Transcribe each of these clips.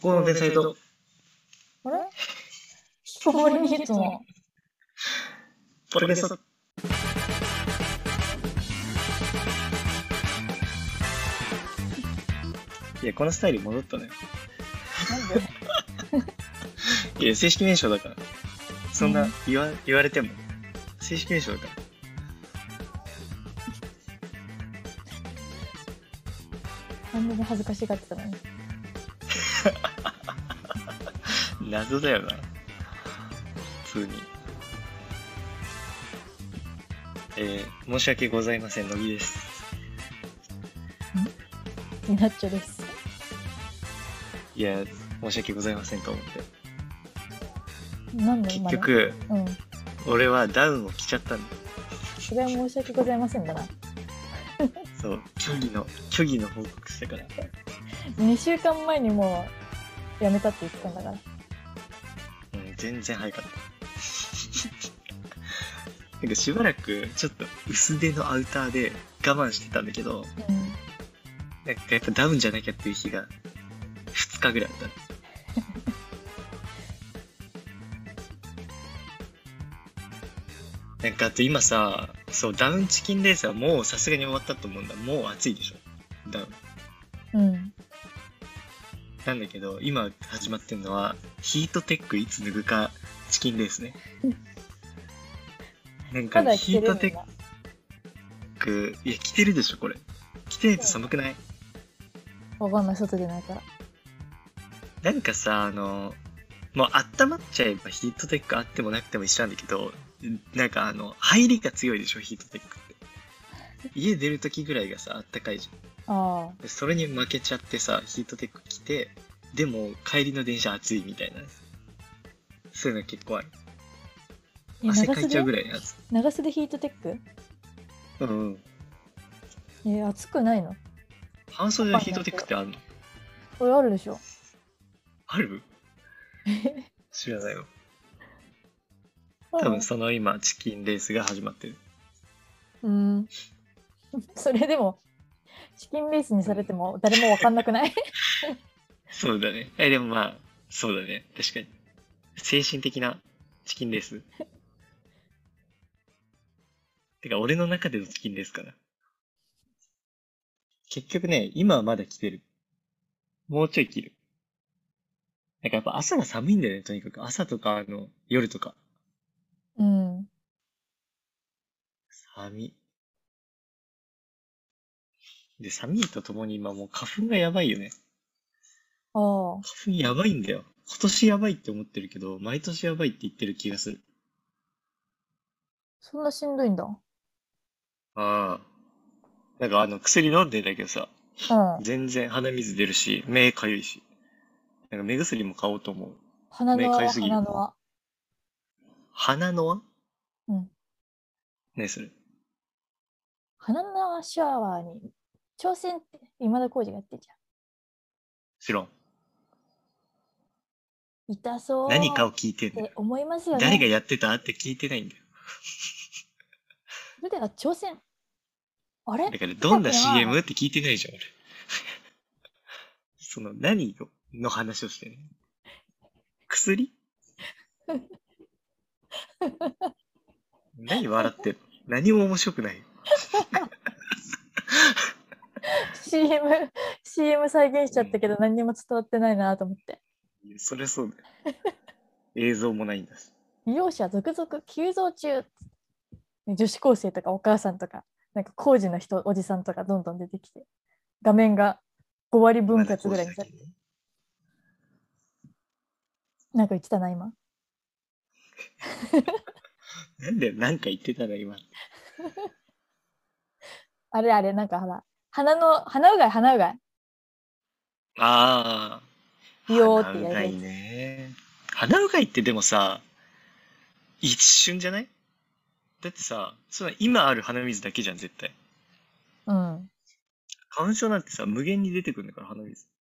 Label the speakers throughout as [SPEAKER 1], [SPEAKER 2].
[SPEAKER 1] ゴールデンサイド。
[SPEAKER 2] あれ引きこもりにいつも。
[SPEAKER 1] ポッドキャスト。いや、このスタイル戻ったのよ。
[SPEAKER 2] なんで
[SPEAKER 1] いや、正式名称だから。そんな言われても。正式名称だから。
[SPEAKER 2] なんでも恥ずかしがってたのに。
[SPEAKER 1] 謎だよな。普通に。申し訳ございません、乃木です。
[SPEAKER 2] ミナッチョです。
[SPEAKER 1] いや、申し訳ございませんと思って。
[SPEAKER 2] なんで
[SPEAKER 1] 結局、俺はダウンを着ちゃったんだ。
[SPEAKER 2] それは申し訳ございませんだな。
[SPEAKER 1] そう、虚偽の報告したから。
[SPEAKER 2] 2週間前にもうやめたって言ってたんだから。
[SPEAKER 1] 全然早かった。なんかしばらくちょっと薄手のアウターで我慢してたんだけど、なんかやっぱダウンじゃなきゃっていう日が2日ぐらいあった。なんかあと今さ、そうダウンチキンレースはもうさすがに終わったと思うんだ。もう暑いでしょ、ダウン。なんだけど今始まってるのはヒートテックいつ脱ぐかチキンレースね。なんかヒートテック、いや着てるでしょこれ。着てないと寒くない？
[SPEAKER 2] わかんない、外出ないから。
[SPEAKER 1] なんかさ、もう温まっちゃえばヒートテックあってもなくても一緒なんだけど、なんか入りが強いでしょヒートテックって。家出る時ぐらいがさあったかいじゃん。それに負けちゃってさヒートテック着て、でも帰りの電車暑いみたいな、そういうの結構ある。汗かいちゃうぐらいのやつ。
[SPEAKER 2] 長袖ヒートテック？暑くないの？
[SPEAKER 1] 半袖のヒートテックってあるの？
[SPEAKER 2] これあるでしょ。
[SPEAKER 1] ある？知らないよ。多分その今チキンレースが始まってる。
[SPEAKER 2] それでもチキンレースにされても誰もわかんなくない？
[SPEAKER 1] そうだね。でもまあそうだね、確かに精神的なチキンレース。てか俺の中でのチキンレースかな。結局ね、今はまだ着てる。もうちょい着る。なんかやっぱ朝が寒いんだよね、とにかく。朝とか夜とか。寒い。で、寒いとともに今もう花粉がやばいよね。花粉やばいんだよ。今年やばいって思ってるけど、毎年やばいって言ってる気がする。
[SPEAKER 2] そんなしんどいんだ。
[SPEAKER 1] なんか薬飲んでんだけどさ、全然鼻水出るし、目かゆいし。なんか目薬も買おうと思う。目かゆすぎる。鼻の輪？何それ？
[SPEAKER 2] 鼻の輪シャワーに挑戦って今田耕司がやってんじゃん。
[SPEAKER 1] 知らん。
[SPEAKER 2] 痛そう
[SPEAKER 1] 何かを聞いてんだよ。
[SPEAKER 2] 思いますよね。
[SPEAKER 1] 誰がやってたって聞いてないんだよ。
[SPEAKER 2] それでは挑戦。あれ？
[SPEAKER 1] だからどんな CM って聞いてないじゃん、俺。その何の話をしてんの？薬？何笑ってんの？何も面白くないよ。
[SPEAKER 2] CM 再現しちゃったけど何にも伝わってないなと思って。
[SPEAKER 1] そりゃそうだよ。映像もないんだし。
[SPEAKER 2] 利用者続々急増中。女子高生とかお母さんとか、なんか工事の人、おじさんとかどんどん出てきて、画面が5割分割ぐらいにされて。なんか言ってたな、今。
[SPEAKER 1] なんでなんか言ってたら今。
[SPEAKER 2] あれ、なんかほら、鼻うがい。ビヨーってやるやつ。
[SPEAKER 1] 鼻うがいね。鼻うがいってでもさ、一瞬じゃない？だってさ、その今ある鼻水だけじゃん、絶対。花粉症なんてさ、無限に出てくるんだから、鼻水。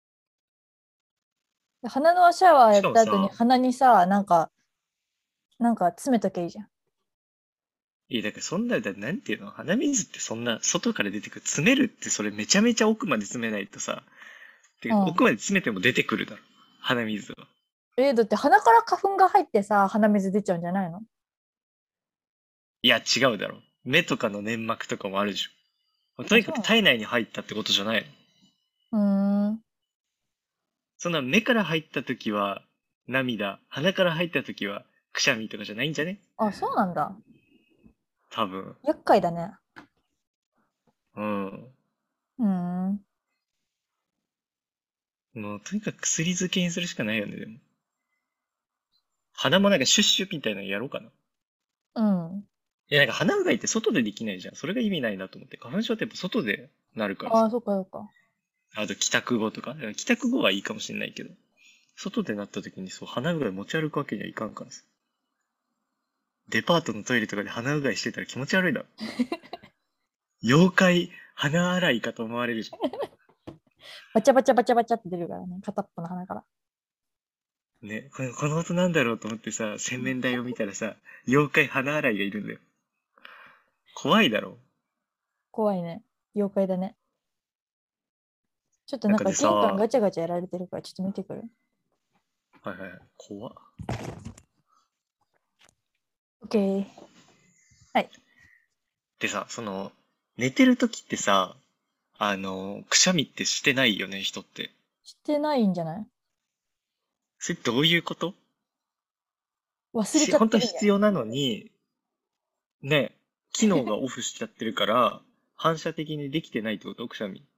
[SPEAKER 2] 鼻のシャワーやった後に鼻にさ、なんか詰めときゃいいじゃん。
[SPEAKER 1] いや、だからそんな、なんていうの？鼻水ってそんな、外から出てくる。詰めるってそれめちゃめちゃ奥まで詰めないとさ、奥まで詰めても出てくるだろ。 鼻水を。
[SPEAKER 2] だって鼻から花粉が入ってさ、鼻水出ちゃうんじゃないの？
[SPEAKER 1] いや、違うだろ。目とかの粘膜とかもあるでしょ。と
[SPEAKER 2] あ、
[SPEAKER 1] にかく
[SPEAKER 2] そう
[SPEAKER 1] 体内に入ったってことじゃないの。
[SPEAKER 2] なの？
[SPEAKER 1] そんな目から入った時は涙、鼻から入った時はくしゃみとかじゃないんじゃね？
[SPEAKER 2] あ、そうなんだ。
[SPEAKER 1] 多分。
[SPEAKER 2] 厄介だね。
[SPEAKER 1] うん。
[SPEAKER 2] うーん。
[SPEAKER 1] もうとにかく薬漬けにするしかないよね、でも。鼻もなんかシュッシュみたいなのやろうかな。
[SPEAKER 2] うん。
[SPEAKER 1] いや、なんか鼻うがいって外でできないじゃん。それが意味ないなと思って。花粉症ってやっぱ外でなるからさ。
[SPEAKER 2] ああ、そっかそっか。
[SPEAKER 1] あと帰宅後とか。帰宅後はいいかもしれないけど。外でなった時にそう、鼻うがい持ち歩くわけにはいかんからさ。デパートのトイレとかで鼻うがいしてたら気持ち悪いだろ。妖怪、鼻洗いかと思われるじゃ
[SPEAKER 2] バチャバチャバチャバチャって出るからね。片っぽの鼻から。
[SPEAKER 1] ん。ね、この音なんだろうと思ってさ、洗面台を見たらさ、妖怪鼻洗いがいるんだよ。怖いだろ。
[SPEAKER 2] 怖いね。妖怪だね。ちょっとなんか
[SPEAKER 1] なんかでさ、
[SPEAKER 2] 玄関ガ
[SPEAKER 1] は
[SPEAKER 2] チャガチャやられてるからちょっと見てくる。
[SPEAKER 1] いはい、怖っ。
[SPEAKER 2] オッケー。はい。
[SPEAKER 1] でさ、寝てる時ってさ、くしゃみってしてないよね、人って。
[SPEAKER 2] してないんじゃない？
[SPEAKER 1] それどういうこと？
[SPEAKER 2] 忘れちゃっ
[SPEAKER 1] 本当は
[SPEAKER 2] てるんじゃない？
[SPEAKER 1] 必要なのに、ね、機能がオフしちゃってるから、反射的にできてないってこと？くしゃみ。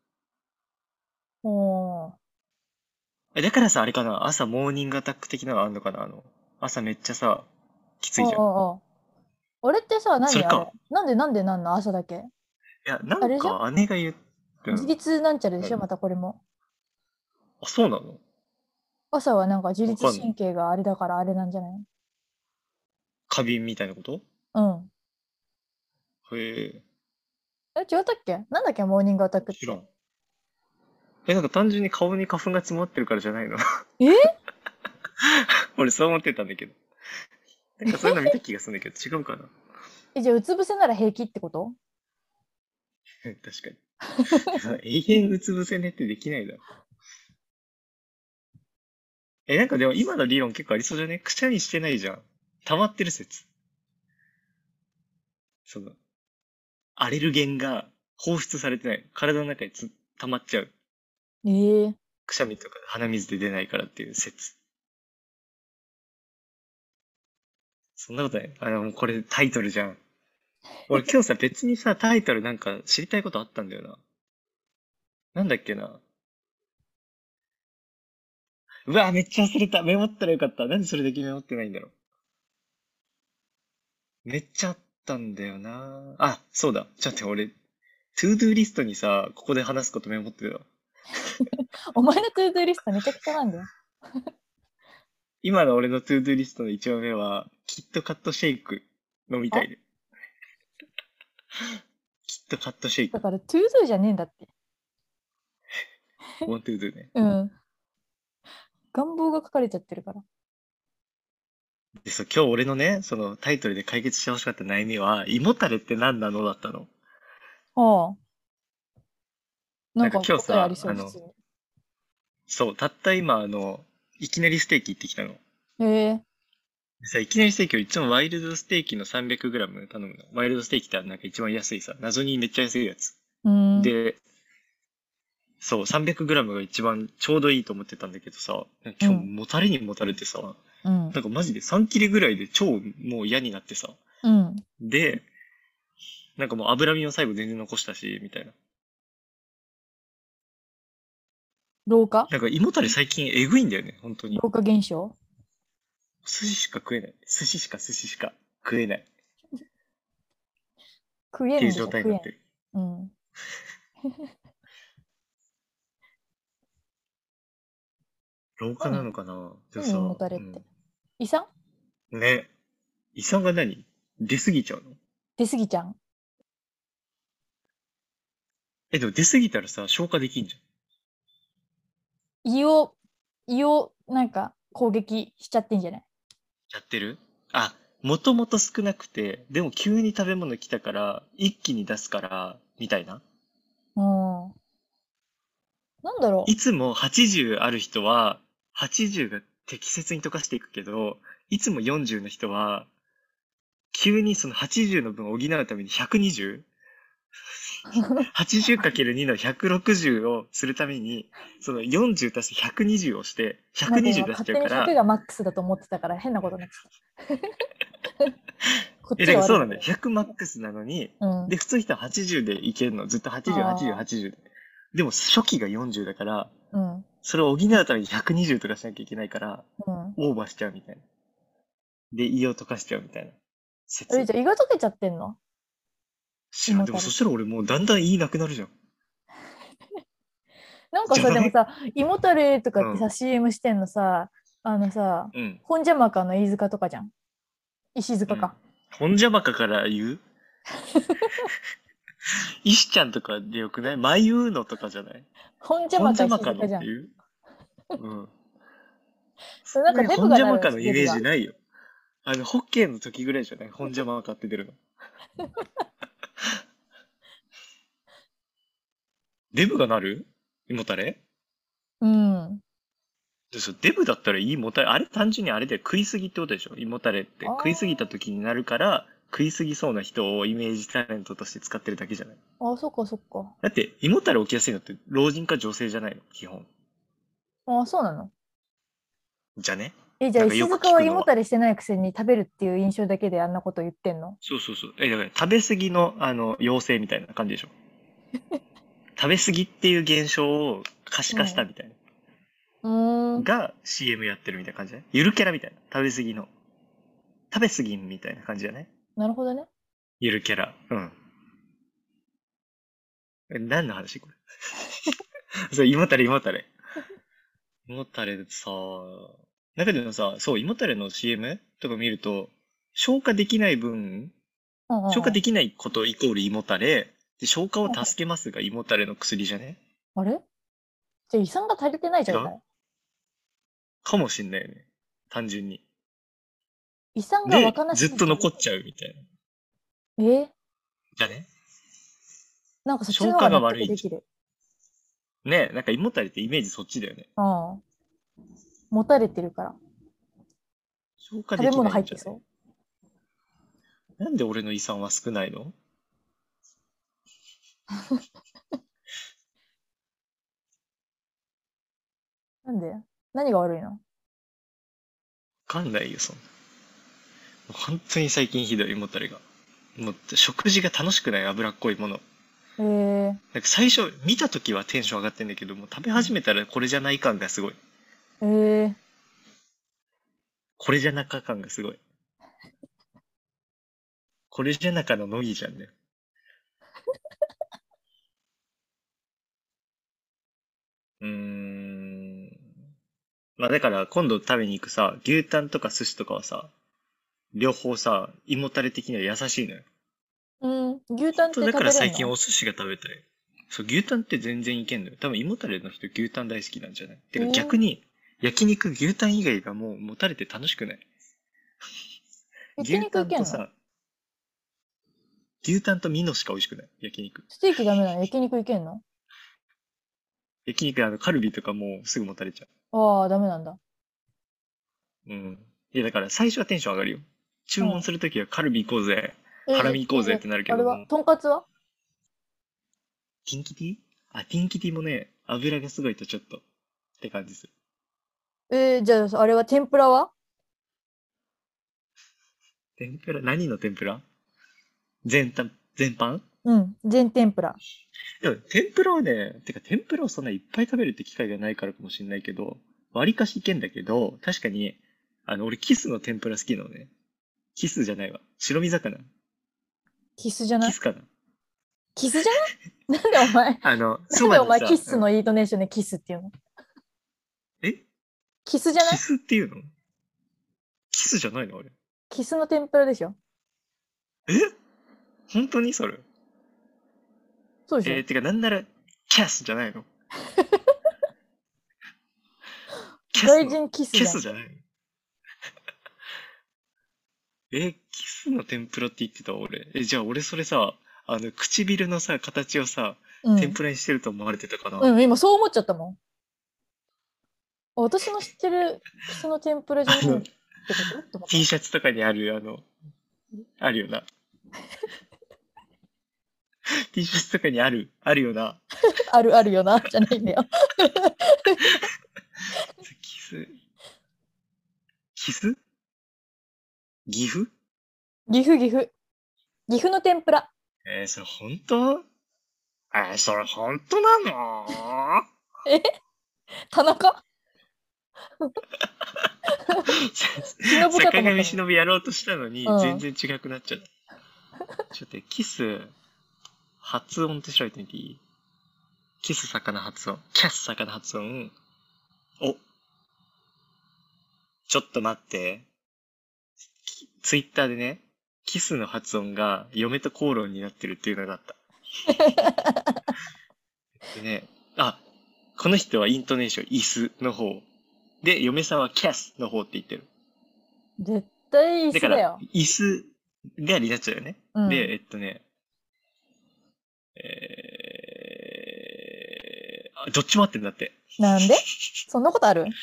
[SPEAKER 2] おー。
[SPEAKER 1] だからさ、あれかな、朝モーニングアタック的なのあんのかな、朝めっちゃさ、きつ
[SPEAKER 2] おー
[SPEAKER 1] いじゃん。
[SPEAKER 2] おーおー。あれってさ、何あれ？
[SPEAKER 1] それか。
[SPEAKER 2] なんでなんの朝だけ？
[SPEAKER 1] いや、な
[SPEAKER 2] あれでしょ？
[SPEAKER 1] んか姉が言う、う
[SPEAKER 2] 自
[SPEAKER 1] ん。
[SPEAKER 2] 律なんちゃらでしょ？
[SPEAKER 1] 何？
[SPEAKER 2] またこれも。
[SPEAKER 1] あ、そうなの？
[SPEAKER 2] 朝はなんか自律
[SPEAKER 1] わかんない。
[SPEAKER 2] 神経があれだからあれなんじゃない？
[SPEAKER 1] 過敏みたいなこと？
[SPEAKER 2] うん。
[SPEAKER 1] へえ、
[SPEAKER 2] 違ったっけ？なんだっけモーニングアタックって。
[SPEAKER 1] 知らん。なんか単純に顔に花粉が詰まってるからじゃないの？
[SPEAKER 2] え
[SPEAKER 1] 俺そう思ってたんだけど。なんかそういうの見た気がするんだけど、違うかな？
[SPEAKER 2] じゃあうつ伏せなら平気ってこと？
[SPEAKER 1] 確かに。永遠うつ伏せ寝ってできないだろ。なんかでも今の理論結構ありそうじゃね？くしゃみしてないじゃん。溜まってる説。その、アレルゲンが放出されてない。体の中に溜まっちゃう。
[SPEAKER 2] ええ。
[SPEAKER 1] くしゃみとか鼻水で出ないからっていう説。そんなことない。もうこれタイトルじゃん。俺今日さ、別にさ、タイトルなんか知りたいことあったんだよな。なんだっけな。うわ、めっちゃ忘れた。メモったらよかった。なんでそれだけメモってないんだろう。めっちゃあったんだよな。あ、そうだ。ちょっと待って、俺、トゥードゥーリストにさ、ここで話すことメモってたわ。
[SPEAKER 2] お前のトゥードゥーリストめちゃくちゃなんだよ。
[SPEAKER 1] 今の俺のトゥードゥーリストの一番目は、キットカットシェイク飲みた
[SPEAKER 2] あ、
[SPEAKER 1] いで。キットカットシェイク。
[SPEAKER 2] だからトゥードゥーじゃねえんだって。
[SPEAKER 1] ワントゥードゥね。
[SPEAKER 2] うん。願望が書かれちゃってるから。
[SPEAKER 1] で、そう、今日俺のね、そのタイトルで解決してほしかった悩みは、胃もたれって何なのだったの。
[SPEAKER 2] ああ、な
[SPEAKER 1] なんか
[SPEAKER 2] んか
[SPEAKER 1] 今日さ、
[SPEAKER 2] 答えありそう、普通に。
[SPEAKER 1] そう、たった今、いきなりステーキ行ってきたの。
[SPEAKER 2] へえ。
[SPEAKER 1] でさ、いきなりステーキをいつもワイルドステーキの 300g 頼むの。ワイルドステーキってなんか一番安いさ、謎にめっちゃ安いやつ。
[SPEAKER 2] うん。
[SPEAKER 1] で、そう、300g が一番ちょうどいいと思ってたんだけどさ、今日
[SPEAKER 2] うん。
[SPEAKER 1] もたれにもたれてさ、
[SPEAKER 2] うん。
[SPEAKER 1] なんかマジで3切れぐらいで超もう嫌になってさ。
[SPEAKER 2] うん。
[SPEAKER 1] で、なんかもう脂身を最後全然残したし、みたいな。
[SPEAKER 2] 老化？
[SPEAKER 1] なんか胃もたれ最近えぐいんだよね、本当に。
[SPEAKER 2] 老化現象？
[SPEAKER 1] 寿司しか食えない。寿司しか食えない。っ
[SPEAKER 2] 食え
[SPEAKER 1] ていう状
[SPEAKER 2] んでしょ、食えん。
[SPEAKER 1] 態になってる。
[SPEAKER 2] うん。
[SPEAKER 1] 老化な
[SPEAKER 2] 何？
[SPEAKER 1] のかな？でもさ、
[SPEAKER 2] 何もたれって。
[SPEAKER 1] うん。
[SPEAKER 2] 胃酸？
[SPEAKER 1] ね。胃酸が何？出すぎちゃうの？
[SPEAKER 2] 出過ぎちゃん？
[SPEAKER 1] でも出すぎたらさ、消化できんじ
[SPEAKER 2] 胃を、胃をなんか攻撃しちゃってんじゃない？
[SPEAKER 1] ゃん。やってる？あ、もともと少なくて、でも急に食べ物来たから、一気に出すから、みたいな。
[SPEAKER 2] うん。なんだろ
[SPEAKER 1] いつも80ある人は、 80が適切に溶かしていくけど、いつも40の人は、急にその80の分を補うために 120?80×2 の160をするために、その40足す120をして、
[SPEAKER 2] なんか
[SPEAKER 1] 120
[SPEAKER 2] 今勝手に
[SPEAKER 1] 出しちゃうから、
[SPEAKER 2] 100がマックスだと思ってたから変なことになってた。こっち
[SPEAKER 1] だから
[SPEAKER 2] が悪いんだよ。
[SPEAKER 1] そうなんだよ。100マックスなのに、
[SPEAKER 2] うん。
[SPEAKER 1] で、普通の人は80でいけるの。ずっと80、80、
[SPEAKER 2] あ
[SPEAKER 1] 80で。でも初期が40だから、
[SPEAKER 2] あ、うん。
[SPEAKER 1] それを補うために120とかしなきゃいけないから、
[SPEAKER 2] うん。
[SPEAKER 1] オーバーしちゃうみたいな。で、胃を溶かしちゃうみたいな説。
[SPEAKER 2] じゃあ胃が溶けちゃってんの？
[SPEAKER 1] 知らん。でもそしたら俺もうだんだん胃なくなるじゃん。
[SPEAKER 2] なんかさ、
[SPEAKER 1] じゃない？
[SPEAKER 2] でもさ、胃もたれとかってさ、
[SPEAKER 1] うん。
[SPEAKER 2] CM してんのさ、
[SPEAKER 1] うん。
[SPEAKER 2] 本邪魔かの飯塚とかじゃん。石
[SPEAKER 1] うん。
[SPEAKER 2] 塚か。
[SPEAKER 1] 本邪魔かから言う？石ちゃんとかでよくない？まゆうのとかじゃない？
[SPEAKER 2] 本邪
[SPEAKER 1] 本
[SPEAKER 2] 魔か石
[SPEAKER 1] 邪魔かの
[SPEAKER 2] 塚じゃん。
[SPEAKER 1] って言う？うん。
[SPEAKER 2] なんかデブ
[SPEAKER 1] 本邪
[SPEAKER 2] がなるんですよ、
[SPEAKER 1] 魔かのイメー
[SPEAKER 2] デブが。
[SPEAKER 1] ジないよ。ホッケーの時ぐらいじゃない？本邪魔かって出るの。デブがなる？胃もたれ？
[SPEAKER 2] うん。
[SPEAKER 1] デブだったら胃もたれ、あれ単純にあれで食いすぎってことでしょ？胃もたれって
[SPEAKER 2] あ
[SPEAKER 1] 食いすぎた時になるから、食いすぎそうな人をイメージタレントとして使ってるだけじゃない？
[SPEAKER 2] あ、そっかそっか。
[SPEAKER 1] だって、胃もたれ起きやすいのって老人か女性じゃないの？基本。
[SPEAKER 2] あ、そうなの？
[SPEAKER 1] じゃね？
[SPEAKER 2] じゃあ
[SPEAKER 1] なんかよく
[SPEAKER 2] 石塚は胃
[SPEAKER 1] 聞くのは。
[SPEAKER 2] もたれしてないくせに食べるっていう印象だけであんなこと言ってんの？
[SPEAKER 1] そうそうそう。だから食べ過ぎの、陽性みたいな感じでしょ？食べ過ぎっていう現象を可視化したみたいな。
[SPEAKER 2] うん。
[SPEAKER 1] が CM やってるみたいな感じじゃない？ゆるキャラみたいな。食べ過ぎの。食べ過ぎんみたいな感じじゃない？
[SPEAKER 2] なるほどね。
[SPEAKER 1] ゆるキャラ。うん。何の話これ？そう、胃もたれ、胃もたれ。胃もたれさ、中でもさ、そう、胃もたれの CM とか見ると、消化できない分、
[SPEAKER 2] うんうんうん。
[SPEAKER 1] 消化できないことイコール胃もたれ、で、消化を助けますが胃もたれの薬じゃね？
[SPEAKER 2] あれ？じゃあ胃酸が足りてない
[SPEAKER 1] 違う
[SPEAKER 2] 状態？
[SPEAKER 1] かもしんないよね。単純に。
[SPEAKER 2] 胃酸が湧
[SPEAKER 1] で、
[SPEAKER 2] かなすぎて。
[SPEAKER 1] ずっと残っちゃうみたいな。
[SPEAKER 2] え
[SPEAKER 1] じゃね？
[SPEAKER 2] なんかそっちの
[SPEAKER 1] 消化
[SPEAKER 2] 方が納
[SPEAKER 1] が悪いんじ
[SPEAKER 2] 得できる。
[SPEAKER 1] ゃん。ねなんか胃もたれってイメージそっちだよね。
[SPEAKER 2] うん。もたれてるから。食べ
[SPEAKER 1] 消化できないんじゃない？
[SPEAKER 2] 物入ってそ
[SPEAKER 1] なんで俺の胃酸は少ないの？わ
[SPEAKER 2] う。なんで？何が悪いの？
[SPEAKER 1] かんないよ、そんな。本当に最近ひどい胃もたれが。もう食事が楽しくない脂っこいもの。
[SPEAKER 2] えー、
[SPEAKER 1] なんか最初見た時はテンション上がってんだけど、もう食べ始めたらこれじゃない感がすごい。
[SPEAKER 2] えー、
[SPEAKER 1] これじゃなか感がすごい。これじゃなかの乃木じゃんね。うーん。まあだから今度食べに行くさ、牛タンとか寿司とかはさ、両方さ、胃もたれ的には優しいのよ。
[SPEAKER 2] うん、牛タンって
[SPEAKER 1] だ
[SPEAKER 2] 食
[SPEAKER 1] から最近
[SPEAKER 2] べれんの？
[SPEAKER 1] お寿司が食べたい。そう、牛タンって全然いけんのよ。多分胃もたれの人牛タン大好きなんじゃない？てか逆に、焼肉牛タン以外がもうもたれて楽しくない？
[SPEAKER 2] 焼
[SPEAKER 1] 牛
[SPEAKER 2] 肉いけんの？
[SPEAKER 1] タンとさ、牛タンとミノしか美味しくない焼肉。
[SPEAKER 2] ステーキダメなの？焼肉いけんの？
[SPEAKER 1] 焼肉カルビとかもうすぐもたれちゃ
[SPEAKER 2] ああ、ダメなんだ。
[SPEAKER 1] う。うん。いやだから最初はテンション上がるよ。注文
[SPEAKER 2] うん。
[SPEAKER 1] するときはカルビ行こうぜ、ハラミ行こうぜってなるけ
[SPEAKER 2] あれは
[SPEAKER 1] ども、
[SPEAKER 2] とんかつは？
[SPEAKER 1] ティンキティ？ティンキティもね、油がすごいとちょっとって感じする。
[SPEAKER 2] じゃあ、あれは天ぷらは？
[SPEAKER 1] 天ぷら、何の天ぷら？全般？
[SPEAKER 2] うん、全天ぷら。
[SPEAKER 1] でも、天ぷらはね、てか天ぷらをそんないっぱい食べるって機会がないからかもしれないけど、割かしいけんだけど、確かに、俺キスの天ぷら好きなのね。キスじゃないわ。白身魚。
[SPEAKER 2] キスじゃない？
[SPEAKER 1] キスかな。
[SPEAKER 2] キスじゃない？なんでお前、なんでお前
[SPEAKER 1] そばにさ、
[SPEAKER 2] キスのイントネーションでキスっていうの？
[SPEAKER 1] え
[SPEAKER 2] キスじゃな
[SPEAKER 1] キ
[SPEAKER 2] い？
[SPEAKER 1] スっていうの？キスじゃないのあれ。
[SPEAKER 2] キスの天ぷらでしょ？
[SPEAKER 1] え本当にそれ？
[SPEAKER 2] そうでしょ？
[SPEAKER 1] てかなんなら、キャスじゃないの？キャス
[SPEAKER 2] 外
[SPEAKER 1] の、
[SPEAKER 2] 人キスじゃん。
[SPEAKER 1] キスじゃないの？キスの天ぷらって言ってた俺。じゃあ俺それさ、唇のさ、形をさ、
[SPEAKER 2] うん。
[SPEAKER 1] 天ぷらにしてると思われてたかな？
[SPEAKER 2] うん、今そう思っちゃったもん。 私の知ってるキスの天ぷらじゃないってことと思っ
[SPEAKER 1] T シャツとかにある、あるよな。T シャツとかにあるよな。
[SPEAKER 2] た。あるあるよな、じゃないんだよ。
[SPEAKER 1] キス、キス岐阜
[SPEAKER 2] 岐阜、岐阜。岐阜の天ぷら。
[SPEAKER 1] それ本当それ本当なの
[SPEAKER 2] え田中忍ぶかと
[SPEAKER 1] 坂上
[SPEAKER 2] 思ったのに。
[SPEAKER 1] 忍やろうとしたのに、
[SPEAKER 2] うん
[SPEAKER 1] 全然違くなっちゃった。ちょっと待って、キス、発音って調べてみていい？キス魚発音。キャス魚発音。お。ちょっと待って。ツイッターでね、キスの発音が嫁と口論になってるっていうのがあった。でね、この人はイントネーション、イスの方。で、嫁さんはキャスの方って言ってる。
[SPEAKER 2] 絶対椅
[SPEAKER 1] だから
[SPEAKER 2] 子だよ。、
[SPEAKER 1] イスがになっちゃうよね。
[SPEAKER 2] うん
[SPEAKER 1] で、どっちも合ってるんだって。
[SPEAKER 2] なんでそんなことある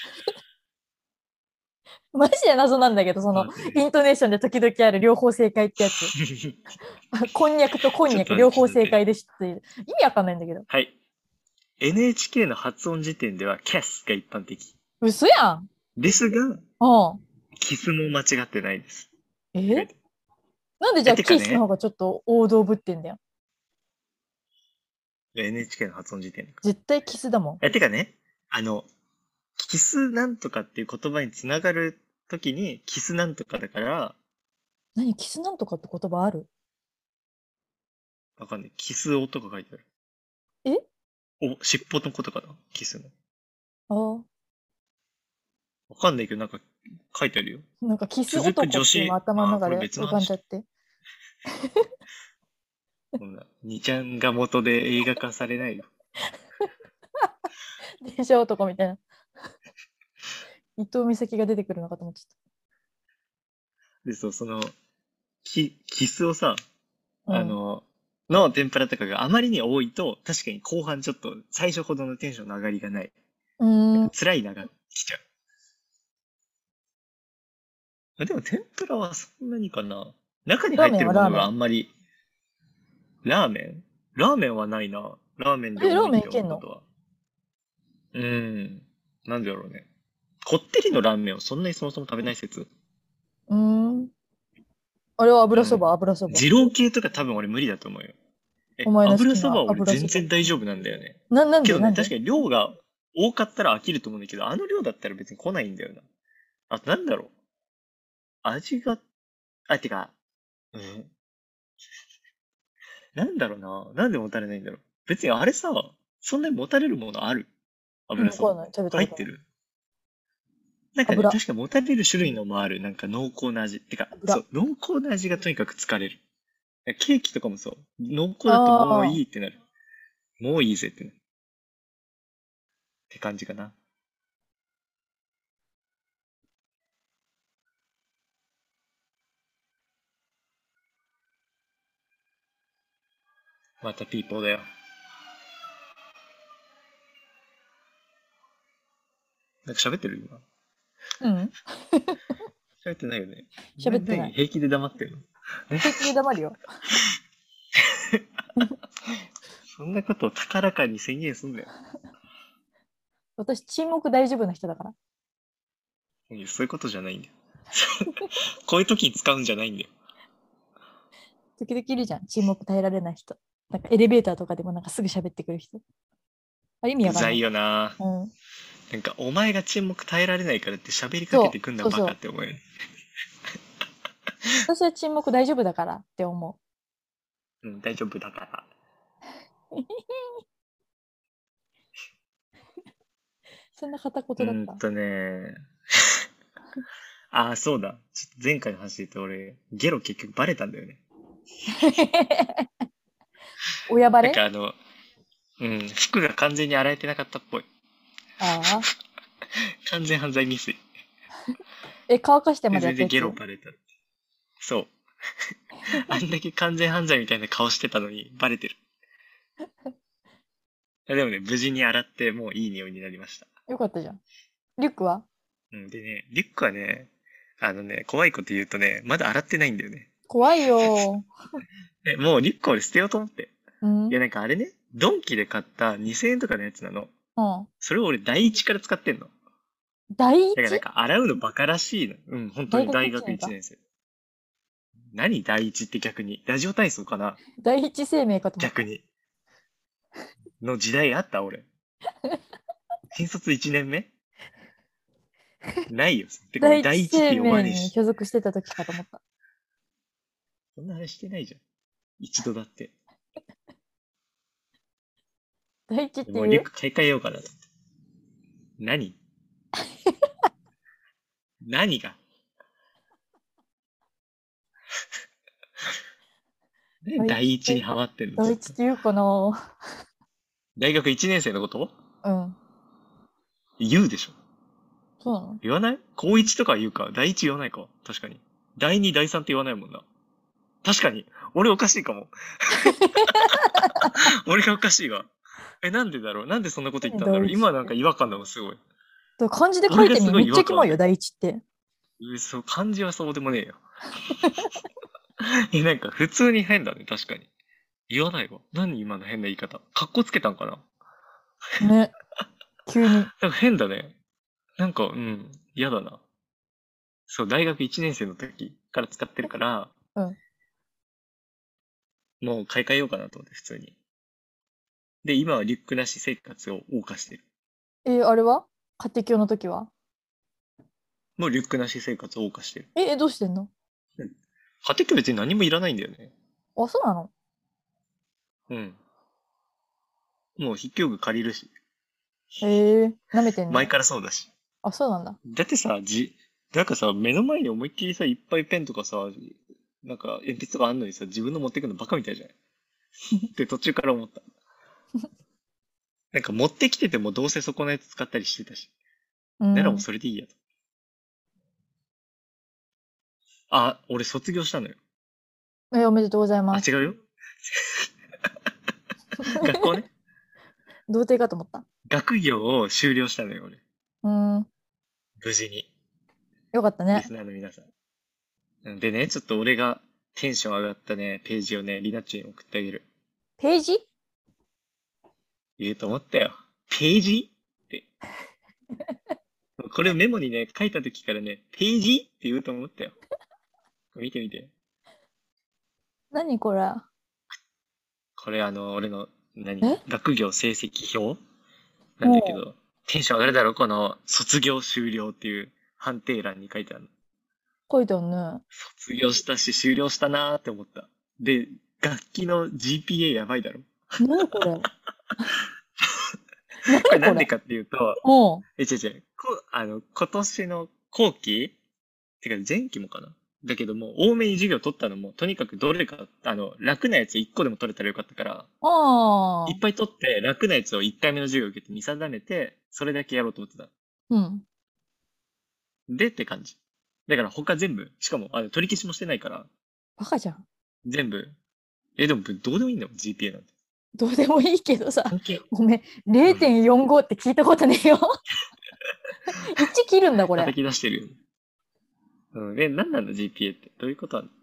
[SPEAKER 2] マジで謎なんだけど、そのイントネーションで時々ある両方正解ってやつ。こんにゃくとこんにゃく両方正解でしたって意味わかんないんだけど。
[SPEAKER 1] はい。NHK の発音時点ではキャスが一般的。
[SPEAKER 2] 嘘やん。
[SPEAKER 1] ですが、
[SPEAKER 2] うん。
[SPEAKER 1] キスも間違ってないです。
[SPEAKER 2] なんでじゃあ
[SPEAKER 1] てかね
[SPEAKER 2] キスの方がちょっと王道ぶってんだよ。
[SPEAKER 1] NHK の発音時点で。
[SPEAKER 2] 絶対キスだもん。
[SPEAKER 1] てかね、キスなんとかっていう言葉につながるときに、キスなんとかだから、
[SPEAKER 2] 何キスなんとかって言葉ある？
[SPEAKER 1] わかんない。キスオとか書いてある。
[SPEAKER 2] え？
[SPEAKER 1] 尻尾のことかなキスの。
[SPEAKER 2] あ
[SPEAKER 1] わかんないけど、なんか書いてあるよ。
[SPEAKER 2] あ。なんかキス男って今頭の中で浮かんじゃって。
[SPEAKER 1] こんな、2ちゃんが元で映画化されないよ。
[SPEAKER 2] 電車男みたいな。伊藤美咲が出てくるのかと思っちゃっ
[SPEAKER 1] で、そう、キスをさ、
[SPEAKER 2] た。
[SPEAKER 1] の天ぷらとかがあまりに多いと、確かに後半ちょっと最初ほどのテンションの上がりがない。辛いなが来ちゃう。でも天ぷらはそんなにかな。中に入ってるものがあんまり。ラーメンはないな。ラーメンで思い出思うことは。なんでだろうね。こってりのラーメンをそんなにそもそも食べない説。
[SPEAKER 2] あれは油そば、油そば。
[SPEAKER 1] 二郎系とか多分俺無理だと思うよ。油そばは俺全然大丈夫なんだよね。
[SPEAKER 2] なんで
[SPEAKER 1] けどね、確かに量が多かったら飽きると思うんだけど、あの量だったら別に来ないんだよな。なんだろう。味が、てか、なんだろうな。なんで持たれないんだろう。別にあれさ、そんなに持たれるものある？油そば。入ってる？なんかね、確か持たれる種類のもある。なんか濃厚な味。てか、そう、濃厚な味がとにかく疲れる。ケーキとかもそう。濃厚だともういいってなる。もういいぜってなる。って感じかな。またピーポーだよ。なんか喋ってる今。喋ってないよね。
[SPEAKER 2] 喋ってない。
[SPEAKER 1] 平気で黙ってるの？
[SPEAKER 2] 平気で黙るよ。
[SPEAKER 1] そんなことを高らかに宣言すんだよ。
[SPEAKER 2] 私、沈黙大丈夫な人だから。
[SPEAKER 1] そういうことじゃないんだよ。こういう時に使うんじゃないんだよ。
[SPEAKER 2] 時々いるじゃん、沈黙耐えられない人。なんかエレベーターとかでもなんかすぐ喋ってくる人。意味わかんない。
[SPEAKER 1] うざいよな。なんか、お前が沈黙耐えられないからって喋りかけてくんだバカって思うよね。
[SPEAKER 2] 私は沈黙大丈夫だからって思
[SPEAKER 1] う。大丈夫だから。
[SPEAKER 2] そんな片言だった。
[SPEAKER 1] そうだ。ちょっと前回の話で言って俺、ゲロ結局バレたんだよね。
[SPEAKER 2] 親バレ？
[SPEAKER 1] なんか服が完全に洗えてなかったっぽい。完全犯罪未遂。
[SPEAKER 2] 乾かしてまでやって
[SPEAKER 1] 全然ゲロバレた。そう。あんだけ完全犯罪みたいな顔してたのにバレてる。でもね、無事に洗ってもういい匂いになりました。
[SPEAKER 2] よかったじゃん。 リュックは
[SPEAKER 1] うん。でね、リュックはね、怖いこと言うとね、まだ洗ってないんだよね。
[SPEAKER 2] 怖いよ。
[SPEAKER 1] もうリュック俺捨てようと思って。
[SPEAKER 2] うん。
[SPEAKER 1] いや、なんかあれね、ドンキで買った2000円とかのやつなの。
[SPEAKER 2] うん。
[SPEAKER 1] それを俺第一から使ってんの。だ
[SPEAKER 2] 第一
[SPEAKER 1] からなんか洗うのバカらしいの。うん、本当
[SPEAKER 2] 大学
[SPEAKER 1] に大
[SPEAKER 2] 1年か。
[SPEAKER 1] 学1年生。何第一って逆に。ラジオ体操かな
[SPEAKER 2] 第一生命かと思った。
[SPEAKER 1] 逆に。の時代あった俺。新卒1年目ないよ。てか俺
[SPEAKER 2] 第一
[SPEAKER 1] 第一って呼ば
[SPEAKER 2] 生命
[SPEAKER 1] ねえし。
[SPEAKER 2] に所属してた時かと思った。
[SPEAKER 1] そんな話してないじゃん。一度だって。
[SPEAKER 2] 第一っていう
[SPEAKER 1] もうリュック買い替えようかなと。何何が何第一にハマってんのずっと。
[SPEAKER 2] 第一っていうかな。
[SPEAKER 1] 大学1年生のこと
[SPEAKER 2] うん。
[SPEAKER 1] 言うでしょ。
[SPEAKER 2] そうなの
[SPEAKER 1] 言わない高1とか言うか。第一言わないか。確かに。第2、第3って言わないもんな。確かに。俺おかしいかも。俺がおかしいわ。なんでだろうなんでそんなこと言ったんだろう
[SPEAKER 2] 第一
[SPEAKER 1] 今なんか違和感だもん、すごい。
[SPEAKER 2] だから漢字で書いてみ。めっちゃキモいよ、第一って。
[SPEAKER 1] そう、漢字はそうでもねえよ。なんか普通に変だね、確かに。言わないわ。何今の変な言い方。かっこつけたんかな
[SPEAKER 2] ね。急に。
[SPEAKER 1] なんか変だね。なんか、うん、嫌だな。そう、大学1年生の時から使ってるから、
[SPEAKER 2] うん。
[SPEAKER 1] もう買い替えようかなと思って、普通に。で、今はリュックなし生活を謳歌してる。
[SPEAKER 2] あれは家庭教の時は
[SPEAKER 1] もうリュックなし生活を謳歌してる。
[SPEAKER 2] どうしてんの
[SPEAKER 1] うん。家庭教別に何もいらないんだよね。
[SPEAKER 2] あ、そうなの
[SPEAKER 1] うん。もう筆記用具借りるし。
[SPEAKER 2] 舐めてん
[SPEAKER 1] 前
[SPEAKER 2] ね。
[SPEAKER 1] からそうだし。
[SPEAKER 2] あ、そうなんだ。
[SPEAKER 1] だってさ、なんかさ、目の前に思いっきりさ、いっぱいペンとかさ、なんか鉛筆とかあんのにさ、自分の持ってくのバカみたいじゃないって途中から思った。なんか持ってきててもどうせそこのやつ使ったりしてたし。ならもう
[SPEAKER 2] うん。
[SPEAKER 1] それでいいやと。あ、俺卒業したのよ。
[SPEAKER 2] おめでとうござい
[SPEAKER 1] あ、
[SPEAKER 2] ます。
[SPEAKER 1] 違うよ。学校ね。
[SPEAKER 2] 童貞かと思った。
[SPEAKER 1] 学業を終了したのよ、俺。
[SPEAKER 2] うん。
[SPEAKER 1] 無事に。
[SPEAKER 2] よかったね。
[SPEAKER 1] リスナーの皆さん。でね、ちょっと俺がテンション上がったね、ページをね、リナッチに送ってあげる。
[SPEAKER 2] ページ
[SPEAKER 1] 言うと思ったよ。ページって。これをメモにね、書いた時からね、ページって言うと思ったよ。見てみて。
[SPEAKER 2] 何これ
[SPEAKER 1] これ俺の、
[SPEAKER 2] え
[SPEAKER 1] 学業成績表なんだけ
[SPEAKER 2] も
[SPEAKER 1] ど、テンション上がるだろこの、卒業終了っていう判定欄に書いてあるの。
[SPEAKER 2] う書いてあるね。
[SPEAKER 1] 卒業したし、終了したなーって思った。で、楽器の GPA やばいだろ
[SPEAKER 2] 何これ
[SPEAKER 1] これ
[SPEAKER 2] 何これ
[SPEAKER 1] なんでかっていうと、
[SPEAKER 2] おう。
[SPEAKER 1] 違う違う、今年の後期てか前期もかなだけども、多めに授業取ったのも、とにかくどれか、楽なやつ1個でも取れたらよかったから、
[SPEAKER 2] ああ。
[SPEAKER 1] いっぱい取って楽なやつを1回目の授業受けて見定めて、それだけやろうと思ってた。
[SPEAKER 2] うん。
[SPEAKER 1] でって感じ。だから他全部、しかも、取り消しもしてないから、
[SPEAKER 2] バカじゃん。
[SPEAKER 1] 全部。でも、どうでもいいんだよ、GPA なんて。
[SPEAKER 2] どうでもいいけどさ、
[SPEAKER 1] 関係、
[SPEAKER 2] ごめん、0.45って聞いたことねえよ。1切るんだ、これ。
[SPEAKER 1] 叩き出してるよ。うん。何なんだ、GPA って。どういうことある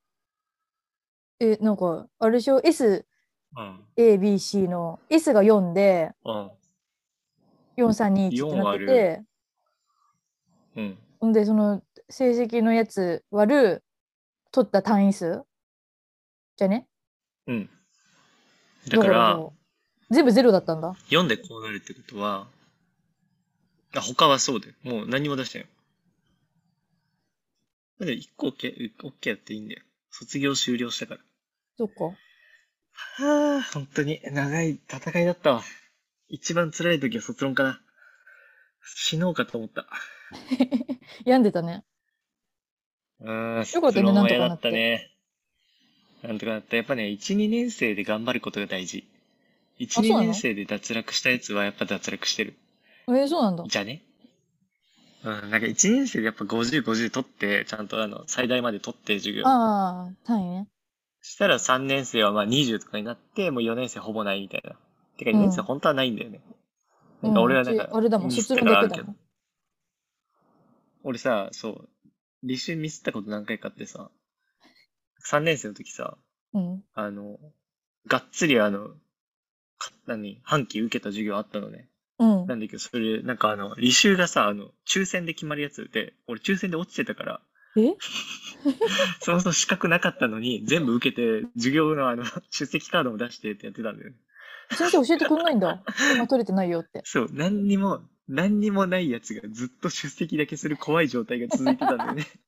[SPEAKER 2] なんか、あれでしょ ?S、
[SPEAKER 1] の
[SPEAKER 2] A、B、C の S が4で、
[SPEAKER 1] うん。うん。
[SPEAKER 2] 4321ってなってて、
[SPEAKER 1] うん。
[SPEAKER 2] んで、その成績のやつ割る取った単位数じゃね
[SPEAKER 1] うん。だから
[SPEAKER 2] 全部ゼロだったんだ。
[SPEAKER 1] 4でこうなるってことは、他はそうで、もう何も出してない。だって1個 OK やっていいんだよ。卒業終了したから。
[SPEAKER 2] そっか。
[SPEAKER 1] はぁ、本当に長い戦いだったわ。一番辛い時は卒論かな。死のうかと思った。
[SPEAKER 2] 病んでたね。よかった
[SPEAKER 1] 卒
[SPEAKER 2] ね、
[SPEAKER 1] 論は嫌だ
[SPEAKER 2] なんとかなって。
[SPEAKER 1] ったね。なんとかなった。やっぱね、1、2年生で頑張ることが大事。1、
[SPEAKER 2] あ、そう
[SPEAKER 1] 2年
[SPEAKER 2] なの
[SPEAKER 1] 生で脱落したやつはやっぱ脱落してる。
[SPEAKER 2] そうなんだ。
[SPEAKER 1] じゃねなんか1年生でやっぱ50、50取って、ちゃんと最大まで取って授業。
[SPEAKER 2] ああ、単位ね。
[SPEAKER 1] したら3年生はまあ20とかになって、もう4年生ほぼないみたいな。てか
[SPEAKER 2] うん
[SPEAKER 1] 2年生本当はないんだよね。なんか俺はなんか、
[SPEAKER 2] あれだもん、
[SPEAKER 1] ミスっ
[SPEAKER 2] 卒論
[SPEAKER 1] たからあるけど。
[SPEAKER 2] だけだもん。
[SPEAKER 1] 俺さ、そう、履修ミスったこと何回かあってさ、3年生の時さ、
[SPEAKER 2] うん。
[SPEAKER 1] あの、がっつり半期受けた授業あったのね。
[SPEAKER 2] うん。
[SPEAKER 1] なんだけど、それ、履修がさ、抽選で決まるやつで、俺抽選で落ちてたから、
[SPEAKER 2] え
[SPEAKER 1] そもそも資格なかったのに、全部受けて、授業の出席カードも出してってやってたんだよね。
[SPEAKER 2] 先生教えてくんないんだ。今取れてないよって。
[SPEAKER 1] そう、何にもないやつがずっと出席だけする怖い状態が続いてたんだよね。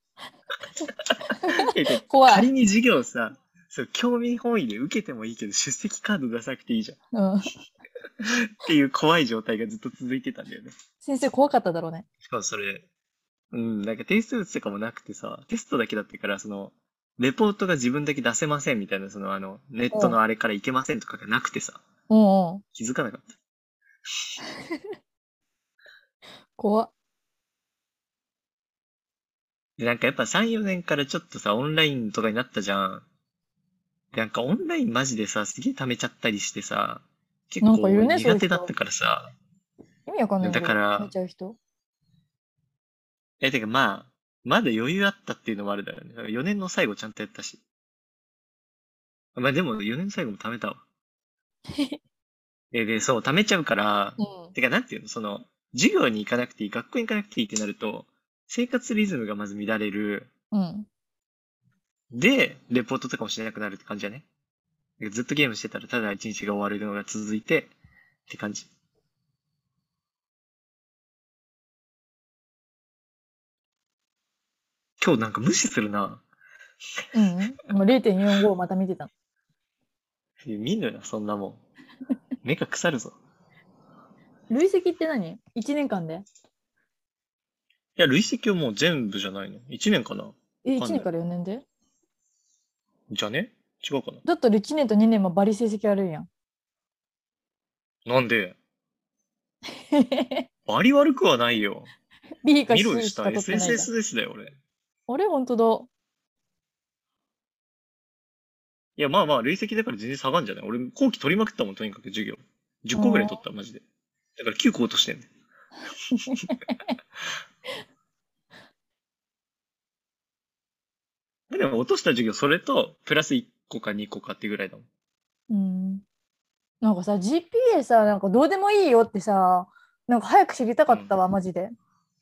[SPEAKER 2] 怖い。
[SPEAKER 1] 仮に授業さ、そう、興味本位で受けてもいいけど、出席カード出さなくていいじゃん。
[SPEAKER 2] うん。
[SPEAKER 1] っていう怖い状態がずっと続いてたんだよね。
[SPEAKER 2] 先生怖かっただろうね。
[SPEAKER 1] しかもそれ、なんか提出物とかもなくてさ、テストだけだったから、レポートが自分だけ出せませんみたいな、ネット
[SPEAKER 2] うん。
[SPEAKER 1] のあれからいけませんとかがなくてさ、
[SPEAKER 2] うんうん。
[SPEAKER 1] 気づかなかった。
[SPEAKER 2] 怖っ。
[SPEAKER 1] で、なんかやっぱ3、4年からちょっとさ、オンラインとかになったじゃん。で、なんかオンラインマジでさ、すげえ溜めちゃったりしてさ、結
[SPEAKER 2] なんかいるね、そういう人。
[SPEAKER 1] 構苦手だったからさ、
[SPEAKER 2] 意味わかんないんだけど、め
[SPEAKER 1] だから、
[SPEAKER 2] ちゃう人。
[SPEAKER 1] てかまあ、まだ余裕あったっていうのもあるだろうね。だから4年の最後ちゃんとやったし。まあでも4年の最後も貯めたわ。で、そう、貯めちゃうから、
[SPEAKER 2] うん。
[SPEAKER 1] てかなんていうの、授業に行かなくていい、学校に行かなくていいってなると、生活リズムがまず乱れる。
[SPEAKER 2] うん。
[SPEAKER 1] で、レポートとかもしなくなるって感じだね。だからずっとゲームしてたらただ一日が終わるのが続いて、って感じ。今日なんか無視するな。
[SPEAKER 2] うん。もう0.45また見てたの。
[SPEAKER 1] 見んのよ、そんなもん。目が腐るぞ。
[SPEAKER 2] 累積って何？ 1 年間で？
[SPEAKER 1] いや、累積はもう全部じゃないの。1年かなわか
[SPEAKER 2] 1
[SPEAKER 1] んない。
[SPEAKER 2] 年から4年で？
[SPEAKER 1] じゃね違うか
[SPEAKER 2] だったら1年と2年もバリ成績悪いやん。
[SPEAKER 1] ななんでバリ悪くはないよ。
[SPEAKER 2] B か
[SPEAKER 1] 見ろよ、
[SPEAKER 2] C し
[SPEAKER 1] 下。
[SPEAKER 2] か取ってないじゃん。
[SPEAKER 1] SSS ですだよ、俺。
[SPEAKER 2] あれ本当だ。
[SPEAKER 1] いや、まあまあ、累積だから全然下がんじゃない俺、後期取りまくったもん、とにかく授業。10個ぐらい
[SPEAKER 2] うん。
[SPEAKER 1] 取った、マジで。だから9個落としてんねん。でも落とした授業、それと、プラス1個か2個かってぐらいだもん。
[SPEAKER 2] うん。なんかさ、GPA さ、なんかどうでもいいよってさ、なんか早く知りたか
[SPEAKER 1] うん。
[SPEAKER 2] ったわ、マジで。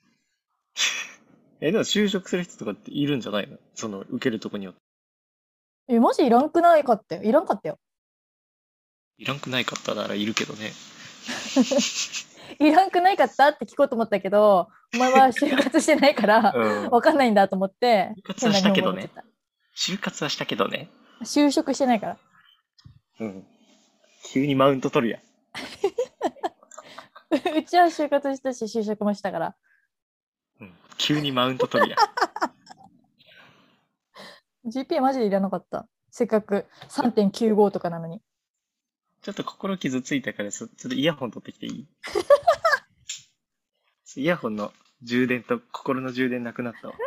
[SPEAKER 1] でも就職する人とかっているんじゃないの受けるとこによって。
[SPEAKER 2] マジいらんくないかったよ。いらんかったよ。
[SPEAKER 1] いらんくないかったならいるけどね。
[SPEAKER 2] いらんくないかったって聞こうと思ったけど、お前は就活してないから
[SPEAKER 1] うん。
[SPEAKER 2] わかんないんだと思って、
[SPEAKER 1] 就活はし
[SPEAKER 2] 変な日
[SPEAKER 1] たけどね。
[SPEAKER 2] 本語になっちゃった。
[SPEAKER 1] 就活はしたけどね。
[SPEAKER 2] 就職してないから。
[SPEAKER 1] うん。急にマウント取るやん。
[SPEAKER 2] うちは就活したし、就職もしたから。
[SPEAKER 1] うん。急にマウント取るやん。
[SPEAKER 2] GPA マジでいらなかった。せっかく3.95とかなのに。
[SPEAKER 1] ちょっと心傷ついたからちょっとイヤホン取ってきていいイヤホンの充電と心の充電なくなったわ。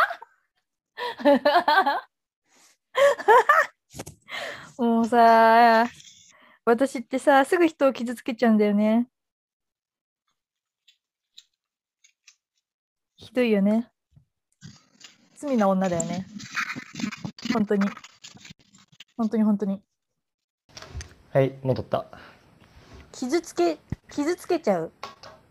[SPEAKER 2] もうさ、私ってさ、すぐ人を傷つけちゃうんだよね。ひどいよね。罪な女だよね。本当に。本当に本当に。
[SPEAKER 1] はい、戻った。
[SPEAKER 2] 傷つけちゃう。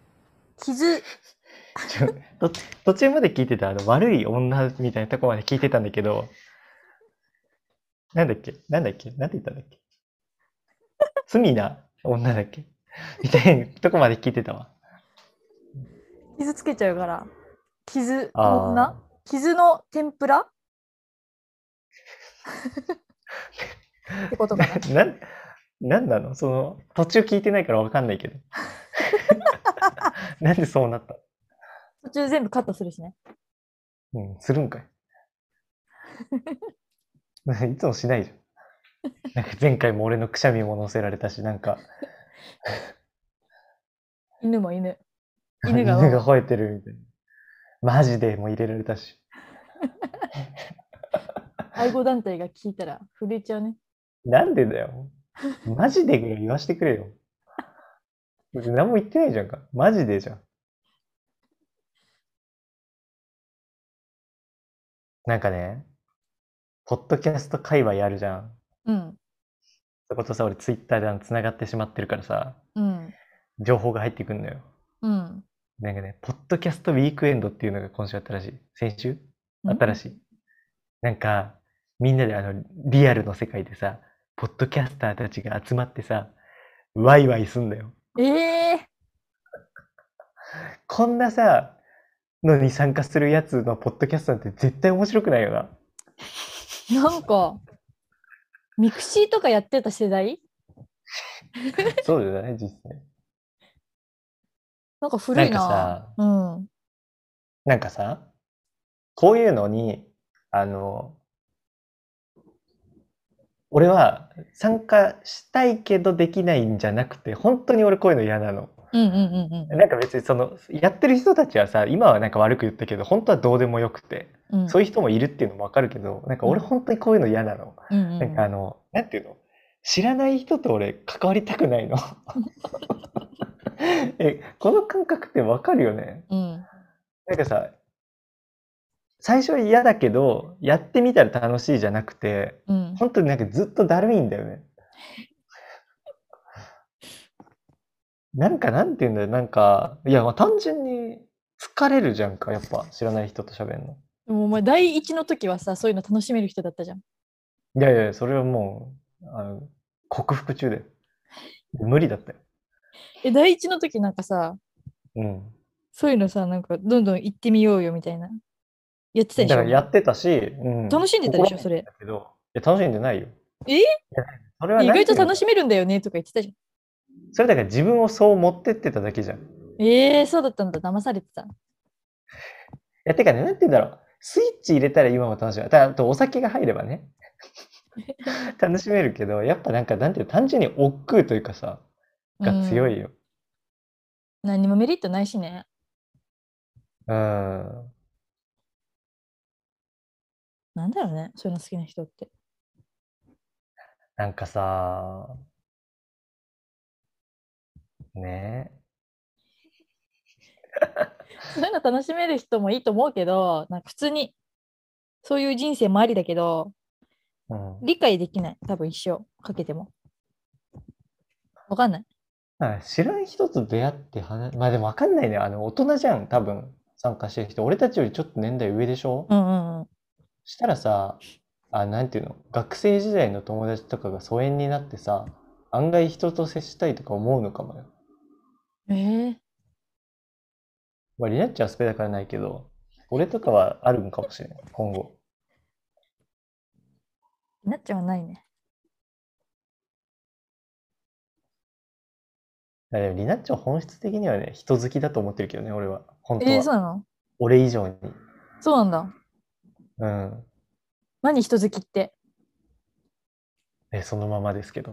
[SPEAKER 1] ちょ途中まで聞いてた悪い女みたいなとこまで聞いてたんだけど、なんだっけなんて言ったんだっけ罪な女だっけみたいなとこまで聞いてたわ。
[SPEAKER 2] 傷つけちゃうから。傷の
[SPEAKER 1] あ
[SPEAKER 2] 女？傷の天ぷらってことかな。
[SPEAKER 1] なんなの途中聞いてないからわかんないけど。なんでそうなった
[SPEAKER 2] 途中全部カットするしね。
[SPEAKER 1] うん、するんかい。いつもしないじゃん。なんか前回も俺のくしゃみも乗せられたし、なんか、
[SPEAKER 2] 犬も犬。
[SPEAKER 1] 犬
[SPEAKER 2] 犬が
[SPEAKER 1] が吠えてるみたいな。マジでも入れられたし。
[SPEAKER 2] 愛護団体が聞いたら震えちゃうね。
[SPEAKER 1] なんでだよ。マジでぐらい言わしてくれよ。何も言ってないじゃんか。マジでじゃん。
[SPEAKER 3] なんかね、ポッドキャスト界隈あるじゃん。
[SPEAKER 2] うん。
[SPEAKER 3] そことさ、俺ツイッターで繋がってしまってるからさ、
[SPEAKER 2] うん。
[SPEAKER 3] 情報が入ってくんのよ。
[SPEAKER 2] うん。
[SPEAKER 3] なんかね、ポッドキャストウィークエンドっていうのが今週あったらしい。先週あったらしい。なんか、みんなでリアルの世界でさ、ポッドキャスターたちが集まってさ、ワイワイすんだよ。こんなさ、のに参加するやつのポッドキャストなんて絶対面白くないよな。
[SPEAKER 2] なんか、ミクシーとかやってた世代
[SPEAKER 3] そうだよね、実際。
[SPEAKER 2] なんか古いな。
[SPEAKER 3] なんかさ、
[SPEAKER 2] うん。
[SPEAKER 3] なんかさ、こういうのに、あの、俺は参加したいけどできないんじゃなくて、本当に俺こういうの嫌なの。
[SPEAKER 2] うんうんうん
[SPEAKER 3] なんか別にやってる人たちはさ、今はなんか悪く言ったけど、本当はどうでもよくて、
[SPEAKER 2] うん。
[SPEAKER 3] そういう人もいるっていうのもわかるけど、なんか俺本当にこういうの嫌なの。
[SPEAKER 2] うんうん
[SPEAKER 3] なんかなんていうの、知らない人と俺関わりたくないの。この感覚ってわかるよね。
[SPEAKER 2] うん。
[SPEAKER 3] なんかさ、最初は嫌だけど、やってみたら楽しいじゃなくて、
[SPEAKER 2] うん。
[SPEAKER 3] 本当になんかずっとだるいんだよね。なんかなんていうんだよ、なんか、いや、まあ単純に疲れるじゃんか、やっぱ知らない人と喋るの。
[SPEAKER 2] でもお前第一の時はさ、そういうの楽しめる人だったじゃん。
[SPEAKER 3] いやいや、それはもう、克服中で。無理だったよ。
[SPEAKER 2] 第一の時なんかさ、
[SPEAKER 3] うん。
[SPEAKER 2] そういうのさ、なんかどんどん行ってみようよみたいな。やってたでしょ、お前。
[SPEAKER 3] だからやってたし、うん。
[SPEAKER 2] 楽しんでたでしょ、それ。
[SPEAKER 3] だけど、いや、楽しんでないよ。
[SPEAKER 2] え
[SPEAKER 3] いやそれは
[SPEAKER 2] 意外と
[SPEAKER 3] なんていうの、
[SPEAKER 2] 楽しめるんだよねとか言ってたじ
[SPEAKER 3] それだから自分をそう持ってってただけじゃん。い
[SPEAKER 2] ゃん。そうだったんだ。騙されてた。
[SPEAKER 3] や、てかね、なんて言うんだろう。スイッチ入れたら今も楽しい。あとお酒が入ればね、楽しめるけど、やっぱなんか、なんていうの、単純に億劫というかさ、が強いよ。
[SPEAKER 2] 何にもメリットないしね。
[SPEAKER 3] うん。
[SPEAKER 2] なんだろうね、そういうの好きな人って。
[SPEAKER 3] なんかさ、ね
[SPEAKER 2] そういうの楽しめる人もいいと思うけど、なんか普通にそういう人生もありだけど、
[SPEAKER 3] うん。
[SPEAKER 2] 理解できない。多分一生かけても。わかんない。
[SPEAKER 3] 知らん人と出会ってまあでもわかんないね。大人じゃん、多分、参加してる人。俺たちよりちょっと年代上でしょ？
[SPEAKER 2] うんうんうん。
[SPEAKER 3] したらさ、なんていうの、学生時代の友達とかが疎遠になってさ、案外人と接したいとか思うのかもよ。まあ、リナッチはスペだからないけど、俺とかはあるんかもしれない、今後。
[SPEAKER 2] なっちゃはないね。
[SPEAKER 3] でもリナッチは本質的にはね、人好きだと思ってるけどね、俺は。本当は。
[SPEAKER 2] そうなの？
[SPEAKER 3] 俺以上に。
[SPEAKER 2] そうなんだ。
[SPEAKER 3] うん。
[SPEAKER 2] 何人好きって。
[SPEAKER 3] そのままですけど。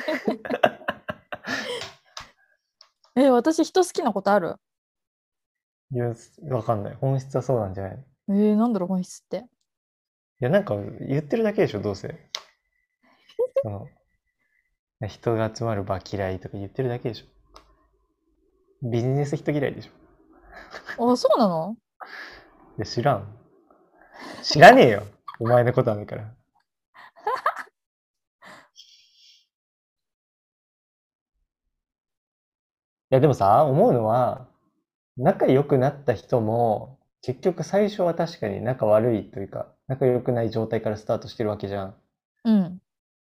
[SPEAKER 2] 私人好きなことある？
[SPEAKER 3] いや、わかんない。本質はそうなんじゃないの？
[SPEAKER 2] なんだろう、本質って。
[SPEAKER 3] いや、なんか言ってるだけでしょ、どうせ。その、人が集まる場嫌いとか言ってるだけでしょ。ビジネス人嫌いでしょ。
[SPEAKER 2] そうなの？
[SPEAKER 3] いや、知らん。知らねえよ。お前のことなんだから。いや、でもさ、思うのは、仲良くなった人も、結局最初は確かに仲悪いというか、仲良くない状態からスタートしてるわけじゃん。
[SPEAKER 2] うん。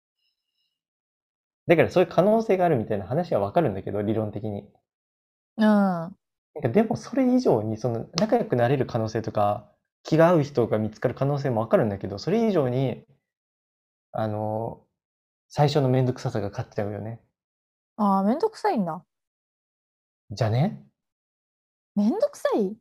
[SPEAKER 3] だからそういう可能性があるみたいな話はわかるんだけど、理論的に。
[SPEAKER 2] うん。
[SPEAKER 3] なんかでもそれ以上に、仲良くなれる可能性とか、気が合う人が見つかる可能性もわかるんだけど、それ以上に、あの、最初のめんどくささが勝っちゃうよね。
[SPEAKER 2] めんどくさいんだ。
[SPEAKER 3] じゃね？
[SPEAKER 2] めんどくさい？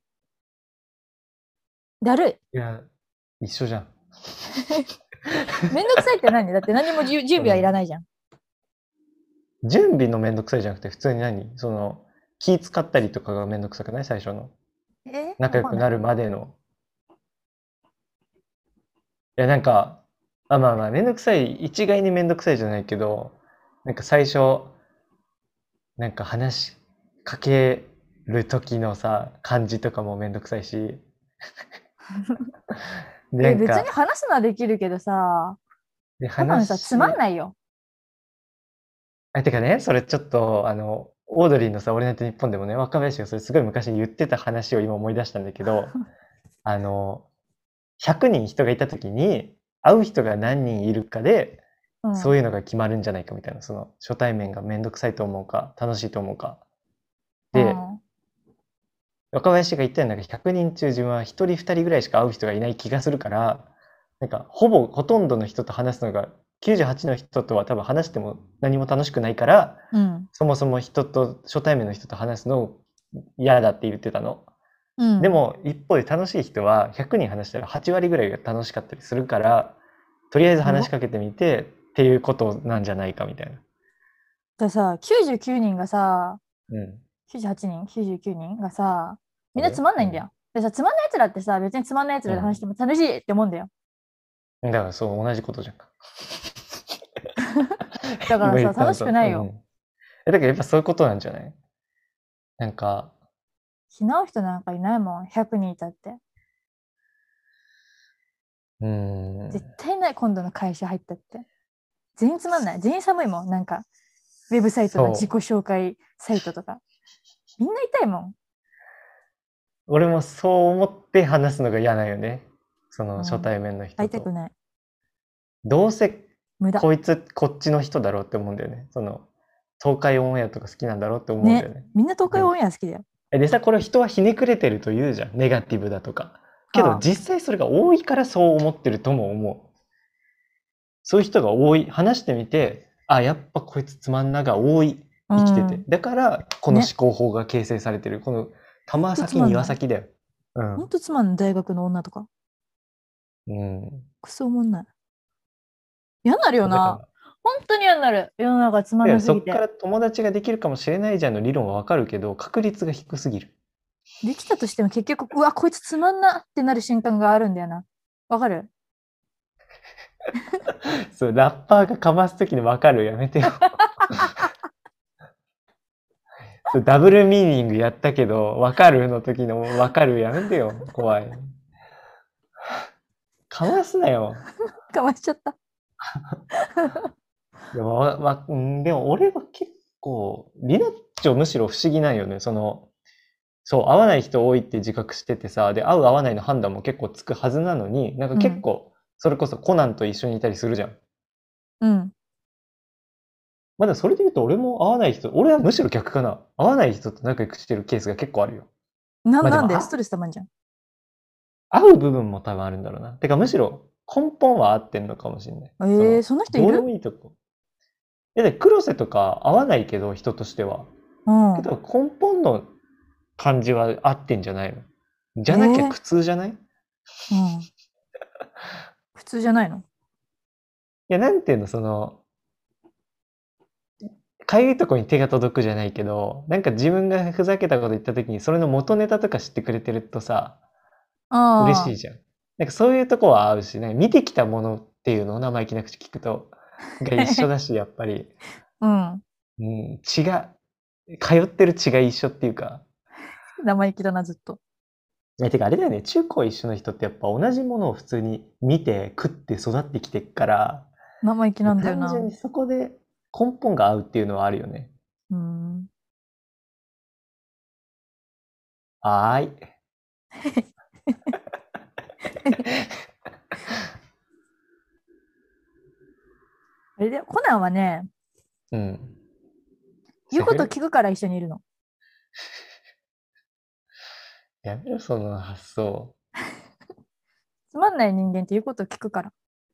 [SPEAKER 2] だるい。
[SPEAKER 3] いや、一緒じゃん。
[SPEAKER 2] めんどくさいって何？だって何も準備はいらないじゃん。
[SPEAKER 3] 準備のめんどくさいじゃなくて、普通に気使ったりとかがめんどくさくない？最初の。仲良くなるまでの。いや、なんか、まあまあ、めんどくさい、一概にめんどくさいじゃないけど、なんか最初、なんか話しかける時のさ、感じとかもめんどくさいし、 で、
[SPEAKER 2] 別に話すのはできるけどさ、
[SPEAKER 3] で
[SPEAKER 2] 多分さ、つまんないよ。
[SPEAKER 3] てかね、それちょっと、オードリーのさ、オールナイトニッポンでもね、若林がそれすごい昔言ってた話を今思い出したんだけど、100人人がいた時に、会う人が何人いるかで、そういうのが決まるんじゃないかみたいな、その初対面がめんどくさいと思うか、楽しいと思うか。で、若林が言ったように、100人中自分は1人2人ぐらいしか会う人がいない気がするから、なんかほとんどの人と話すのが、98の人とは多分話しても何も楽しくないから、そもそも初対面の人と話すの嫌だって言ってたの。でも一方で楽しい人は100人話したら8割ぐらいが楽しかったりするから、とりあえず話しかけてみてっていうことなんじゃないかみたいな。
[SPEAKER 2] ださ、99人がさ、98人 ?99 人がさ、みんなつまんないんだよ。でさ、つまんない奴らってさ、別につまんない奴らで話しても楽しいって思うんだよ。
[SPEAKER 3] だからそう、同じことじゃんか。
[SPEAKER 2] だからさ、楽しくないよ。
[SPEAKER 3] だからやっぱそういうことなんじゃない？なんか。
[SPEAKER 2] 気の合う人なんかいないもん、100人いたって。絶対ない、今度の会社入ったって。全員つまんない。全員寒いもん、なんか。ウェブサイトの自己紹介サイトとか。みんな痛いもん。
[SPEAKER 3] 俺もそう思って話すのが嫌なんよね。その初対面の人と。
[SPEAKER 2] 会いたくない。
[SPEAKER 3] どうせこいつこっちの人だろうって思うんだよね。その東海オンエアとか好きなんだろうって思うんだよね。
[SPEAKER 2] みんな東海オンエア好きだよ。
[SPEAKER 3] でさ、これ人はひねくれてると言うじゃん。ネガティブだとか。けど実際それが多いからそう思ってるとも思う。そういう人が多い。話してみて、あ、やっぱこいつつまんなが多い。生きてて。だからこの思考法が形成されてる。この玉先庭先だよ。
[SPEAKER 2] ほんとつまんない、大学の女とか。クソおもんない。嫌になるよな。本当に嫌になる。世の中つまんなすぎて。
[SPEAKER 3] そっから友達ができるかもしれないじゃんの理論はわかるけど、確率が低すぎる。
[SPEAKER 2] できたとしても結局、うわ、こいつつまんなってなる瞬間があるんだよな。わかる？
[SPEAKER 3] そう、ラッパーがかますときにわかる。やめてよ。ダブルミーニングやったけど、わかるの時のわかるやめてよ。怖い。かますなよ。
[SPEAKER 2] かましちゃった。
[SPEAKER 3] でも俺は結構、リナッチョむしろ不思議なんよね。そう、合わない人多いって自覚しててさ、で、合う合わないの判断も結構つくはずなのに、なんか結構、それこそコナンと一緒にいたりするじゃん。まだそれで言うと俺も合わない人、俺はむしろ逆かな。合わない人と仲良くしてるケースが結構あるよ。
[SPEAKER 2] なんでストレスたまんじゃん。
[SPEAKER 3] 合う部分も多分あるんだろうな。てかむしろ根本は合ってんのかもしれない。
[SPEAKER 2] その人いる？
[SPEAKER 3] どうでもいいとこ。黒瀬とか合わないけど、人としては。けど根本の感じは合ってんじゃないの？じゃなきゃ苦痛じゃない？
[SPEAKER 2] 普通じゃないの？
[SPEAKER 3] いや、なんていうの、かゆいとこに手が届くじゃないけど、なんか自分がふざけたこと言った時に、それの元ネタとか知ってくれてるとさ、嬉しいじゃん。なんかそういうとこは合うし、なんか見てきたものっていうのを生意気な口聞くと、が一緒だし、やっぱり。血が、通ってる血が一緒っていうか。
[SPEAKER 2] 生意気だな、ずっと。
[SPEAKER 3] てかあれだよね、中高一緒の人ってやっぱ同じものを普通に見て食って育ってきてっから、
[SPEAKER 2] 生意気なんだよな。
[SPEAKER 3] 単純にそこで根本が合うっていうのはあるよね。はーい。
[SPEAKER 2] あれでコナンはね、言うこと聞くから一緒にいるの。
[SPEAKER 3] やめろ、その発想。
[SPEAKER 2] つまんない人間って言うこと聞くから。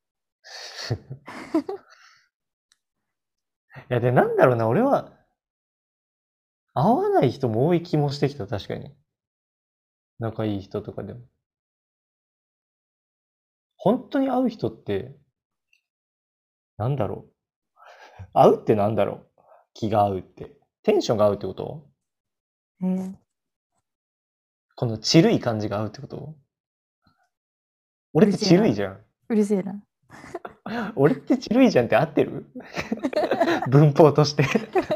[SPEAKER 3] いや、なんだろうな、俺は、合わない人も多い気もしてきた、確かに。仲いい人とかでも。本当に会う人って、なんだろう。会うってなんだろう。気が合うって。テンションが合うってこと？このチルい感じが合うってこと？俺ってチルいじゃん。
[SPEAKER 2] うるせえな。
[SPEAKER 3] 俺ってチルいじゃんって合ってる？文法として。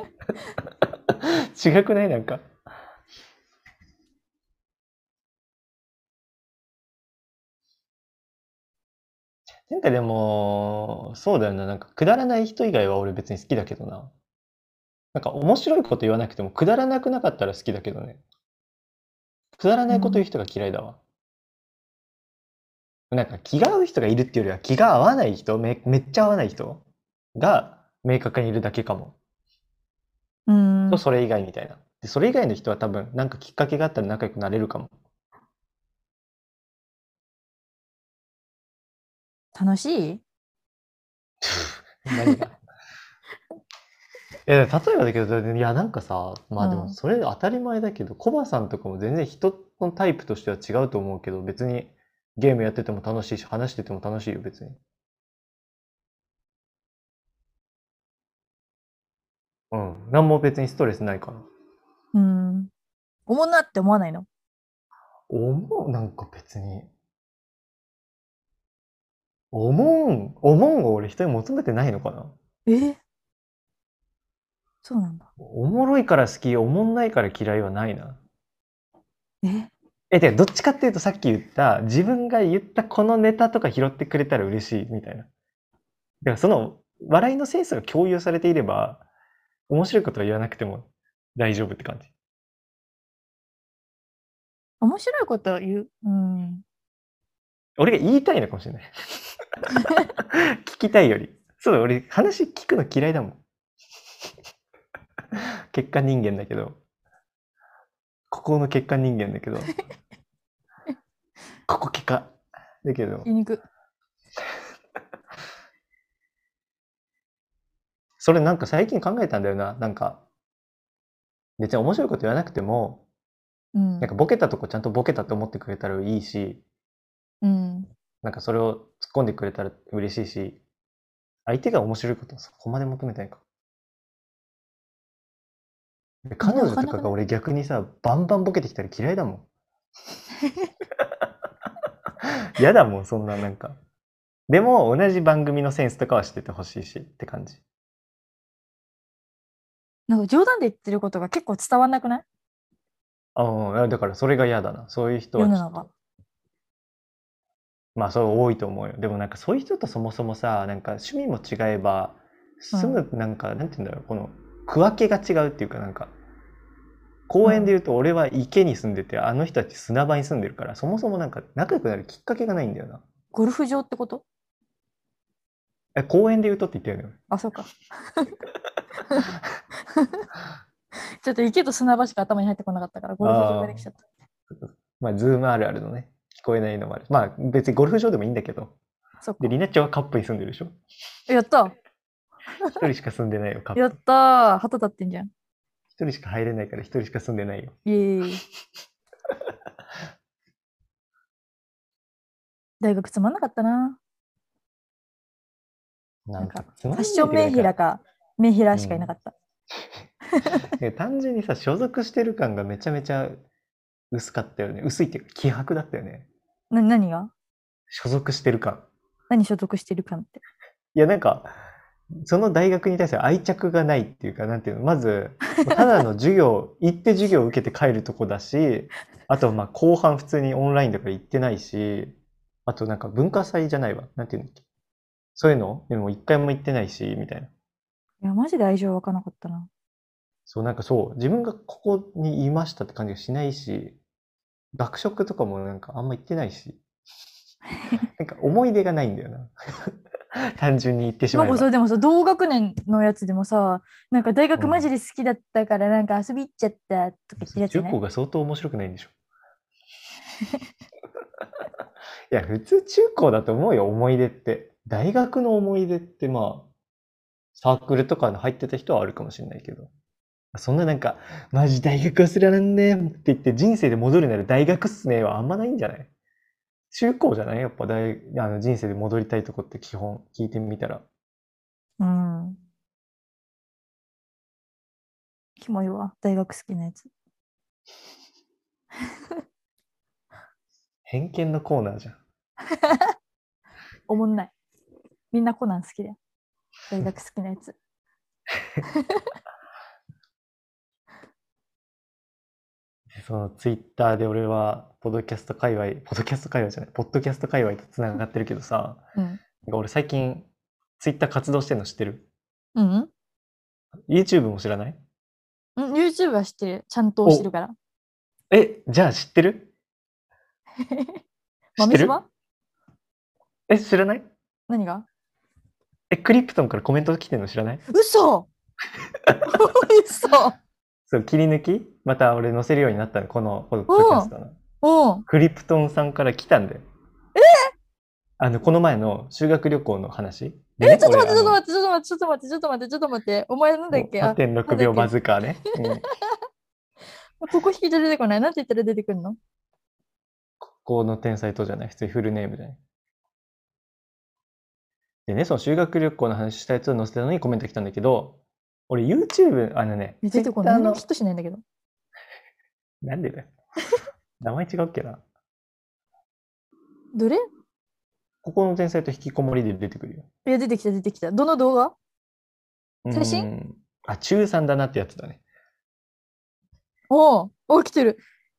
[SPEAKER 3] 違くない？なんか。 なんかでも、そうだよな。なんかくだらない人以外は俺別に好きだけどな。なんか面白いこと言わなくてもくだらなくなかったら好きだけどね。くだらないこと言う人が嫌いだわ。なんか気が合う人がいるっていうよりは気が合わない人、めっちゃ合わない人が明確にいるだけかも。と、それ以外みたいな。で、それ以外の人は多分なんかきっかけがあったら仲良くなれるかも。
[SPEAKER 2] 楽しい？
[SPEAKER 3] 何がいや、例えばだけど、いや、なんかさ、まあでもそれ当たり前だけど、コバさんとかも全然人のタイプとしては違うと思うけど、別にゲームやってても楽しいし、話してても楽しいよ、別に。うん。なんも別にストレスないから。
[SPEAKER 2] おもんなって思わないの？
[SPEAKER 3] なんか別に。思んを俺人に求めてないのかな。
[SPEAKER 2] そうなんだ。
[SPEAKER 3] おもろいから好き、おもんないから嫌いはないな。どっちかっていうとさっき言った、自分が言ったこのネタとか拾ってくれたら嬉しいみたいな。だからその笑いのセンスが共有されていれば、面白いことは言わなくても大丈夫って感じ。
[SPEAKER 2] 面白いこと言う。
[SPEAKER 3] 俺が言いたいのかもしれない。聞きたいより。そうだ、俺話聞くの嫌いだもん。欠陥人間だけど。ここの欠陥人間だけど。ここ欠陥だけど。
[SPEAKER 2] 言いにく。
[SPEAKER 3] それなんか最近考えたんだよな。なんか、別に面白いこと言わなくても、なんかボケたとこちゃんとボケたって思ってくれたらいいし、なんかそれを突っ込んでくれたら嬉しいし、相手が面白いことをそこまで求めたいか。彼女とかが俺逆にさ、バンバンボケてきたら嫌いだもん。嫌だもん、そんななんか。でも同じ番組のセンスとかはしててほしいしって感じ。
[SPEAKER 2] なんか冗談で言ってることが結構伝わんなくない？
[SPEAKER 3] だからそれが嫌だな。そういう人はちょっと。まあそう多いと思うよ。でもなんかそういう人とそもそもさ、なんか趣味も違えば、なんか、なんて言うんだろう、この区分けが違うっていうかなんか、公園で言うと俺は池に住んでて、あの人たち砂場に住んでるから、そもそもなんか仲良くなるきっかけがないんだよな。
[SPEAKER 2] ゴルフ場ってこと？
[SPEAKER 3] 公園で言うとって言ったよね。
[SPEAKER 2] あ、そうか。ちょっと池と砂場しか頭に入ってこなかったから、ゴルフ場ができちゃった。
[SPEAKER 3] まあ、ズームあるあるのね。聞こえないのもある。まあ、別にゴルフ場でもいいんだけど。で、リナッチョはカップに住んでるでしょ？
[SPEAKER 2] やった
[SPEAKER 3] 一人しか住んでないよ、カップ。
[SPEAKER 2] やったー旗立ってんじゃん。
[SPEAKER 3] 一人しか入れないから一人しか住んでないよ。
[SPEAKER 2] イエーイ。大学つまんなかったな。なんか、ファッションメンヘラか、メンヘラしかいなかった。
[SPEAKER 3] 単純にさ、所属してる感がめちゃめちゃ薄かったよね。薄いっていうか、希薄だったよね。
[SPEAKER 2] 何が？
[SPEAKER 3] 所属してる感。
[SPEAKER 2] 何所属してる感って。
[SPEAKER 3] いや、なんか、その大学に対する愛着がないっていうか、なんていうの、まず、ただの授業、行って授業を受けて帰るとこだし、あと、まあ、後半普通にオンラインだから行ってないし、あとなんか文化祭じゃないわ。なんていうんだっけ。そういうのでも一回も行ってないし、みたいな。
[SPEAKER 2] いや、マジで愛情湧かなかったな。
[SPEAKER 3] そう、なんかそう、自分がここにいましたって感じがしないし、学食とかもなんかあんま行ってないし、なんか思い出がないんだよな。単純に言ってしまえば。
[SPEAKER 2] でもさ、同学年のやつでもさ、なんか大学マジで好きだったからなんか遊び行っちゃったとか言ってるやつね。
[SPEAKER 3] 中高が相当面白くないんでしょ。いや、普通中高だと思うよ、思い出って。大学の思い出ってまあ、サークルとかに入ってた人はあるかもしれないけど。そんななんか、マジ大学忘れらんねえって言って人生で戻るなら大学っすねはあんまないんじゃない？中高じゃない？やっぱ人生で戻りたいとこって基本聞いてみたら。
[SPEAKER 2] キモいわ、大学好きなやつ。
[SPEAKER 3] 偏見のコーナーじゃん。
[SPEAKER 2] おもんない。みんなコナン好きだよ。大学好きなやつ。
[SPEAKER 3] そのツイッターで俺はポッドキャスト界隈じゃない、ポッドキャスト界隈とつながってるけどさ、 俺最近、ツイッター活動してんの知ってる？
[SPEAKER 2] うん。
[SPEAKER 3] YouTube も知らない？
[SPEAKER 2] YouTube は知ってる。ちゃんとしてるから。
[SPEAKER 3] じゃあ知ってる？知ってる？
[SPEAKER 2] 豆柴
[SPEAKER 3] 知らない？
[SPEAKER 2] 何が？
[SPEAKER 3] クリプトンからコメント来てんの知らない？
[SPEAKER 2] 嘘嘘
[SPEAKER 3] そう、切り抜きまた俺載せるようになったの、このポッドキャストの。
[SPEAKER 2] うん。
[SPEAKER 3] クリプトンさんから来たんだよ。この前の修学旅行の話。でね
[SPEAKER 2] ちょっと待って、ちょっと
[SPEAKER 3] 俺
[SPEAKER 2] 待って、ちょっと待って、ちょっと待って、ちょっと待って、ちょっと待って。お前なんだっけ？
[SPEAKER 3] 8.6秒バズカーね。
[SPEAKER 2] ここ引きじゃ出てこない。なんて言ったら出てくるの？
[SPEAKER 3] ここの天才とじゃない。普通にフルネームじゃない。でね、その修学旅行の話したやつを載せたのにコメント来たんだけど、俺 YouTube、
[SPEAKER 2] 出てこない。何もヒットしないんだけど。
[SPEAKER 3] なんでだよ。名前違うっけな。
[SPEAKER 2] どれ？
[SPEAKER 3] ここの天才と引きこもりで出てくるよ。
[SPEAKER 2] いや、出てきた、出てきた。どの動画？最新？
[SPEAKER 3] 中3だなってやつだね。
[SPEAKER 2] お来てる。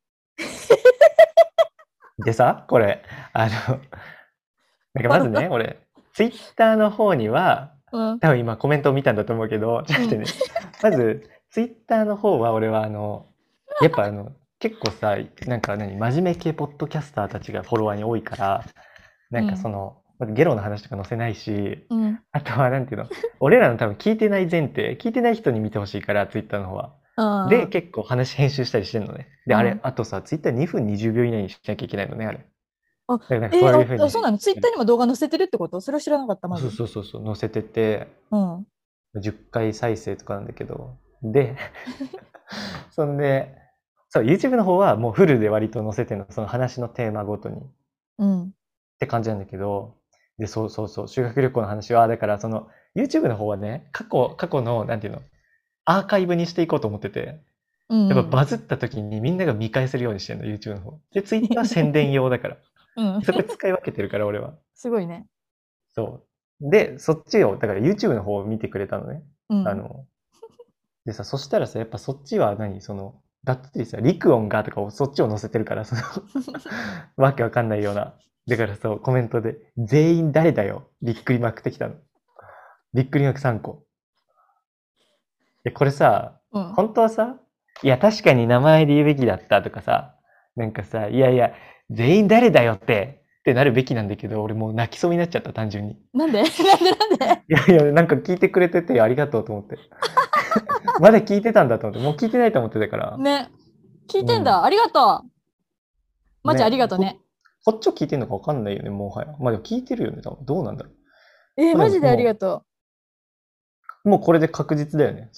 [SPEAKER 3] でさ、これ、なんかまずね、俺、Twitter の方には、多分今コメントを見たんだと思うけど、ちょっとね、まず、Twitter の方は俺はやっぱ結構さ、なんか真面目系ポッドキャスターたちがフォロワーに多いから、なんかゲロの話とか載せないし、あとはなんていうの、俺らの多分聞いてない前提、聞いてない人に見てほしいから、Twitter の方は。で、結構話編集したりしてるのね。で、あれ、あとさ、Twitter 2分20秒以内にしなきゃいけないのね、あれ。
[SPEAKER 2] そうなの？ツイッターにも動画載せてるってこと？それは知らなかった、まず。
[SPEAKER 3] そう、載せてて、10回再生とかなんだけど、で、そんで、そう、YouTube の方はもうフルで割と載せてるの、その話のテーマごとに。って感じなんだけど、で、そう、修学旅行の話は、だからYouTube の方はね、過去の、なんていうの、アーカイブにしていこうと思ってて、やっぱバズった時にみんなが見返せるようにしてるの、YouTube の方。で、Twitter は宣伝用だから。そこ使い分けてるから、俺は。
[SPEAKER 2] すごいね。
[SPEAKER 3] そう。で、そっちを、だから YouTube の方を見てくれたのね。でさ、そしたらさ、やっぱそっちはだってさ、陸音がとかそっちを載せてるから、わけわかんないような。だからそう、コメントで、全員誰だよびっくりマークってきたの。びっくりマーク3個。これさ、本当はさ、いや、確かに名前で言うべきだったとかさ、なんかさ、いや、全員誰だよってなるべきなんだけど、俺もう泣きそうになっちゃった、単純に。
[SPEAKER 2] なんでい
[SPEAKER 3] や、なんか聞いてくれててありがとうと思って。まだ聞いてたんだと思って、もう聞いてないと思ってたから。
[SPEAKER 2] ね。聞いてんだ。ありがとう。マジありがとうね。
[SPEAKER 3] こっちを聞いてんのかわかんないよね、もはや。まあでも聞いてるよね、多分。どうなんだろう。
[SPEAKER 2] マジでありがと
[SPEAKER 3] う。もうこれで確実だよね。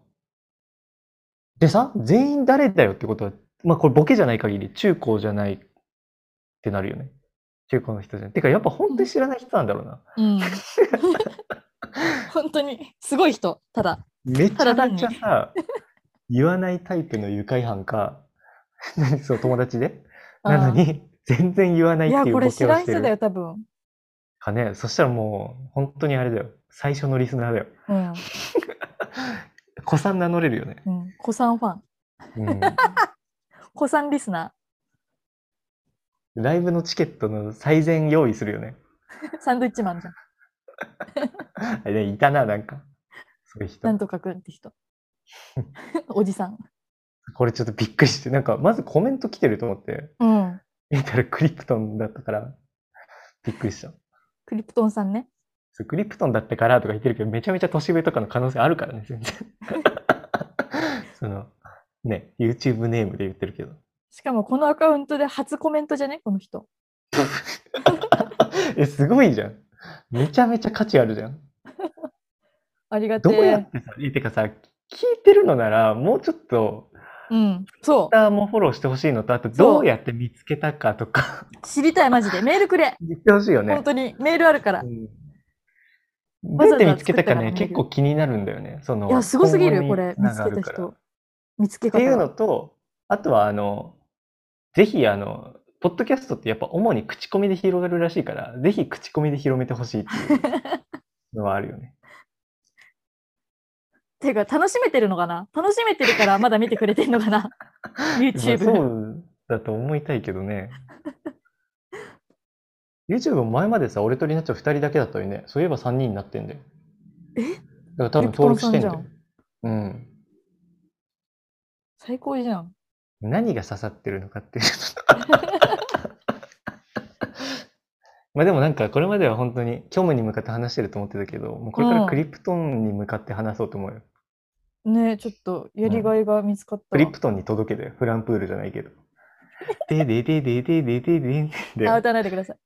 [SPEAKER 3] でさ、全員誰だよってことは、まあこれボケじゃない限り中高じゃないってなるよね。中高の人じゃん。てかやっぱ本当に知らない人なんだろうな。
[SPEAKER 2] 本当にすごい人、ただ。
[SPEAKER 3] めちゃめちゃさ、言わないタイプの愉快犯か、そう、友達でなのに、全然言わないっていうボケをしてる。
[SPEAKER 2] いや、これ知らん人だよ、多分。
[SPEAKER 3] かね、そしたらもう、本当にあれだよ。最初のリスナーだよ。子さん名乗れるよね。
[SPEAKER 2] 子さんファン。子さんリスナ
[SPEAKER 3] ー。ライブのチケットの最善用意するよね。
[SPEAKER 2] サンドイッチマンじゃん。
[SPEAKER 3] あれ、いたな、なんか。そういう人。
[SPEAKER 2] なんとかくんって人。おじさん。
[SPEAKER 3] これちょっとびっくりして、なんか、まずコメント来てると思って。見たらクリプトンだったから、びっくりした。
[SPEAKER 2] クリプトンさんね。
[SPEAKER 3] クリプトンだったからとか言ってるけど、めちゃめちゃ年上とかの可能性あるからね、全然。ね、YouTube ネームで言ってるけど。
[SPEAKER 2] しかもこのアカウントで初コメントじゃねこの人。
[SPEAKER 3] すごいじゃん。めちゃめちゃ価値あるじゃん。
[SPEAKER 2] ありがてえ。
[SPEAKER 3] どうやってさ、てかさ、聞いてるのなら、もうちょっと、
[SPEAKER 2] そう。
[SPEAKER 3] Twitter もフォローしてほしいのと、あとどうやって見つけたかとか。
[SPEAKER 2] 知りたい、マジで。メールくれ。
[SPEAKER 3] 言ってほしいよね。
[SPEAKER 2] 本当に、メールあるから。
[SPEAKER 3] どうやって見つけたかね、結構気になるんだよね。
[SPEAKER 2] いや、すごすぎるよ、これ。見つけた人。見つけ方。
[SPEAKER 3] っていうのと、あとは、ぜひ、ポッドキャストってやっぱ主に口コミで広がるらしいから、ぜひ口コミで広めてほしいっていうのはあるよね。
[SPEAKER 2] ていうか、楽しめてるのかな？楽しめてるからまだ見てくれてるのかな？YouTube。
[SPEAKER 3] そうだと思いたいけどね。 YouTube も前までさ、俺とリナッチョ2人だけだったよね。そういえば3人になってんだよ。
[SPEAKER 2] え、
[SPEAKER 3] だから多分登録してんだよ
[SPEAKER 2] リプトン。
[SPEAKER 3] うん。
[SPEAKER 2] 最高じゃん。
[SPEAKER 3] 何が刺さってるのかっていう。まあでもなんかこれまでは本当に虚無に向かって話してると思ってたけど、もうこれからクリプトンに向かって話そうと思うよ。
[SPEAKER 2] ね、ちょっとやりがいが見つかったわ。
[SPEAKER 3] クリプトンに届けだよ。フランプールじゃないけど。ででででででででで。
[SPEAKER 2] あ、歌わないでください。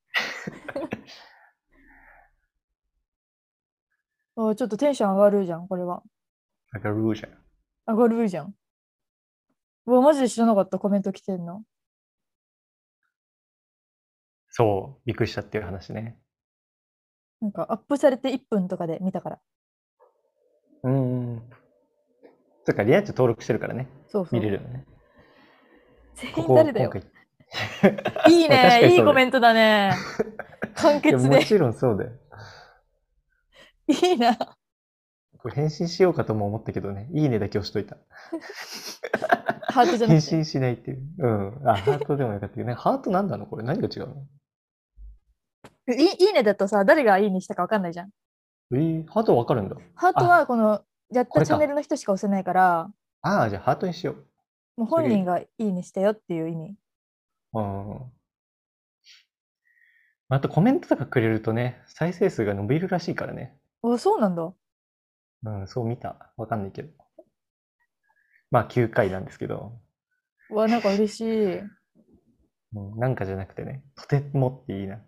[SPEAKER 2] あ、ちょっとテンション上がるじゃん、これは。
[SPEAKER 3] 上がるじゃん。
[SPEAKER 2] 上がるじゃん。うわ、マジで知らなかった、コメント来てんの。
[SPEAKER 3] そう、びっくりしたっていう話ね。
[SPEAKER 2] なんかアップされて1分とかで見たから。
[SPEAKER 3] そっか、リアッチ登録してるからね。
[SPEAKER 2] そうそう。
[SPEAKER 3] 見れるのね。
[SPEAKER 2] 全
[SPEAKER 3] ここ、
[SPEAKER 2] 員誰だよ。
[SPEAKER 3] 今回。
[SPEAKER 2] いい
[SPEAKER 3] まあ確か
[SPEAKER 2] ね、
[SPEAKER 3] にそうだよ
[SPEAKER 2] いいコメントだね。簡
[SPEAKER 3] いや、
[SPEAKER 2] 潔で。
[SPEAKER 3] もちろんそうだよ。
[SPEAKER 2] いいな。
[SPEAKER 3] これ返信しようかとも思ったけどね。いいねだけ押しといた。
[SPEAKER 2] ハートじゃなくて。
[SPEAKER 3] 返信しないっていう。うん。あ、ハートでもよかったけどね。ハートなんなのこれ何が違うの
[SPEAKER 2] いいねだとさ、誰がいいねしたか分かんないじゃん。
[SPEAKER 3] ハートわかるんだ。
[SPEAKER 2] ハートはこのやった
[SPEAKER 3] これか
[SPEAKER 2] チャンネルの人しか押せないから、
[SPEAKER 3] ああ、じゃあハートにしよう。
[SPEAKER 2] もう本人がいいねしたよっていう意味。
[SPEAKER 3] あとコメントとかくれるとね、再生数が伸びるらしいからね。
[SPEAKER 2] あ、そうなんだ。
[SPEAKER 3] そう見た。わかんないけど。まあ9回なんですけど。
[SPEAKER 2] うわ、なんか嬉しい。
[SPEAKER 3] なんかじゃなくてね、とてもっていいな。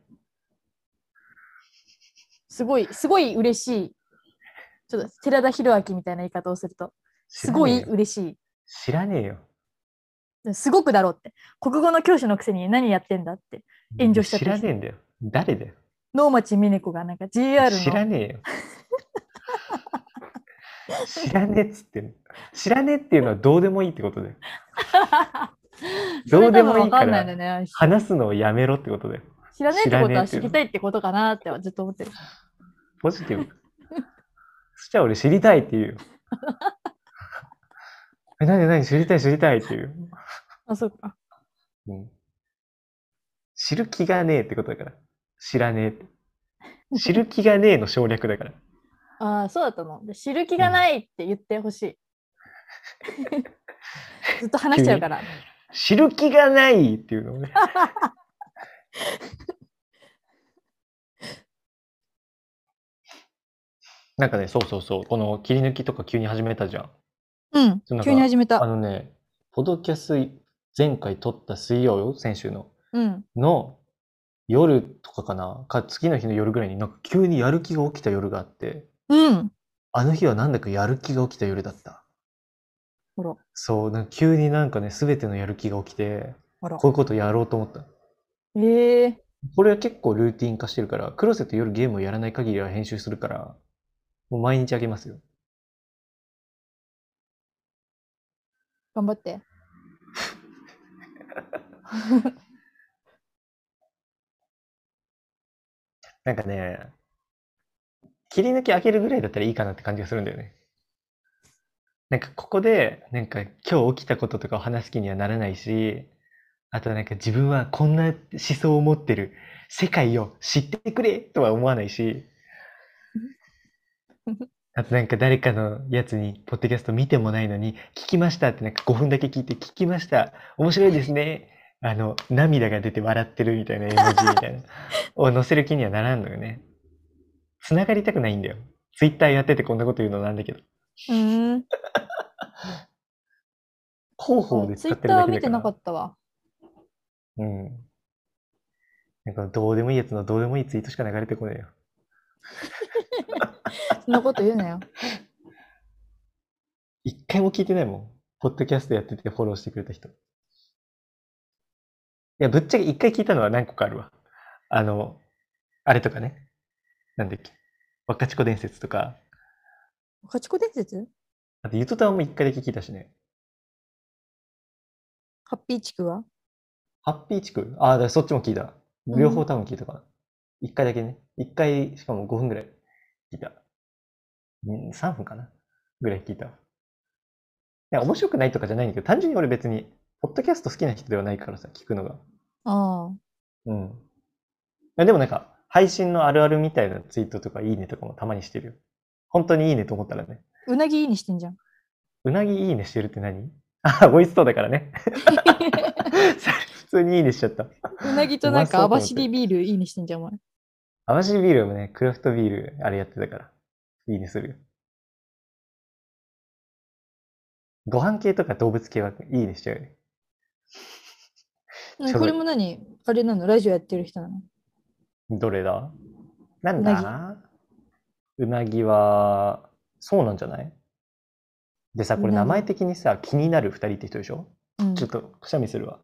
[SPEAKER 2] すごい嬉しい。ちょっと寺田裕明みたいな言い方をすると、すごい嬉し
[SPEAKER 3] 知らねえよ。
[SPEAKER 2] い。すごくだろうって。国語の教師のくせに何やってんだって炎上しちゃって
[SPEAKER 3] 知らねえんだよ。誰だよ。
[SPEAKER 2] 能町みね子がなんか JR の
[SPEAKER 3] 知らねえよ。知らねえっつってんの。知らねえっていうのはどうでもいいってことだよ。どうでもいいから話すのをやめろってことだよ。
[SPEAKER 2] 知らねえってことは知りたいってことかなってずっと思ってる。
[SPEAKER 3] ポジティブ。そしたら俺知りたいって言うよ。何知りたいって言うよ。
[SPEAKER 2] あ、そうか。
[SPEAKER 3] 知る気がねえってことだから。知らねえって。知る気がねえの省略だから。
[SPEAKER 2] ああ、そうだったの。知る気がないって言ってほしい。ずっと話しちゃうから。
[SPEAKER 3] 知る気がないっていうのをね。なんかね、そう。この切り抜きとか急に始めたじゃん。
[SPEAKER 2] うん、急に始めた。
[SPEAKER 3] ポドキャス前回撮った水曜よ、先週の。
[SPEAKER 2] うん。
[SPEAKER 3] の夜とかかな次の日の夜ぐらいになんか急にやる気が起きた夜があって。
[SPEAKER 2] うん。
[SPEAKER 3] あの日はなんだかやる気が起きた夜だった。
[SPEAKER 2] ほら。
[SPEAKER 3] そう、急になんかね、すべてのやる気が起きて、こういうことやろうと思った。これは結構ルーティン化してるから、クロセと夜ゲームをやらない限りは編集するから、もう毎日あげますよ。
[SPEAKER 2] 頑張って。
[SPEAKER 3] なんかね、切り抜き開けるぐらいだったらいいかなって感じがするんだよね。なんかここで、なんか今日起きたこととかを話す気にはならないし、あとなんか自分はこんな思想を持ってる世界を知ってくれとは思わないし、あとなんか誰かのやつにポッドキャスト見てもないのに聞きましたってなんか5分だけ聞いて聞きました。面白いですね。涙が出て笑ってるみたいな絵文字みたいなを載せる気にはならんのよね。繋がりたくないんだよ。ツイッターやっててこんなこと言うのなんだけど。広報で使ってるだけだから。
[SPEAKER 2] ツイッター見てなかったわ。
[SPEAKER 3] なんかどうでもいいやつのどうでもいいツイートしか流れてこないよ。
[SPEAKER 2] そんなこと言うなよ。
[SPEAKER 3] 一回も聞いてないもん。ポッドキャストやっててフォローしてくれた人。いや、ぶっちゃけ一回聞いたのは何個かあるわ。あれとかね。なんだっけ。若智子伝説とか。
[SPEAKER 2] 若智子伝説？
[SPEAKER 3] あと、ゆとたわも一回だけ聞いたしね。
[SPEAKER 2] ハッピー地区は？
[SPEAKER 3] ハッピー地区ああ、だからそっちも聞いた。両方多分聞いたかな。一回だけね。一回、しかも5分ぐらい聞いた。3分かなぐらい聞いた。いや、面白くないとかじゃないんだけど、単純に俺別に、ポッドキャスト好きな人ではないからさ、聞くのが。 でもなんか、配信のあるあるみたいなツイートとかいいねとかもたまにしてるよ。本当にいいねと思ったらね。
[SPEAKER 2] うなぎいいにしてんじゃん。
[SPEAKER 3] うなぎいいねしてるって何？あ、美味しそうだからね。それ普通にいいねしちゃった。
[SPEAKER 2] うなぎとなんか網走ビールいいにしてんじゃん、お前。
[SPEAKER 3] 網走ビールもね、クラフトビール、あれやってたから、いいねするよ。ご飯系とか動物系はいいねしちゃうよね。
[SPEAKER 2] これも何あれなの？ラジオやってる人なの？
[SPEAKER 3] どれだ？なんだ？うなぎは、そうなんじゃない？でさ、これ名前的にさ、気になる二人って人でしょ？
[SPEAKER 2] うん。
[SPEAKER 3] ちょっとくしゃみするわ。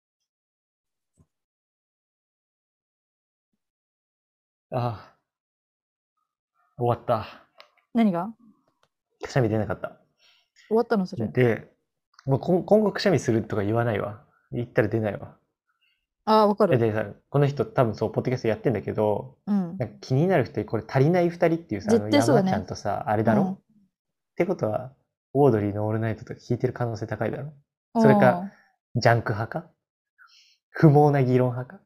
[SPEAKER 3] ああ、終わった。
[SPEAKER 2] 何が？
[SPEAKER 3] くしゃみ出なかった。
[SPEAKER 2] 終わったのそれ。
[SPEAKER 3] で、もう今後くしゃみするとか言わないわ。言ったら出ないわ。
[SPEAKER 2] ああ、わかる。
[SPEAKER 3] でさ、この人多分そう、ポッドキャストやってんだけど、
[SPEAKER 2] うん。
[SPEAKER 3] なんか気になる人、これ足りない二人っていうさ、
[SPEAKER 2] 絶対そうだね
[SPEAKER 3] 山ちゃんとさ、あれだろ、
[SPEAKER 2] うん
[SPEAKER 3] ってことは、オードリーのオールナイトとか聞いてる可能性高いだろ。それか、ジャンク派か不毛な議論派か。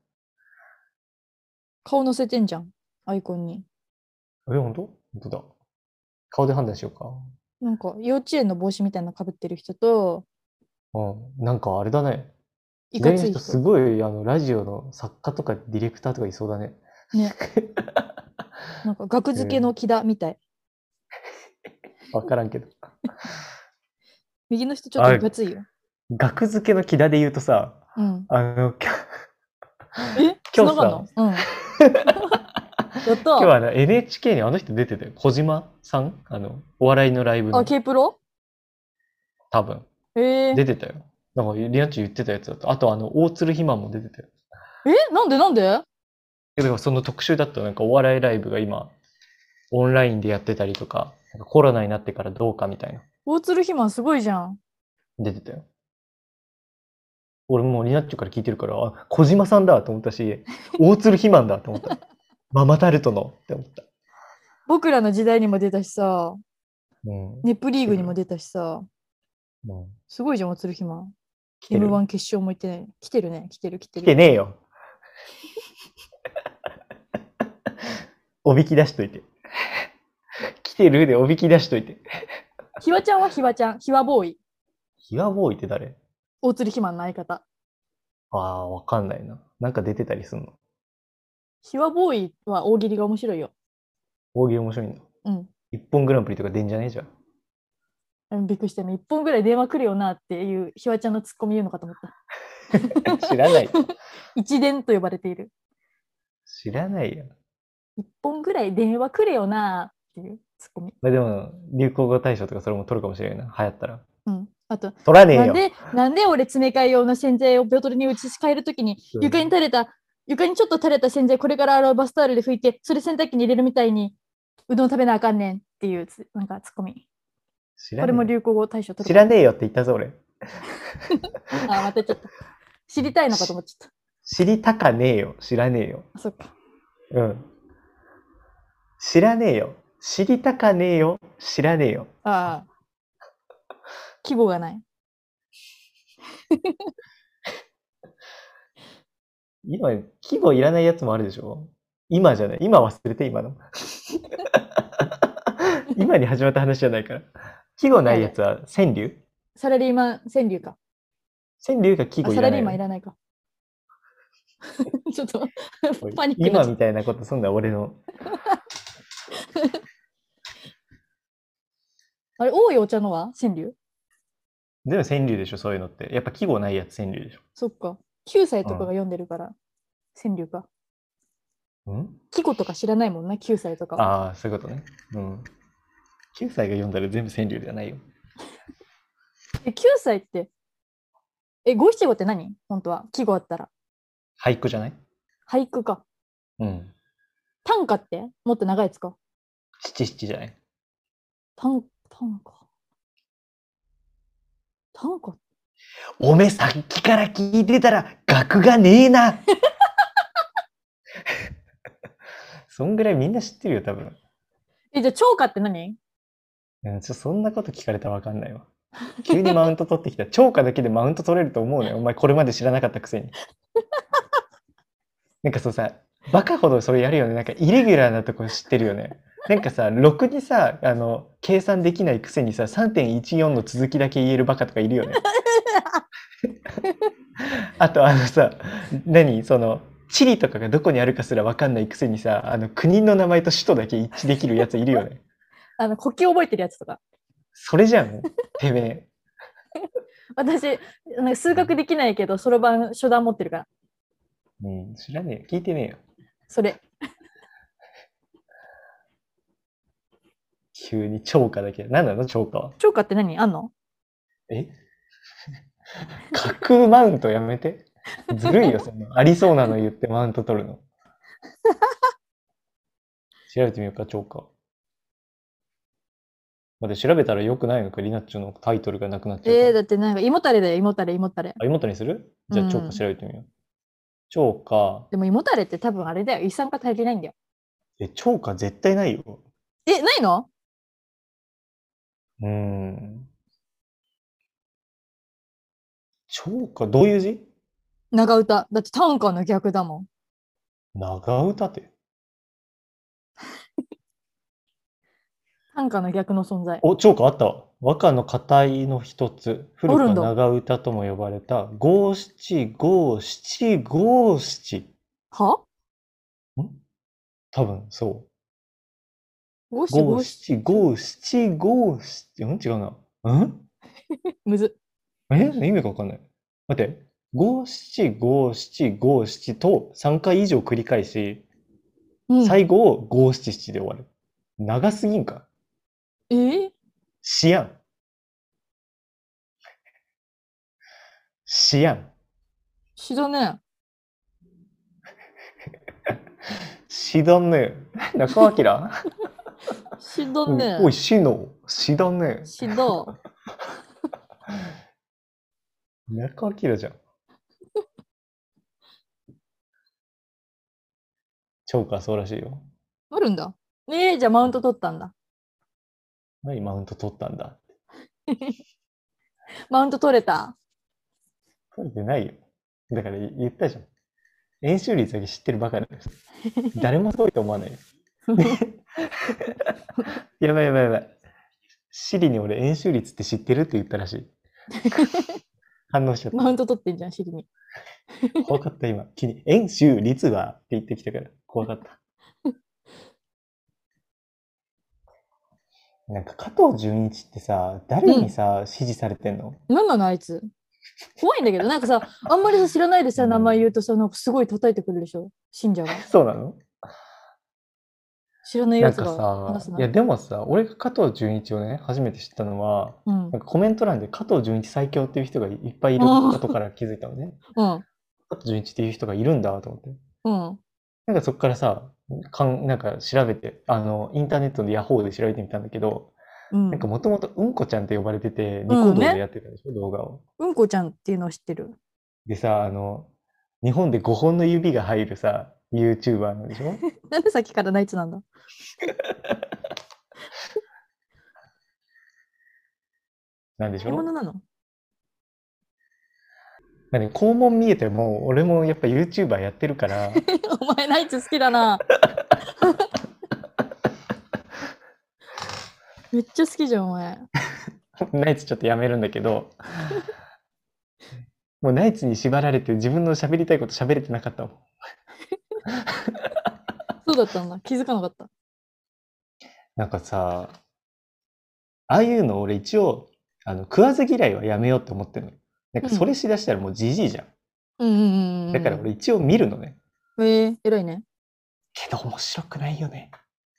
[SPEAKER 2] 顔載せてんじゃん、アイコンに。
[SPEAKER 3] 本当だ。顔で判断しようか。
[SPEAKER 2] なんか、幼稚園の帽子みたいなの被ってる人と、
[SPEAKER 3] なんかあれだね。
[SPEAKER 2] いかつい人。
[SPEAKER 3] 左の人すごい、ラジオの作家とかディレクターとかいそうだね。
[SPEAKER 2] ね。なんか、額付けの木田みたい。
[SPEAKER 3] わからんけど。
[SPEAKER 2] 右の人ちょっといかついよ。
[SPEAKER 3] 額付けの木田で言うとさ、
[SPEAKER 2] うん。
[SPEAKER 3] 今
[SPEAKER 2] 日さ、うん。やった
[SPEAKER 3] 今日はNHK にあの人出てたよ。小島さんお笑いのライブの。
[SPEAKER 2] K プロ？
[SPEAKER 3] 多分。出てたよ。なんか、リナッチ言ってたやつだった。あと、大鶴肥満も出てたよ。
[SPEAKER 2] なんで
[SPEAKER 3] だからその特集だったなんかお笑いライブが今、オンラインでやってたりとか、なんかコロナになってからどうかみたいな。
[SPEAKER 2] 大鶴肥満すごいじゃん。
[SPEAKER 3] 出てたよ。俺もうリナッチから聞いてるから、あ、小島さんだと思ったし、大鶴肥満だと思った。ママタルトのって思った。
[SPEAKER 2] 僕らの時代にも出たしさ、
[SPEAKER 3] うん、
[SPEAKER 2] ネプリーグにも出たしさ、
[SPEAKER 3] うん、
[SPEAKER 2] すごいじゃん、大鶴肥満。
[SPEAKER 3] 来てる
[SPEAKER 2] M1 決勝も行ってない。来てるね、来てる。
[SPEAKER 3] 来てねえよ。おびき出しといて。来てるでおびき出しといて。
[SPEAKER 2] ひわちゃんはひわちゃん、ひわボーイ。
[SPEAKER 3] ひわボーイって誰？
[SPEAKER 2] 大鶴肥満の相方。
[SPEAKER 3] わかんないな。なんか出てたりすんの？
[SPEAKER 2] ひわボーイは大喜利が面白いよ。
[SPEAKER 3] 大喜利面白いんだ。
[SPEAKER 2] うん。
[SPEAKER 3] 一本グランプリとか出んじゃねえじゃん。
[SPEAKER 2] びっくりしたね。一本ぐらい電話来るよなっていうひわちゃんのツッコミ言うのかと思った。
[SPEAKER 3] 知らない。
[SPEAKER 2] 一伝と呼ばれている。
[SPEAKER 3] 知らないよ。
[SPEAKER 2] 一本ぐらい電話来るよなっていうツッコミ。
[SPEAKER 3] まあでも、流行語大賞とかそれも取るかもしれないな。流行ったら。
[SPEAKER 2] うん。あと、
[SPEAKER 3] 取らねえよ。
[SPEAKER 2] なんで俺詰め替え用の洗剤をボトルに移し替えるときに、床にちょっと垂れた洗剤これから洗うバスタオルで拭いて、それ洗濯機に入れるみたいに、うどん食べなあかんねんっていうなんかツッコミ。これも流行語大賞取る。
[SPEAKER 3] 知らねえよって言ったぞ、俺。
[SPEAKER 2] またちょっと。知りたいのかと思っちゃった。
[SPEAKER 3] 知りたかねえよ。知らねえよ。
[SPEAKER 2] そっか。
[SPEAKER 3] うん。知らねえよ。知りたかねえよ。知らねえよ。
[SPEAKER 2] 季語がない。
[SPEAKER 3] 今、季語いらないやつもあるでしょ？今じゃない。今忘れて、今の。今に始まった話じゃないから。季語ないやつは川柳？
[SPEAKER 2] サラリーマン川柳か。
[SPEAKER 3] 川柳が季語いらない。
[SPEAKER 2] サラリーマンいらないか。ちょっとパニック
[SPEAKER 3] 今みたいなことすんだ、俺の。
[SPEAKER 2] あれ、多いお茶のは川柳？
[SPEAKER 3] でも川柳でしょ、そういうのって。やっぱ季語ないやつ川柳でしょ。
[SPEAKER 2] そっか。9歳とかが読んでるから、川柳か。季語とか知らないもんな、9歳とか。
[SPEAKER 3] ああ、そういうことね。うん。9歳が読んだら全部川柳ではないよ。
[SPEAKER 2] 9歳って、五七五って何？本当は。季語あったら。
[SPEAKER 3] 俳句じゃない？
[SPEAKER 2] 俳句か。
[SPEAKER 3] うん。
[SPEAKER 2] 短歌ってもっと長いやつか。
[SPEAKER 3] 七七じゃない？
[SPEAKER 2] 短歌。
[SPEAKER 3] おめさっきから聞いてたら学がねえな。そんぐらいみんな知ってるよ、多分。
[SPEAKER 2] じゃあ長歌って何？
[SPEAKER 3] そんなこと聞かれたらわかんないわ。急にマウント取ってきた。長歌だけでマウント取れると思うね。お前これまで知らなかったくせに。なんかそうさ、 バカほどそれやるよね。なんかイレギュラーなとこ知ってるよね。なんかさ、ろくにさ、計算できないくせにさ、3.14 の続きだけ言えるバカとかいるよね。あとさ、地理とかがどこにあるかすら分かんないくせにさ、国の名前と首都だけ一致できるやついるよね。
[SPEAKER 2] 国旗覚えてるやつとか。
[SPEAKER 3] それじゃん、てめえ。
[SPEAKER 2] 私、数学できないけど、そろばん初段持ってるから。
[SPEAKER 3] うん、知らねえよ。聞いてねえよ。
[SPEAKER 2] それ。
[SPEAKER 3] 急に超過だけ。何なの超過は。
[SPEAKER 2] 超過って何あんの？
[SPEAKER 3] え架空マウントやめて。ずるいよ、そんな。ありそうなの言ってマウント取るの。調べてみようか、超過。待って、調べたらよくないのか、リナッチョのタイトルがなくなっちゃうから。
[SPEAKER 2] だってなんか胃もたれだよ、胃もたれ、胃もたれ。
[SPEAKER 3] あ、妹にする？じゃあ、超過調べてみよう。超過。
[SPEAKER 2] でも胃もたれって多分あれだよ、胃酸が足りないんだよ。
[SPEAKER 3] 超過絶対ないよ。
[SPEAKER 2] ないの？
[SPEAKER 3] 超過、どういう字？
[SPEAKER 2] 長歌。だって短歌の逆だもん。
[SPEAKER 3] 長歌って。
[SPEAKER 2] 短歌の逆の存在。
[SPEAKER 3] お、超過あったわ。和歌の型の一つ。古くは
[SPEAKER 2] あるんだ
[SPEAKER 3] 長歌とも呼ばれた五七五七五七。
[SPEAKER 2] は？
[SPEAKER 3] 多分そう。
[SPEAKER 2] 五七五
[SPEAKER 3] 五
[SPEAKER 2] 七。
[SPEAKER 3] 七五七五七。違うな。
[SPEAKER 2] むず。
[SPEAKER 3] 意味がわかんない。待って。五七五七五七と3回以上繰り返し、最後を五七七で終わる。長すぎんか？しやん。しやん。
[SPEAKER 2] しだね。
[SPEAKER 3] しだね。中明
[SPEAKER 2] しだね。
[SPEAKER 3] おい、しの。しだね。
[SPEAKER 2] しだ。
[SPEAKER 3] 中明じゃん。超過そうらしいよ。
[SPEAKER 2] あるんだ。じゃあマウント取ったんだ。
[SPEAKER 3] 何マウント取ったんだ。
[SPEAKER 2] マウント取れた。
[SPEAKER 3] 取れてないよ。だから言ったじゃん。円周率だけ知ってるばかりです。誰もそうと思わないよ。やばいやばいやばい。シリに俺円周率って知ってるって言ったらしい。反応しちゃった。
[SPEAKER 2] マウント取ってんじゃん、シリに。
[SPEAKER 3] 怖かった今。円周率はって言ってきたから怖かった。なんか加藤純一ってさ、誰にさ、支持されてんの？
[SPEAKER 2] なんなのあいつ。怖いんだけど、なんかさ、あんまりさ知らないでさ、名前言うとさ、なんかすごい叩いてくるでしょ、信者が。
[SPEAKER 3] そうなの？
[SPEAKER 2] 知らないやつが
[SPEAKER 3] なんかさ、
[SPEAKER 2] 話すな。
[SPEAKER 3] いやでもさ、俺が加藤純一をね、初めて知ったのは、なんかコメント欄で加藤純一最強っていう人がいっぱいいることから気づいたのね。加藤純一っていう人がいるんだと思って。なんかそっからさ、なんか調べて、インターネットでヤホーで調べてみたんだけど、なんかもともとうんこちゃんって呼ばれてて、ニコ動でやってたでしょ、動画を。
[SPEAKER 2] うんこちゃんっていうのを知ってる。
[SPEAKER 3] でさ、日本で5本の指が入るさ、YouTuber なんでしょ？
[SPEAKER 2] なんでさっきからナイツなんだ？
[SPEAKER 3] なんでしょ？
[SPEAKER 2] 何者なの？
[SPEAKER 3] 肛門見えても、俺もやっぱ YouTuber やってるから。
[SPEAKER 2] お前ナイツ好きだな。めっちゃ好きじゃん、お前。
[SPEAKER 3] ナイツちょっとやめるんだけど、もうナイツに縛られて自分の喋りたいこと喋れてなかったもん。
[SPEAKER 2] そうだったんだ。気づかなかった。
[SPEAKER 3] なんかさ、ああいうの俺一応、食わず嫌いはやめようって思ってるの。なんかそれしだしたらもうじじいじゃん。だから俺一応見るのね。
[SPEAKER 2] 偉いね。
[SPEAKER 3] けど面白くないよね。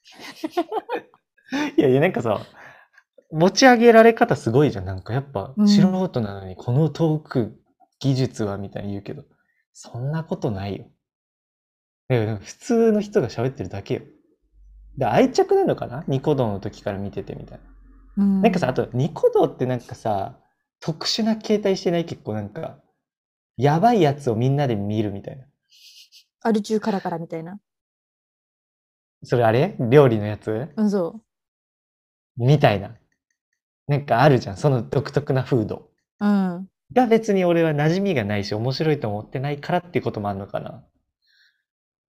[SPEAKER 3] いや、なんかさ、持ち上げられ方すごいじゃん。なんかやっぱ素人なのにこのトーク技術はみたいに言うけど、そんなことないよ。普通の人が喋ってるだけよ。で、愛着なのかな？ニコ動の時から見ててみたいな。なんかさ、あとニコ動ってなんかさ、特殊な形態してない？結構なんか、やばいやつをみんなで見るみたいな。
[SPEAKER 2] アル中カラカラみたいな。
[SPEAKER 3] それあれ？料理のやつ？
[SPEAKER 2] そう。
[SPEAKER 3] みたいな。なんかあるじゃん、その独特な風土。が別に俺は馴染みがないし面白いと思ってないからっていうこともあるのかな。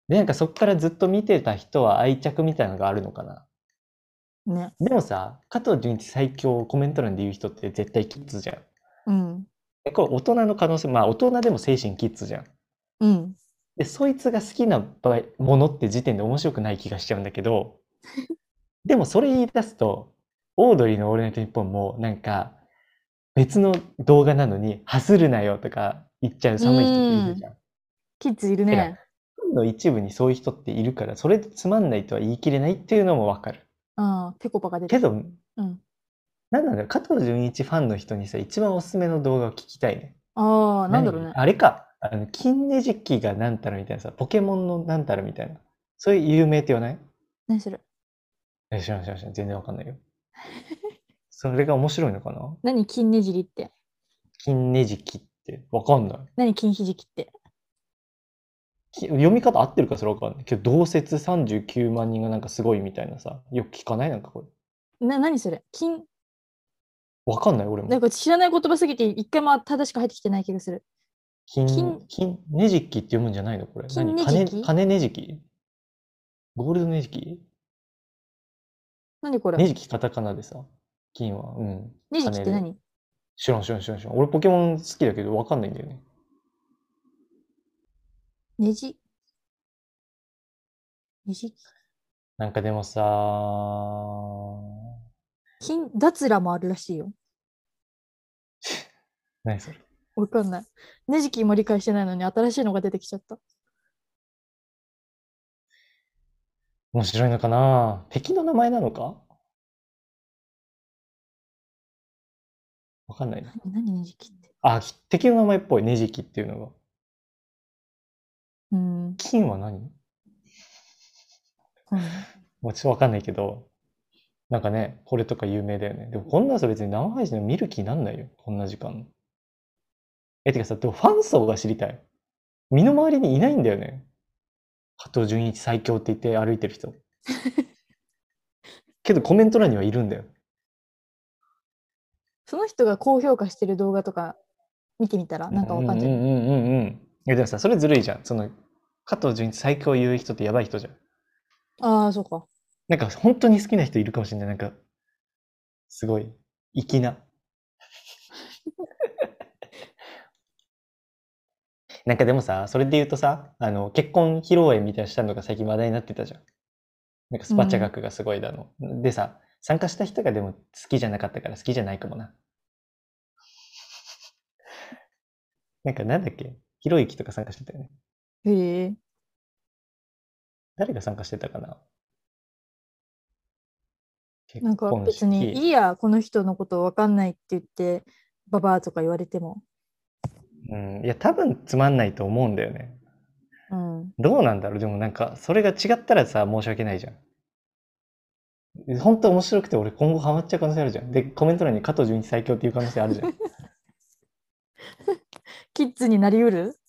[SPEAKER 3] で、なんかそっからずっと見てた人は愛着みたいなのがあるのかな。
[SPEAKER 2] ね。
[SPEAKER 3] でもさ、加藤純一最強をコメント欄で言う人って絶対キッズじゃん。
[SPEAKER 2] うん。
[SPEAKER 3] これ大人の可能性、まあ大人でも精神キッズじゃん。
[SPEAKER 2] うん。
[SPEAKER 3] で、そいつが好きなものって時点で面白くない気がしちゃうんだけど、でもそれ言い出すと、オードリーのオールナイトニッポンもなんか別の動画なのに、ハスるなよとか言っちゃう寒い人っているじゃん。
[SPEAKER 2] キッズいる
[SPEAKER 3] だから、
[SPEAKER 2] ね。
[SPEAKER 3] ファンの一部にそういう人っているから、それでつまんないとは言い切れないっていうのもわかる。
[SPEAKER 2] ああ、ペコパが出て
[SPEAKER 3] けど、
[SPEAKER 2] うん。
[SPEAKER 3] なんだろう、加藤純一ファンの人にさ、一番おすすめの動画を聞きたいね。
[SPEAKER 2] ああ、なんだろうね。
[SPEAKER 3] あれか。金ネジキがなんたらみたいなさ、ポケモンのなんたらみたいな。そういう有名って言わない？
[SPEAKER 2] 何それ。
[SPEAKER 3] 知らん。全然わかんないよ。それが面白いのかな？
[SPEAKER 2] 何金ねじりって。
[SPEAKER 3] 金ネジキってわかんない。
[SPEAKER 2] 何金ひじきって。
[SPEAKER 3] 読み方合ってるかそれわかんない。けど、同説39万人がなんかすごいみたいなさ、よく聞かないなんかこれ。
[SPEAKER 2] 何それ。
[SPEAKER 3] わかんない俺も。
[SPEAKER 2] なんか知らない言葉すぎて一回も正しく入ってきてない気がする。
[SPEAKER 3] 金ネジキって読むんじゃないのこれ。
[SPEAKER 2] 金ネジキ
[SPEAKER 3] 金ネジキ？ゴールドネジキ？
[SPEAKER 2] 何これ。
[SPEAKER 3] ネジキカタカナでさ、金は。うん。
[SPEAKER 2] ネジキって何？
[SPEAKER 3] 知らん。俺ポケモン好きだけどわかんないんだよね。
[SPEAKER 2] ネジキ
[SPEAKER 3] なんかでもさ、
[SPEAKER 2] 脱ラもあるらしいよ。
[SPEAKER 3] 何それ。
[SPEAKER 2] わかんない。ネジキも理解してないのに新しいのが出てきちゃった。
[SPEAKER 3] 面白いのかな？敵の名前なのか？わかんないな。
[SPEAKER 2] 何ネジキって。
[SPEAKER 3] あ、敵の名前っぽい。ネジキっていうのが。金は何？もうちょっとわかんないけど、なんかね、これとか有名だよね。でもこんなさ別に生配信で見る気になんないよ。こんな時間。てかさ、でもファン層が知りたい。身の回りにいないんだよね。加藤純一最強って言って歩いてる人。けどコメント欄にはいるんだよ。
[SPEAKER 2] その人が高評価してる動画とか見てみたらなんかわかんじゃない？
[SPEAKER 3] いやでもさ、それずるいじゃん。加藤純一最強言う人ってやばい人じゃん。
[SPEAKER 2] ああ、そうか。
[SPEAKER 3] なんか本当に好きな人いるかもしれない。なんか、すごい、粋な。なんかでもさ、それで言うとさ、結婚披露宴みたいなしたのが最近話題になってたじゃん。なんかスパチャ額がすごいだの。でさ、参加した人がでも好きじゃなかったから好きじゃないかもな。なんかなんだっけ？ひろゆきとか参加してたよね。
[SPEAKER 2] へえ。
[SPEAKER 3] 誰が参加してたかな？
[SPEAKER 2] なんか別にいいや、この人のことわかんないって言って、ババアとか言われても。
[SPEAKER 3] いや、多分つまんないと思うんだよね。どうなんだろう？でもなんか、それが違ったらさ、申し訳ないじゃん。本当面白くて俺今後ハマっちゃう可能性あるじゃん。で、コメント欄に加藤純一最強っていう可能性あるじゃん。
[SPEAKER 2] キッズになりうる？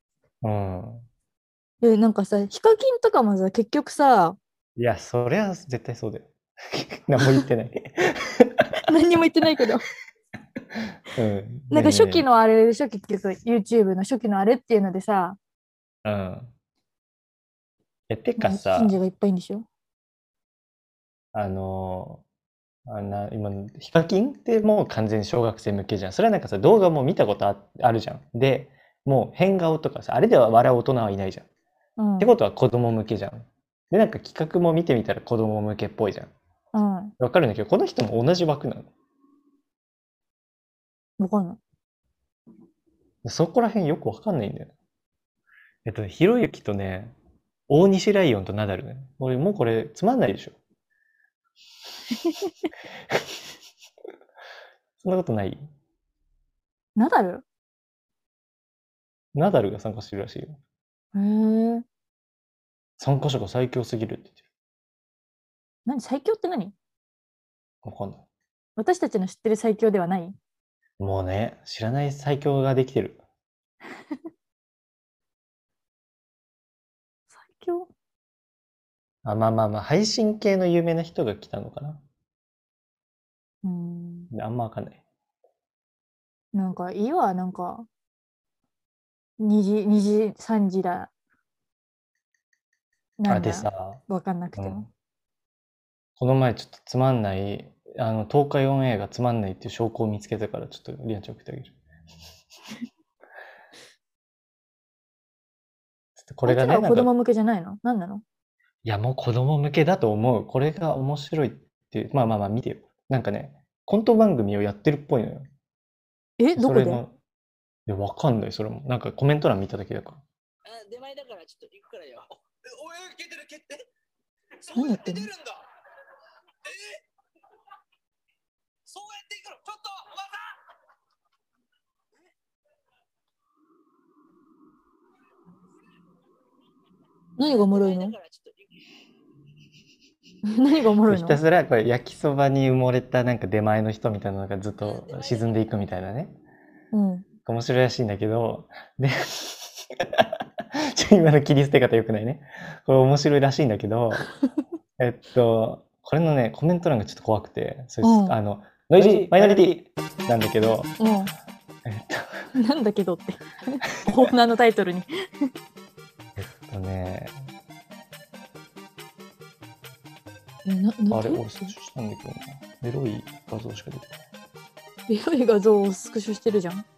[SPEAKER 2] なんかさ、ヒカキンとかもさ、結局さ、
[SPEAKER 3] いや、そりゃ絶対そうだよ。何も言ってない。
[SPEAKER 2] 何にも言ってないけど。なんか初期のあれでしょ、結局 YouTube の初期のあれっていうのでさ、
[SPEAKER 3] てかさ、
[SPEAKER 2] 信者がいっぱいいんでしょ？
[SPEAKER 3] 今、ヒカキンってもう完全に小学生向けじゃん。それはなんかさ、動画も見たことあるじゃん。で、もう変顔とかさ、あれでは笑う大人はいないじゃん。ってことは子供向けじゃん。で、なんか企画も見てみたら子供向けっぽいじゃん。わかるんだけど、この人も同じ枠なの。
[SPEAKER 2] わかんない。
[SPEAKER 3] そこら辺よくわかんないんだよ。ひろゆきとね、大西ライオンとナダルね。俺もうこれつまんないでしょ。そんなことない？
[SPEAKER 2] ナダル？
[SPEAKER 3] ナダルが参加してるらしいよ。
[SPEAKER 2] へえ。
[SPEAKER 3] 参加者が最強すぎるって言ってる。
[SPEAKER 2] 何？最強って何？
[SPEAKER 3] わかんない。
[SPEAKER 2] 私たちの知ってる最強ではない？
[SPEAKER 3] もうね、知らない最強ができてる。
[SPEAKER 2] 最強？
[SPEAKER 3] まあ、配信系の有名な人が来たのかな。あんまわかんない。
[SPEAKER 2] なんかいいわ、なんか、2時、3時だ。 なん
[SPEAKER 3] で
[SPEAKER 2] だ
[SPEAKER 3] さ、
[SPEAKER 2] わかんなくても。
[SPEAKER 3] うんこの前ちょっとつまんない、東海オンエアがつまんないっていう証拠を見つけたから、ちょっとリアンちゃん送ってあげる。ちょっとこれがね、
[SPEAKER 2] あっちのは子供向けじゃないの？何なの？
[SPEAKER 3] いや、もう子供向けだと思う。これが面白いっていう、まあまあまあ見てよ。なんかね、コント番組をやってるっぽいのよ。
[SPEAKER 2] どこで？
[SPEAKER 3] それの、いや、わかんない、それも。なんかコメント欄見ただけだから。
[SPEAKER 4] 出前だからちょっと行くからよ。おい、蹴ってる蹴って。
[SPEAKER 2] 何やってんの？
[SPEAKER 4] そうやって行くの。ちょっと
[SPEAKER 2] 何がおもろいの？何がおもろいの？
[SPEAKER 3] ひたすらこれ焼きそばに埋もれたなんか出前の人みたいなのがずっと沈んでいくみたいなね。
[SPEAKER 2] うん。
[SPEAKER 3] 面白いらしいんだけど、で、今の切り捨て方良くないね。これ面白いらしいんだけど、これのね、コメント欄がちょっと怖くて、それ
[SPEAKER 2] うん
[SPEAKER 3] ノイジーマイノリティなんだけど、
[SPEAKER 2] なんだけどってコーナーのタイトルに
[SPEAKER 3] ね、
[SPEAKER 2] あ
[SPEAKER 3] あれ、俺スクショしたんだけどな。エロい画像しか出てない。
[SPEAKER 2] エロい画像をスクショしてるじゃん。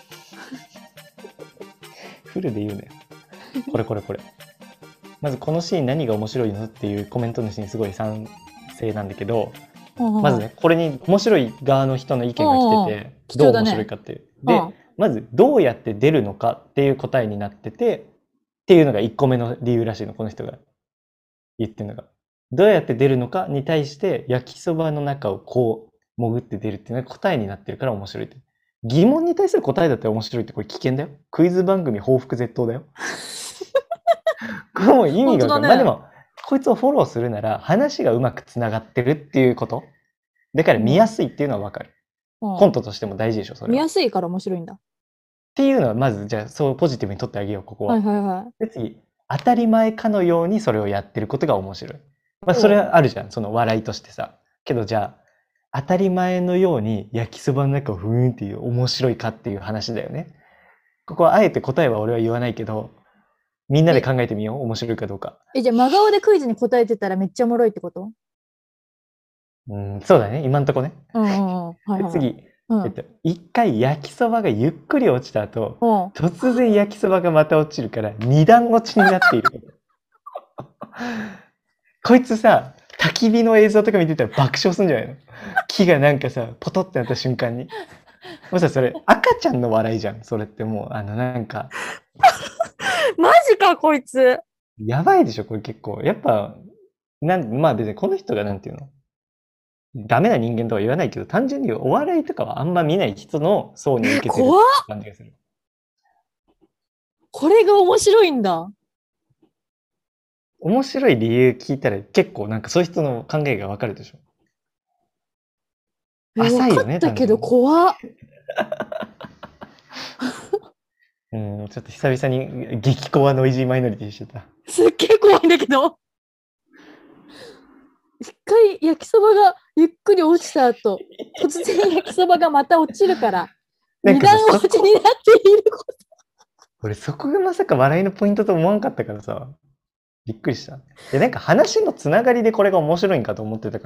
[SPEAKER 3] フルで言うね。これ。まずこのシーン何が面白いのっていうコメント主にすごい賛成なんだけど、まずね、これに面白い側の人の意見が来てて、
[SPEAKER 2] 貴重だね
[SPEAKER 3] どう面白いかっていう。で、まずどうやって出るのかっていう答えになってて、っていうのが1個目の理由らしいの、この人が言ってるのが。どうやって出るのかに対して焼きそばの中をこう潜って出るっていうのが答えになってるから面白いって。疑問に対する答えだったら面白いってこれ危険だよ。クイズ番組報復絶倒だよ。これもう意味が分かる。まあでも、こいつをフォローするなら話がうまくつながってるっていうこと。だから見やすいっていうのは分かる。コントとしても大事でしょ、それは。
[SPEAKER 2] 見やすいから面白いんだ。
[SPEAKER 3] っていうのはまず、じゃあそうポジティブに取ってあげよう、ここは。
[SPEAKER 2] はいはいはい。
[SPEAKER 3] で次、当たり前かのようにそれをやってることが面白い。まあそれはあるじゃん、その笑いとしてさ。けどじゃあ、当たり前のように焼きそばの中をふーんっていう面白いかっていう話だよね。ここはあえて答えは俺は言わないけど、みんなで考えてみよう、面白いかどうか。
[SPEAKER 2] じゃあ真顔でクイズに答えてたらめっちゃおもろいってこと？
[SPEAKER 3] そうだね、今んとこね。
[SPEAKER 2] はいはい、
[SPEAKER 3] 次、一回焼きそばがゆっくり落ちた後、突然焼きそばがまた落ちるから二段落ちになっていること。こいつさ、焚き火の映像とか見てたら爆笑するんじゃないの？木がなんかさ、ポトってなった瞬間に。もうさ、それ赤ちゃんの笑いじゃん。それってもう、なんか。
[SPEAKER 2] マジか、こいつ。
[SPEAKER 3] やばいでしょ、これ結構。やっぱ、まあ別にこの人がなんていうの？ダメな人間とは言わないけど、単純にお笑いとかはあんま見ない人の層に受けてる感じがする。
[SPEAKER 2] これが面白いんだ。
[SPEAKER 3] 面白い理由聞いたら結構なんかそういう人の考えがわかるでしょ。浅いよね。
[SPEAKER 2] だけど怖っ。
[SPEAKER 3] ちょっと久々に激コアノイジーマイノリティしてた。
[SPEAKER 2] すっげえ怖いんだけど。一回焼きそばがゆっくり落ちた後、突然焼きそばがまた落ちるから、二段落ちになっていること。
[SPEAKER 3] 俺そこがまさか笑いのポイントと思わんかったからさ、びっくりした。なんか話のつながりでこれが面白いんかと思ってたから、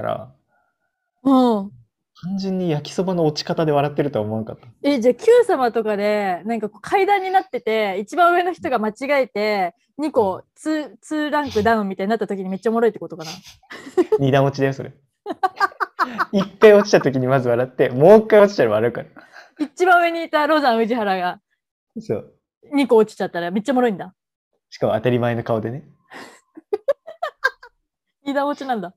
[SPEAKER 3] 単純に焼きそばの落ち方で笑ってるとは思わんかった。
[SPEAKER 2] じゃあ Q 様とかでなんか階段になってて一番上の人が間違えて2個 2ランクダウンみたいになった時にめっちゃおもろいってことかな。
[SPEAKER 3] 二段落ちだよそれ。一回落ちた時にまず笑ってもう一回落ちたら笑うから。
[SPEAKER 2] 一番上にいたロザン宇治原が
[SPEAKER 3] そう
[SPEAKER 2] 2個落ちちゃったらめっちゃおもろいんだ。
[SPEAKER 3] しかも当たり前の顔でね。
[SPEAKER 2] 二段落ちなんだ。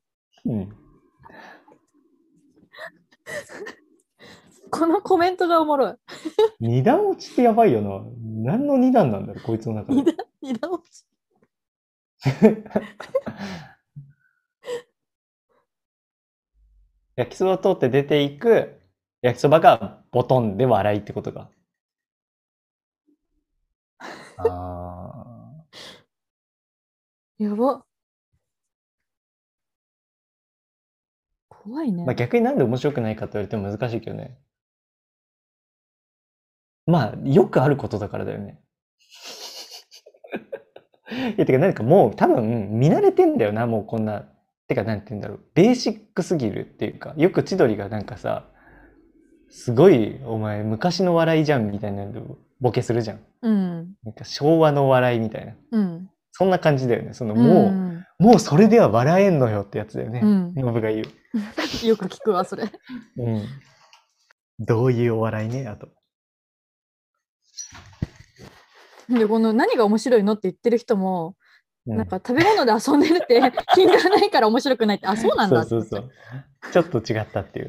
[SPEAKER 2] このコメントがおもろい。
[SPEAKER 3] 二段落ちってやばいよな。何の二段なんだろう、こいつの中で。
[SPEAKER 2] 二段落ち。
[SPEAKER 3] 焼きそばを通って出ていく焼きそばがボトンで笑いってことか。
[SPEAKER 2] やば。怖いね。
[SPEAKER 3] まあ逆になんで面白くないかって言われても難しいけどね。まあよくあることだからだよね。 いや、てかなんかもう多分見慣れてんだよな、もうこんな。てかなんて言うんだろう。ベーシックすぎるっていうか、よく千鳥がなんかさ、すごい、お前昔の笑いじゃんみたいなのボケするじゃん。
[SPEAKER 2] うん。
[SPEAKER 3] なんか昭和の笑いみたいな。
[SPEAKER 2] うん。
[SPEAKER 3] そんな感じだよね。その
[SPEAKER 2] うん
[SPEAKER 3] もうそれでは笑えんのよってやつだよね。
[SPEAKER 2] うん
[SPEAKER 3] ノブが言う。
[SPEAKER 2] よく聞くわ、それ。
[SPEAKER 3] うん。どういうお笑いね、あと。
[SPEAKER 2] で、この何が面白いのって言ってる人も、
[SPEAKER 3] うん
[SPEAKER 2] なんか食べ物で遊んでるって品がないから面白くないって、あ、そうなんだって
[SPEAKER 3] そうそうそう。ちょっと違ったっていう。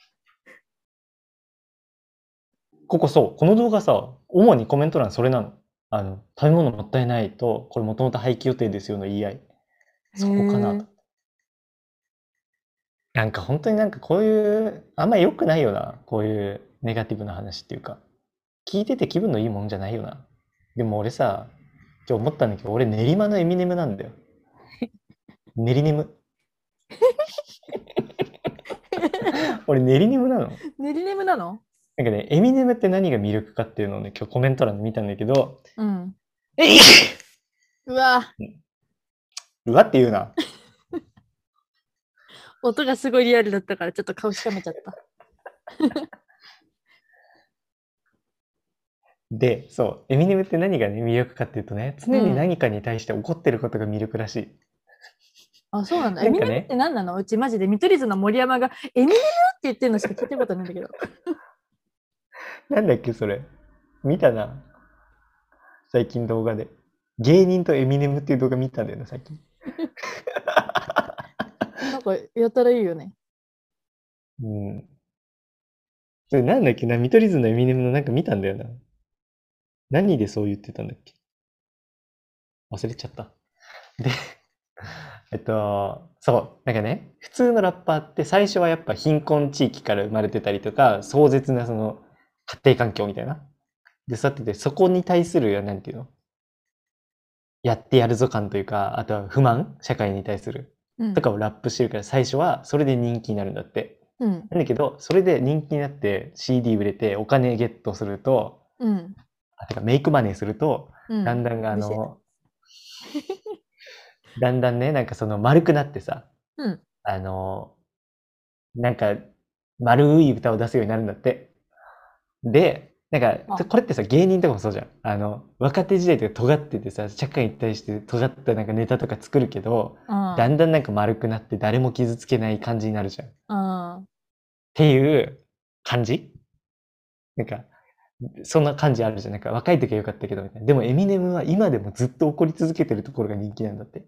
[SPEAKER 3] この動画さ、主にコメント欄それなの。食べ物もったいないと、これもともと廃棄予定ですよの言い合い。そこかなと。なんか本当になんかこういう、あんま良くないよな。こういうネガティブな話っていうか。聞いてて気分のいいもんじゃないよな。でも俺さ、今日思ったんだけど、俺練馬のエミネムなんだよ。練りネム。俺練りネムなの。
[SPEAKER 2] 練りネムなの？
[SPEAKER 3] なんかね、エミネムって何が魅力かっていうのをね、今日コメント欄で見たんだけど、
[SPEAKER 2] うん。
[SPEAKER 3] えいう
[SPEAKER 2] わ、
[SPEAKER 3] うわって言うな。
[SPEAKER 2] 音がすごいリアルだったからちょっと顔しかめちゃった。
[SPEAKER 3] で、そう、エミネムって何がね、魅力かっていうとね、常に何かに対して怒ってることが魅力らしい。
[SPEAKER 2] あ、そうなんだ。
[SPEAKER 3] なんかね
[SPEAKER 2] エミネムって何なの？うちマジで見取り図の森山がエミネムって言ってるのしか聞いたことないんだけど。
[SPEAKER 3] なんだっけ、それ。見たな。最近動画で。芸人とエミネムっていう動画見たんだよな、最近。
[SPEAKER 2] なんかやたらいいよね。
[SPEAKER 3] うん。それなんだっけな、見取り図のエミネムのなんか見たんだよな。何でそう言ってたんだっけ。忘れちゃった。で、そう、なんかね、普通のラッパーって最初はやっぱ貧困地域から生まれてたりとか、壮絶なその家庭環境みたいな。で、育ってて、そこに対する、なんていうの、やってやるぞ感というか、あとは不満、社会に対する、
[SPEAKER 2] うん
[SPEAKER 3] とかをラップしてるから最初はそれで人気になるんだって。
[SPEAKER 2] うん
[SPEAKER 3] なんだけど、それで人気になって CD 売れてお金ゲットすると、
[SPEAKER 2] うん
[SPEAKER 3] てかメイクマネーすると、
[SPEAKER 2] うん。
[SPEAKER 3] だんだん
[SPEAKER 2] うるせえ
[SPEAKER 3] だんだんね、なんかその丸くなってさ、
[SPEAKER 2] うん
[SPEAKER 3] なんか丸い歌を出すようになるんだって。で、なん
[SPEAKER 2] あ
[SPEAKER 3] か、これってさ、芸人とかもそうじゃん。若手時代とか尖っててさ、社会に対して尖ったなんかネタとか作るけど、だんだんなんか丸くなって誰も傷つけない感じになるじゃん。っ
[SPEAKER 2] うん
[SPEAKER 3] ていう感じなんか、そんな感じあるじゃん。なんか若い時は良かったけど、みたいな。でもエミネムは今でもずっと怒り続けてるところが人気なんだって。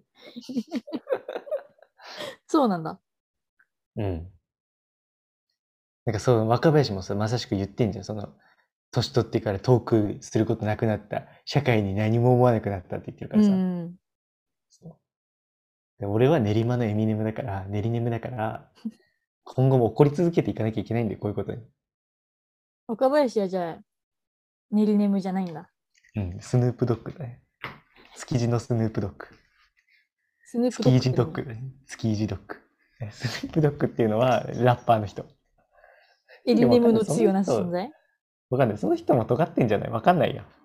[SPEAKER 2] そうなんだ。
[SPEAKER 3] うん。なんかそう、若林もさ、まさしく言ってんじゃん。年取ってからトークすることなくなった。社会に何も思わなくなったって言ってるか
[SPEAKER 2] う
[SPEAKER 3] らさ。
[SPEAKER 2] ん。
[SPEAKER 3] そうで俺は練馬のエミネムだから、練りネムだから、今後も怒り続けていかなきゃいけないんだよ、こういうことに。
[SPEAKER 2] 若林はじゃあ、練りネムじゃないんだ。
[SPEAKER 3] うん、スヌープドッグだね。築地のスヌープドッグ。
[SPEAKER 2] スヌープドッグって
[SPEAKER 3] 築地ドッグだね。築地ドッグ。スヌープドッグっていうのはラッパーの人。
[SPEAKER 2] エリネムの強な存在？
[SPEAKER 3] わかんない。その人も尖ってんじゃない？わかんないよ。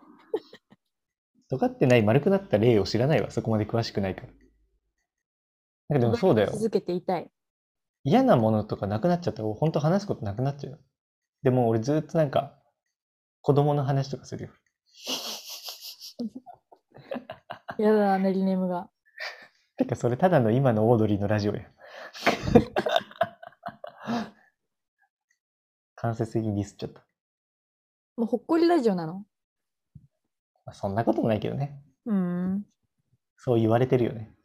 [SPEAKER 3] 尖ってない丸くなった例を知らないわ。そこまで詳しくないから。なんかでもそうだよ。
[SPEAKER 2] 続けていたい。
[SPEAKER 3] 嫌なものとかなくなっちゃったら、本当話すことなくなっちゃうよ。でも俺ずっとなんか、子供の話とかするよ。
[SPEAKER 2] やだ、練りネムが。
[SPEAKER 3] てかそれただの今のオードリーのラジオや。間接的にディスっちゃった。
[SPEAKER 2] もうほっこりラジオなの？
[SPEAKER 3] そんなこともないけどね。そう言われてるよね。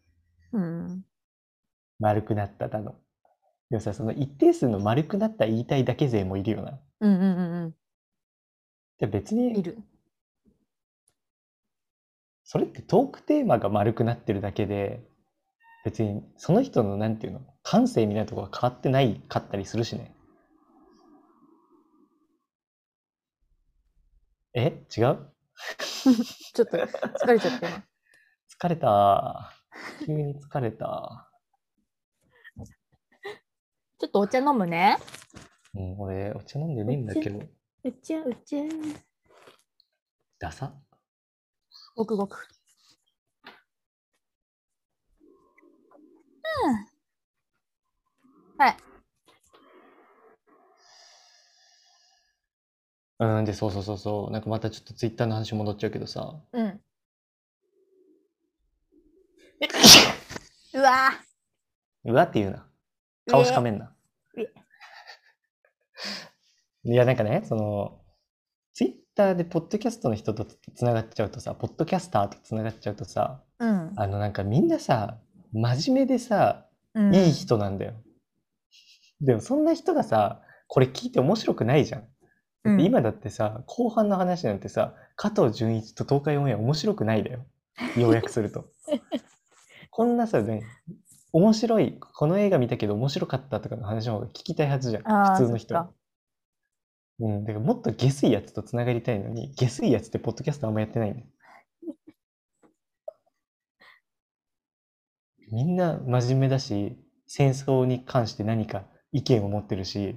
[SPEAKER 3] 丸くなっただの。でもさ、その一定数の丸くなった言いたいだけ勢もいるよな。で別に、
[SPEAKER 2] いる。
[SPEAKER 3] それってトークテーマが丸くなってるだけで、別にその人のなんていうの、感性みたいなところが変わってないかったりするしね。違う
[SPEAKER 2] ちょっと疲れちゃったよ。
[SPEAKER 3] 疲れた。急に疲れた。
[SPEAKER 2] ちょっとお茶飲むね。
[SPEAKER 3] 俺、お茶飲んでねえんだけど。
[SPEAKER 2] お茶。
[SPEAKER 3] ダサ。
[SPEAKER 2] ごくごく。 はい。
[SPEAKER 3] で、そうそうそうそう。なんかまたちょっとツイッターの話戻っちゃうけどさ。
[SPEAKER 2] うん。うわ
[SPEAKER 3] うわって言うな。
[SPEAKER 2] ー。
[SPEAKER 3] 顔しかめんな。
[SPEAKER 2] うえ
[SPEAKER 3] いや、なんかね、ツイッターでポッドキャストの人とつながっちゃうとさ、ポッドキャスターとつながっちゃうとさ、
[SPEAKER 2] うん。
[SPEAKER 3] なんかみんなさ、真面目でさ、
[SPEAKER 2] うん。
[SPEAKER 3] いい人なんだよ。でもそんな人がさ、これ聞いて面白くないじゃん。だって今だってさ、後半の話なんてさ、加藤純一と東海オンエア面白くないだよ。要約すると。こんなさ、ね、面白い、この映画見たけど面白かったとかの話の方が聞きたいはずじゃん。
[SPEAKER 2] あー
[SPEAKER 3] 普通の人は
[SPEAKER 2] そっか。
[SPEAKER 3] だからもっと下水やつとつながりたいのに、下水やつってポッドキャストあんまやってないんだよ。みんな真面目だし、戦争に関して何か意見を持ってるし、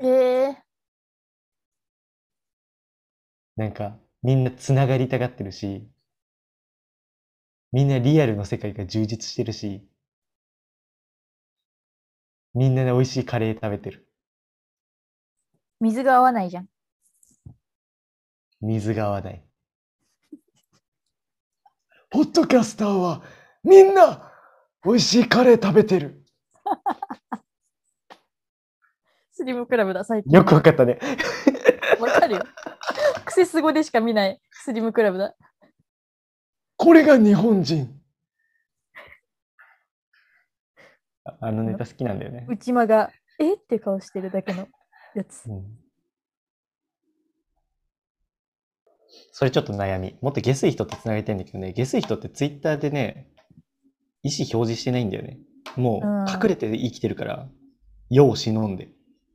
[SPEAKER 3] なんかみんなつながりたがってるし、みんなリアルの世界が充実してるし、みんなで美味しいカレー食べてる。
[SPEAKER 2] 水が合わないじゃん。
[SPEAKER 3] 水が合わない。ポッドキャスターはみんな美味しいカレー食べてる。
[SPEAKER 2] スリムクラブだ、最近。
[SPEAKER 3] よくわかったね。
[SPEAKER 2] わかるよ。クセスゴでしか見ないスリムクラブだ。
[SPEAKER 3] これが日本人。あのネタ好きなんだよね。
[SPEAKER 2] 内間が、えって顔してるだけのやつ。
[SPEAKER 3] それちょっと悩み。もっと下水人とつながりたいんだけどね、下水人ってツイッターでね、意思表示してないんだよね。もう隠れて生きてるから、世を忍んで。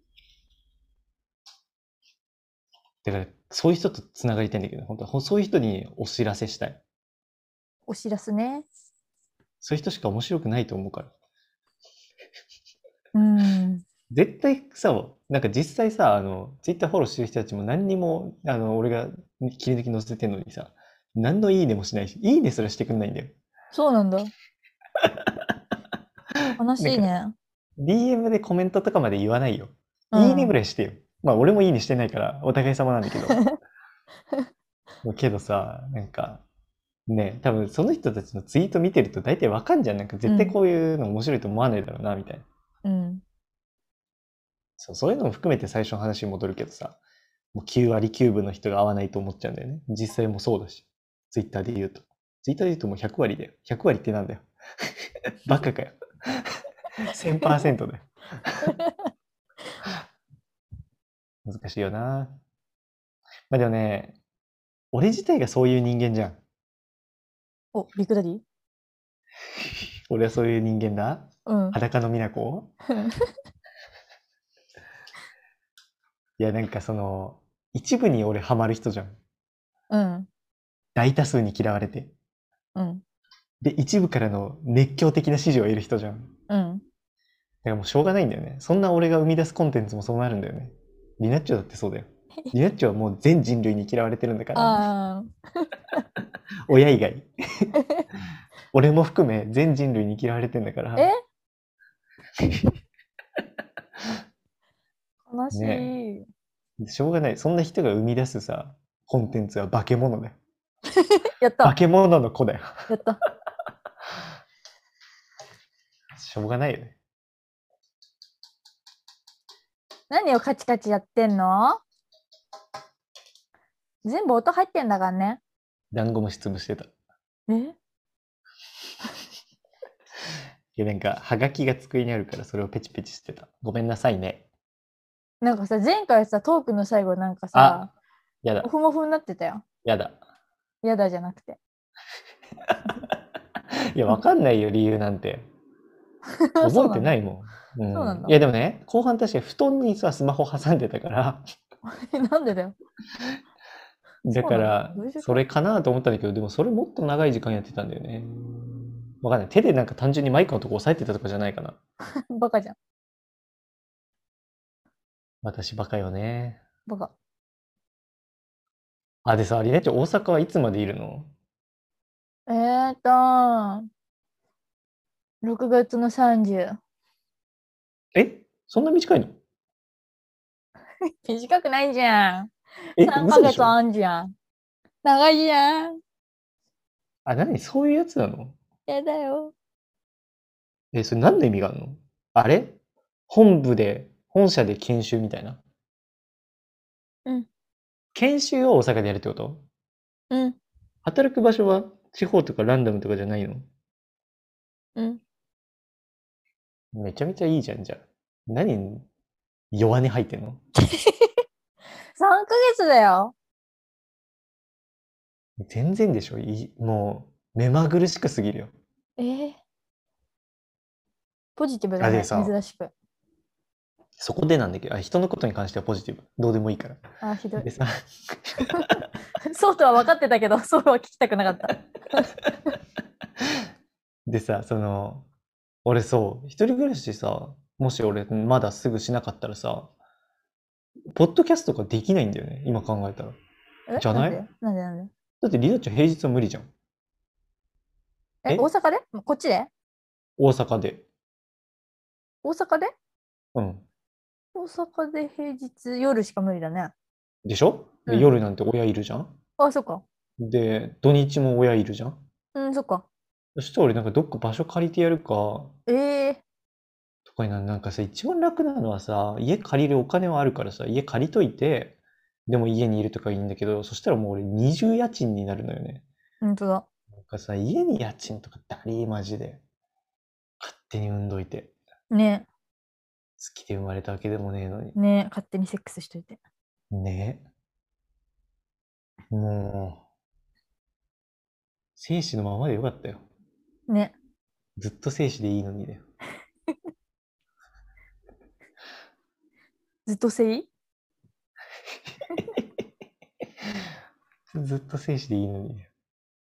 [SPEAKER 3] だから、そういう人とつながりたいんだけど、本当はそういう人にお知らせしたい。
[SPEAKER 2] お知らせね。
[SPEAKER 3] そういう人しか面白くないと思うから。絶対さ、なんか実際さ、ツイッターフォローしてる人たちも何にも、俺が切り抜き載せてんのにさ、何のいいねもしないし、いいねすらしてくんないんだよ。
[SPEAKER 2] そうなんだ。悲しいね。
[SPEAKER 3] DM でコメントとかまで言わないよ。いいねぐらいしてよ。まあ俺もいいねしてないからお互い様なんだけど。けどさ、なんか、ね、多分その人たちのツイート見てると大体わかんじゃん。なんか絶対こういうの面白いと思わないだろうな、みたいな。そういうのも含めて最初の話に戻るけどさ、もう9割9分の人が合わないと思っちゃうんだよね。実際もそうだし。ツイッターで言うと。ツイッターで言うともう100割だよ。100割ってなんだよ。バカかよ。1000% だよ。難しいよな。まあでもね、俺自体がそういう人間じゃん。
[SPEAKER 2] お、ビッグダディ？
[SPEAKER 3] 俺はそういう人間だ。
[SPEAKER 2] うん。
[SPEAKER 3] 裸の美奈子。いや、なんか一部に俺ハマる人じゃん。
[SPEAKER 2] うん。
[SPEAKER 3] 大多数に嫌われて。
[SPEAKER 2] うん。
[SPEAKER 3] で、一部からの熱狂的な支持を得る人じゃん。
[SPEAKER 2] うん。
[SPEAKER 3] だからもうしょうがないんだよね。そんな俺が生み出すコンテンツもそうなるんだよね。リナッチョだってそうだよ。リナッチョはもう全人類に嫌われてるんだから。
[SPEAKER 2] ああ。
[SPEAKER 3] 親以外。俺も含め全人類に嫌われてんだから。
[SPEAKER 2] 悲しい。
[SPEAKER 3] ねえ、しょうがない。そんな人が生み出すさ、コンテンツは化け物だよ。
[SPEAKER 2] やった。
[SPEAKER 3] 化け物の子だよ。
[SPEAKER 2] やった。
[SPEAKER 3] しょうがないよね。
[SPEAKER 2] 何をカチカチやってんの？全部音入ってんだからね。
[SPEAKER 3] ダンゴムシ潰してた。
[SPEAKER 2] い
[SPEAKER 3] や、なんか、はがきが机にあるからそれをペチペチしてた。ごめんなさいね。
[SPEAKER 2] なんかさ、前回さ、トークの最後なんかさ、
[SPEAKER 3] やだ
[SPEAKER 2] モ。フモフになってたよ。
[SPEAKER 3] やだ。
[SPEAKER 2] やだじゃなくて。
[SPEAKER 3] いや、わかんないよ、理由なんて。覚えてないもん。
[SPEAKER 2] そうなんだ。
[SPEAKER 3] いや、でもね、後半確かに布団にさ、スマホ挟んでたから。
[SPEAKER 2] なんでだよ。
[SPEAKER 3] だから、それかなと思ったんだけど、でもそれもっと長い時間やってたんだよね。わかんない。手でなんか単純にマイクのとこ押さえてたとかじゃないかな。
[SPEAKER 2] バカじゃん。
[SPEAKER 3] 私バカよね。
[SPEAKER 2] バカ。
[SPEAKER 3] あ、でさ、リナッチョ大阪はいつまでいるの
[SPEAKER 2] 6月の30。
[SPEAKER 3] えそんな短いの？
[SPEAKER 2] 短くないじゃん。
[SPEAKER 3] え、
[SPEAKER 2] 3ヶ
[SPEAKER 3] 嘘でしょ？
[SPEAKER 2] 月あんじゃん。長いじゃん。
[SPEAKER 3] あ、何そういうやつなの？
[SPEAKER 2] やだよ。
[SPEAKER 3] それ何の意味があるの？あれ本社で研修みたいな。
[SPEAKER 2] うん。
[SPEAKER 3] 研修を大阪でやるってこと？
[SPEAKER 2] うん。
[SPEAKER 3] 働く場所は地方とかランダムとかじゃないの？
[SPEAKER 2] うん。
[SPEAKER 3] めちゃめちゃいいじゃん、じゃあ。何、弱音入ってんの？
[SPEAKER 2] 3ヶ月だよ。
[SPEAKER 3] 全然でしょ。もう、目まぐるしくすぎるよ。
[SPEAKER 2] ポジティブだね、
[SPEAKER 3] でさ
[SPEAKER 2] 珍しく。
[SPEAKER 3] そこでなんだけど、人のことに関してはポジティブ。どうでもいいから。
[SPEAKER 2] あ、ひどい
[SPEAKER 3] で。さ、
[SPEAKER 2] そうとは分かってたけど、そうは聞きたくなかった。
[SPEAKER 3] でさ、俺そう、一人暮らしさ、もし俺まだすぐしなかったらさ、ポッドキャストができないんだよね、今考えたら。じゃない？
[SPEAKER 2] なんで
[SPEAKER 3] だってリナちゃん平日は無理じゃん。
[SPEAKER 2] 大阪でこっちで
[SPEAKER 3] 大阪で。
[SPEAKER 2] 大阪で
[SPEAKER 3] うん。
[SPEAKER 2] 大阪で平日夜しか無理だね。
[SPEAKER 3] でしょ？で、
[SPEAKER 2] うん
[SPEAKER 3] 夜なんて親いるじゃん。
[SPEAKER 2] あ、そっか。
[SPEAKER 3] で、土日も親いるじゃん。
[SPEAKER 2] うん、そっか。
[SPEAKER 3] そしたら俺なんかどっか場所借りてやるか、とかになんかさ、一番楽なのはさ、家借りるお金はあるからさ、家借りといて、でも家にいるとかいいんだけど、そしたらもう俺二重家賃になるのよね。
[SPEAKER 2] ほんとだ。
[SPEAKER 3] なんかさ、家に家賃とかだりーマジで。勝手に産んどいて。
[SPEAKER 2] ね
[SPEAKER 3] 好きで生まれたわけでもねえのに。
[SPEAKER 2] ね勝手にセックスしといて。
[SPEAKER 3] ねえ。もう、生死のままでよかったよ。
[SPEAKER 2] ね。
[SPEAKER 3] ずっと生死でいいのにだよ。
[SPEAKER 2] ずっとせい
[SPEAKER 3] ずっと生死でいいのにだよ。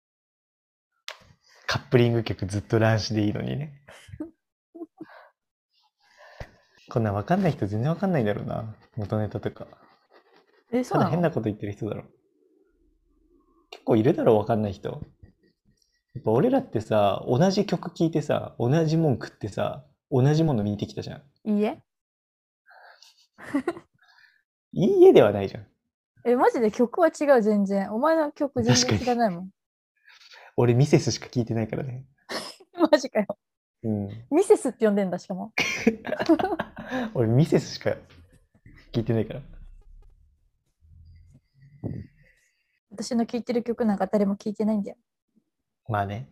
[SPEAKER 3] カップリング曲ずっと乱視でいいのにね。こんなん分かんない人全然分かんないんだろうな。元ネタとか。
[SPEAKER 2] そうなの
[SPEAKER 3] ただ変なこと言ってる人だろ。結構いるだろう、分かんない人。やっぱ俺らってさ、同じ曲聴いてさ、同じもん食ってさ、同じもの見てきたじゃん。
[SPEAKER 2] いいえ
[SPEAKER 3] いいえではないじゃん。
[SPEAKER 2] マジで曲は違う、全然。お前の曲全然知らないもん。
[SPEAKER 3] 俺ミセスしか聴いてないからね。
[SPEAKER 2] マジかよ。
[SPEAKER 3] うん。
[SPEAKER 2] ミセスって呼んでんだ、しかも。
[SPEAKER 3] 俺ミセスしか聴いてないから。
[SPEAKER 2] 私の聴いてる曲なんか誰も聴いてないんだよ。
[SPEAKER 3] まあね。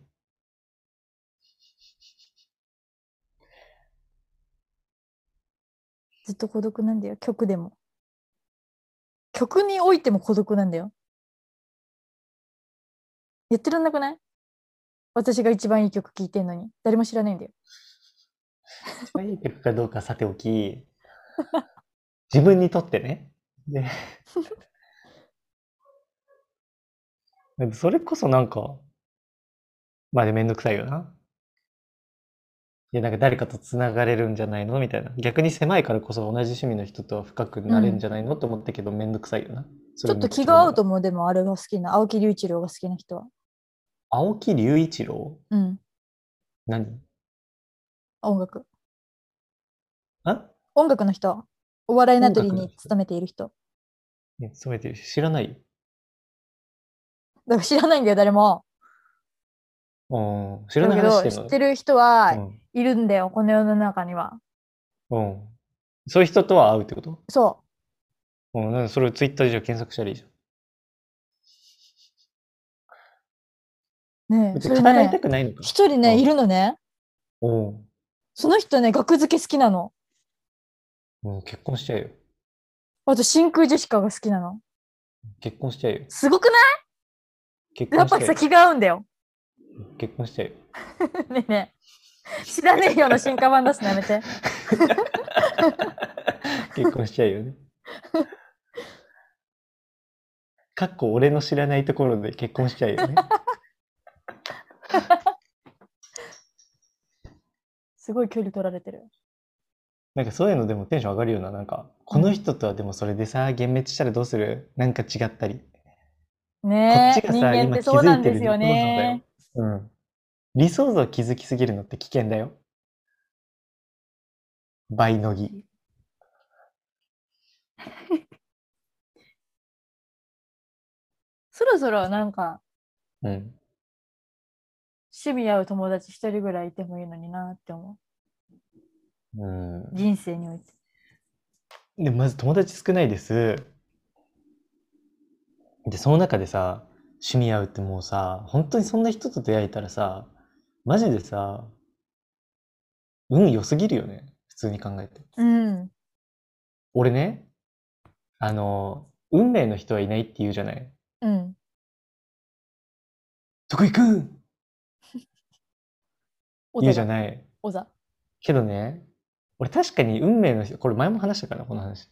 [SPEAKER 2] ずっと孤独なんだよ、曲でも。曲においても孤独なんだよ。やってらんなくない？私が一番いい曲聴いてんのに。誰も知らないんだよ。
[SPEAKER 3] 一番いい曲かどうかさておき、自分にとってね。で、それこそなんか、まあでめんどくさいよな。いや、なんか誰かと繋がれるんじゃないのみたいな。逆に狭いからこそ同じ趣味の人とは深くなれるんじゃないのと思ったけど、めんどくさいよな。
[SPEAKER 2] ちょっと気が合うと思う、でもあれが好きな、青木隆一郎が好きな人は。
[SPEAKER 3] 青木隆一郎？
[SPEAKER 2] うん。
[SPEAKER 3] 何？
[SPEAKER 2] 音楽。
[SPEAKER 3] あ？
[SPEAKER 2] 音楽の人。お笑いナトリに勤めている人。
[SPEAKER 3] ね、勤めてるし、知らないよ。
[SPEAKER 2] だから知らないんだよ、誰も。
[SPEAKER 3] 知らない話して
[SPEAKER 2] だけど、
[SPEAKER 3] んの？
[SPEAKER 2] 知ってる人はいるんだよ、この世の中には。
[SPEAKER 3] そういう人とは会うってこと？
[SPEAKER 2] そ
[SPEAKER 3] なんかそれをツイッターでじゃ検索したらいいじゃん。
[SPEAKER 2] ねえ、それ
[SPEAKER 3] 語りた
[SPEAKER 2] ね、
[SPEAKER 3] くないのか。
[SPEAKER 2] 一人ね、いるのね。その人ね、学付け好きなの。
[SPEAKER 3] 結婚しちゃえよ。
[SPEAKER 2] あと、真空ジェシカが好きなの。
[SPEAKER 3] 結婚しちゃえよ。
[SPEAKER 2] すごくないやっぱりさ、気が合うんだよ。
[SPEAKER 3] 結婚しちゃえよ。
[SPEAKER 2] ねえねえ。知らねえような進化版出すのやめて。
[SPEAKER 3] 結婚しちゃえよね。かっこ俺の知らないところで結婚しちゃえよね。
[SPEAKER 2] すごい距離取られてる。
[SPEAKER 3] なんかそういうのでもテンション上がるような、なんか、この人とはでもそれでさ、幻滅したらどうする？なんか違ったり。
[SPEAKER 2] ねえ、
[SPEAKER 3] こっちがさ、
[SPEAKER 2] 人間ってそうなんですよね。
[SPEAKER 3] 理想像気づきすぎるのって危険だよ。倍のぎ。
[SPEAKER 2] そろそろなんか
[SPEAKER 3] うん。
[SPEAKER 2] 趣味合う友達一人ぐらいいてもいいのになって思う。
[SPEAKER 3] うん。
[SPEAKER 2] 人生において。
[SPEAKER 3] で、まず友達少ないです。で、その中でさ、趣味合うってもうさ、本当にそんな人と出会えたらさ、マジでさ、運良すぎるよね。普通に考えて。
[SPEAKER 2] うん。
[SPEAKER 3] 俺ね、運命の人はいないって言うじゃない。
[SPEAKER 2] うん。
[SPEAKER 3] 徳井くん言うじゃ
[SPEAKER 2] い。
[SPEAKER 3] ない。
[SPEAKER 2] おざ。
[SPEAKER 3] けどね、俺確かに運命の人、これ前も話したかな、この話。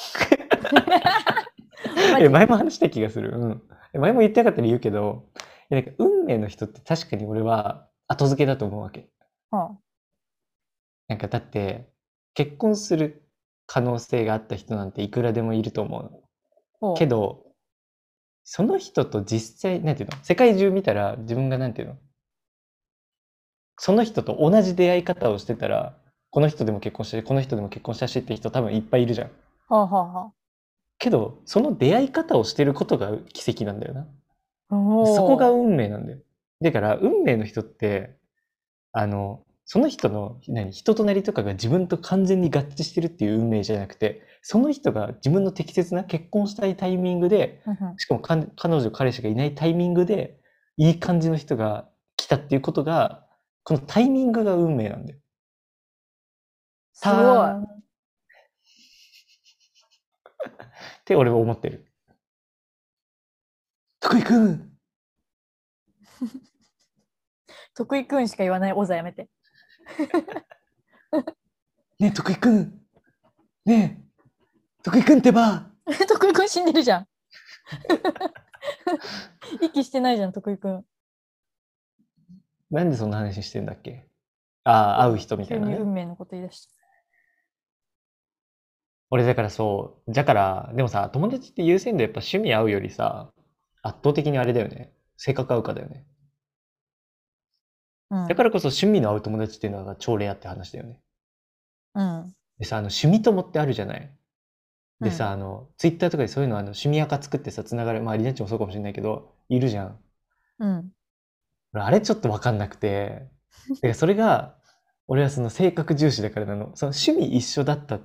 [SPEAKER 2] マジ
[SPEAKER 3] 前も話した気がする。うん。前も言ってなかったら言うけど、なんか運命の人って確かに俺は後付けだと思うわけ。
[SPEAKER 2] は
[SPEAKER 3] なんかだって、結婚する可能性があった人なんていくらでもいると思うの。
[SPEAKER 2] ほう
[SPEAKER 3] けど、その人と実際、なんていうの、世界中見たら自分がなんていうの、その人と同じ出会い方をしてたら、この人でも結婚して、この人でも結婚したしって人多分いっぱいいるじゃん。
[SPEAKER 2] はあはあは
[SPEAKER 3] けど、その出会い方をしてることが奇跡なんだよな。
[SPEAKER 2] あ。おー
[SPEAKER 3] そこが運命なんだよ。だから、運命の人って、その人の、人となりとかが自分と完全に合致してるっていう運命じゃなくて、その人が自分の適切な結婚したいタイミングで、
[SPEAKER 2] うんうん
[SPEAKER 3] しかも彼女、彼氏がいないタイミングで、いい感じの人が来たっていうことが、このタイミングが運命なんだよ。
[SPEAKER 2] すごい。
[SPEAKER 3] ーんって俺は思ってる。徳井くん
[SPEAKER 2] 徳井くんしか言わないおざやめて。
[SPEAKER 3] ねえ、徳井くんねえ、徳井くんってば
[SPEAKER 2] 徳井くん死んでるじゃん。息してないじゃん、徳井くん。
[SPEAKER 3] なんでそんな話してんだっけ？ああ、会う人みたいなね。
[SPEAKER 2] 急に運命のこと言い出した。
[SPEAKER 3] 俺だからそう、だから、でもさ、友達って優先度やっぱ趣味合うよりさ、圧倒的にあれだよね。性格合うかだよね。
[SPEAKER 2] うん。
[SPEAKER 3] だからこそ趣味の合う友達っていうのが超レアって話だよね。
[SPEAKER 2] うん。
[SPEAKER 3] でさ、趣味友ってあるじゃない。でさ、ツイッターとかでそういうの趣味垢作ってさ、つながる、まあ、リナッチもそうかもしれないけど、いるじゃん。
[SPEAKER 2] うん。
[SPEAKER 3] 俺あれちょっとわかんなくて、だからそれが、俺はその性格重視だからなの。その趣味一緒だったって、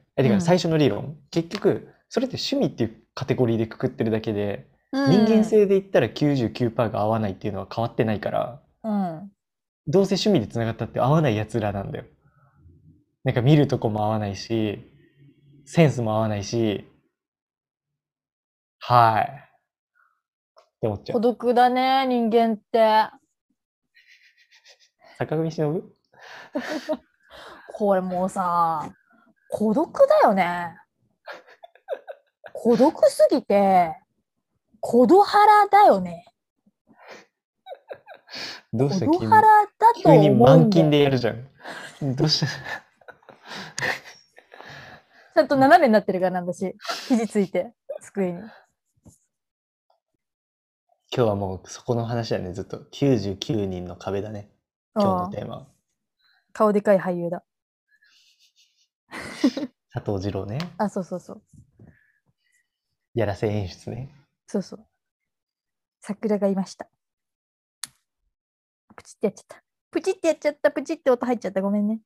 [SPEAKER 3] だから最初の理論、結局、それって趣味っていうカテゴリーでくくってるだけで、人間性で言ったら 99% が合わないっていうのは変わってないから、
[SPEAKER 2] うん。
[SPEAKER 3] どうせ趣味でつながったって合わない奴らなんだよ。なんか見るとこも合わないし、センスも合わないし、はい。って思っちゃ
[SPEAKER 2] 孤
[SPEAKER 3] う。
[SPEAKER 2] 独だね、人間って。
[SPEAKER 3] 坂上忍？
[SPEAKER 2] これもうさ、孤独だよね。孤独すぎて、孤独腹だよね。
[SPEAKER 3] どうした
[SPEAKER 2] 孤独腹だと
[SPEAKER 3] 急に
[SPEAKER 2] 思
[SPEAKER 3] 満勤
[SPEAKER 2] うんだよ。
[SPEAKER 3] でやるじゃん。どうした
[SPEAKER 2] ちゃんと斜めになってるからなんだし、肘ついて、机に。
[SPEAKER 3] 今日はもうそこの話だね、ずっと。99人の壁だね。今日のテーマは。
[SPEAKER 2] 顔でかい俳優だ。
[SPEAKER 3] 佐藤二郎ね。
[SPEAKER 2] あ、そうそうそう。
[SPEAKER 3] やらせ演出ね。
[SPEAKER 2] そうそう。桜がいました。プチってやっちゃった。プチってやっちゃった。プチって音入っちゃった。ごめんね。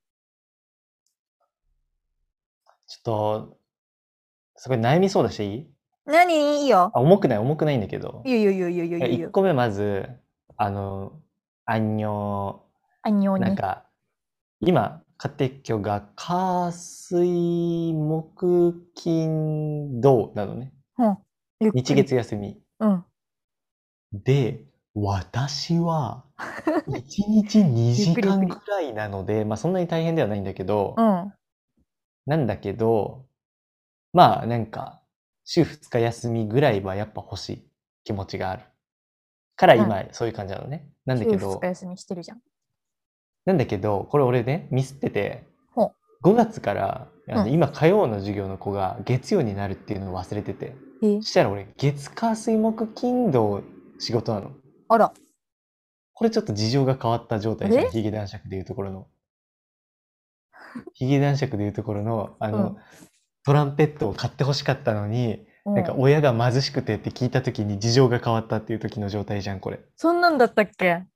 [SPEAKER 3] ちょっと、すごい悩みそうだしいい？
[SPEAKER 2] 何いいよ。
[SPEAKER 3] 重くないんだけど。
[SPEAKER 2] いいよいいよいいよいいよいいよいい
[SPEAKER 3] 1
[SPEAKER 2] よ。
[SPEAKER 3] 個目まず、アンニョ
[SPEAKER 2] あんにょに。
[SPEAKER 3] なんか、今、家庭教が火水木金土なのね。
[SPEAKER 2] うん。ゆっくり
[SPEAKER 3] 日月休み。
[SPEAKER 2] うん。
[SPEAKER 3] で、私は、1日2時間ぐらいなので、まあそんなに大変ではないんだけど
[SPEAKER 2] う、ん。
[SPEAKER 3] なんだけど、まあなんか、週2日休みぐらいはやっぱ欲しい気持ちがある。から今、そういう感じなのね。なんだけ
[SPEAKER 2] 週
[SPEAKER 3] ど
[SPEAKER 2] 2日、休みしてるじゃん。
[SPEAKER 3] これ俺ね、ミスってて、
[SPEAKER 2] ほ
[SPEAKER 3] 5月から、
[SPEAKER 2] うん
[SPEAKER 3] 今火曜の授業の子が月曜になるっていうのを忘れてて、
[SPEAKER 2] う。
[SPEAKER 3] そしたら俺、月火水木金土仕事なの。
[SPEAKER 2] あら。
[SPEAKER 3] これちょっと事情が変わった状態じゃん。ヒゲ男爵でいうところの。ヒゲ男爵でいうところの、
[SPEAKER 2] うん
[SPEAKER 3] トランペットを買ってほしかったのに、
[SPEAKER 2] うん
[SPEAKER 3] なんか親が貧しくてって聞いた時に事情が変わったっていう時の状態じゃん、これ。
[SPEAKER 2] そんなんだったっけ？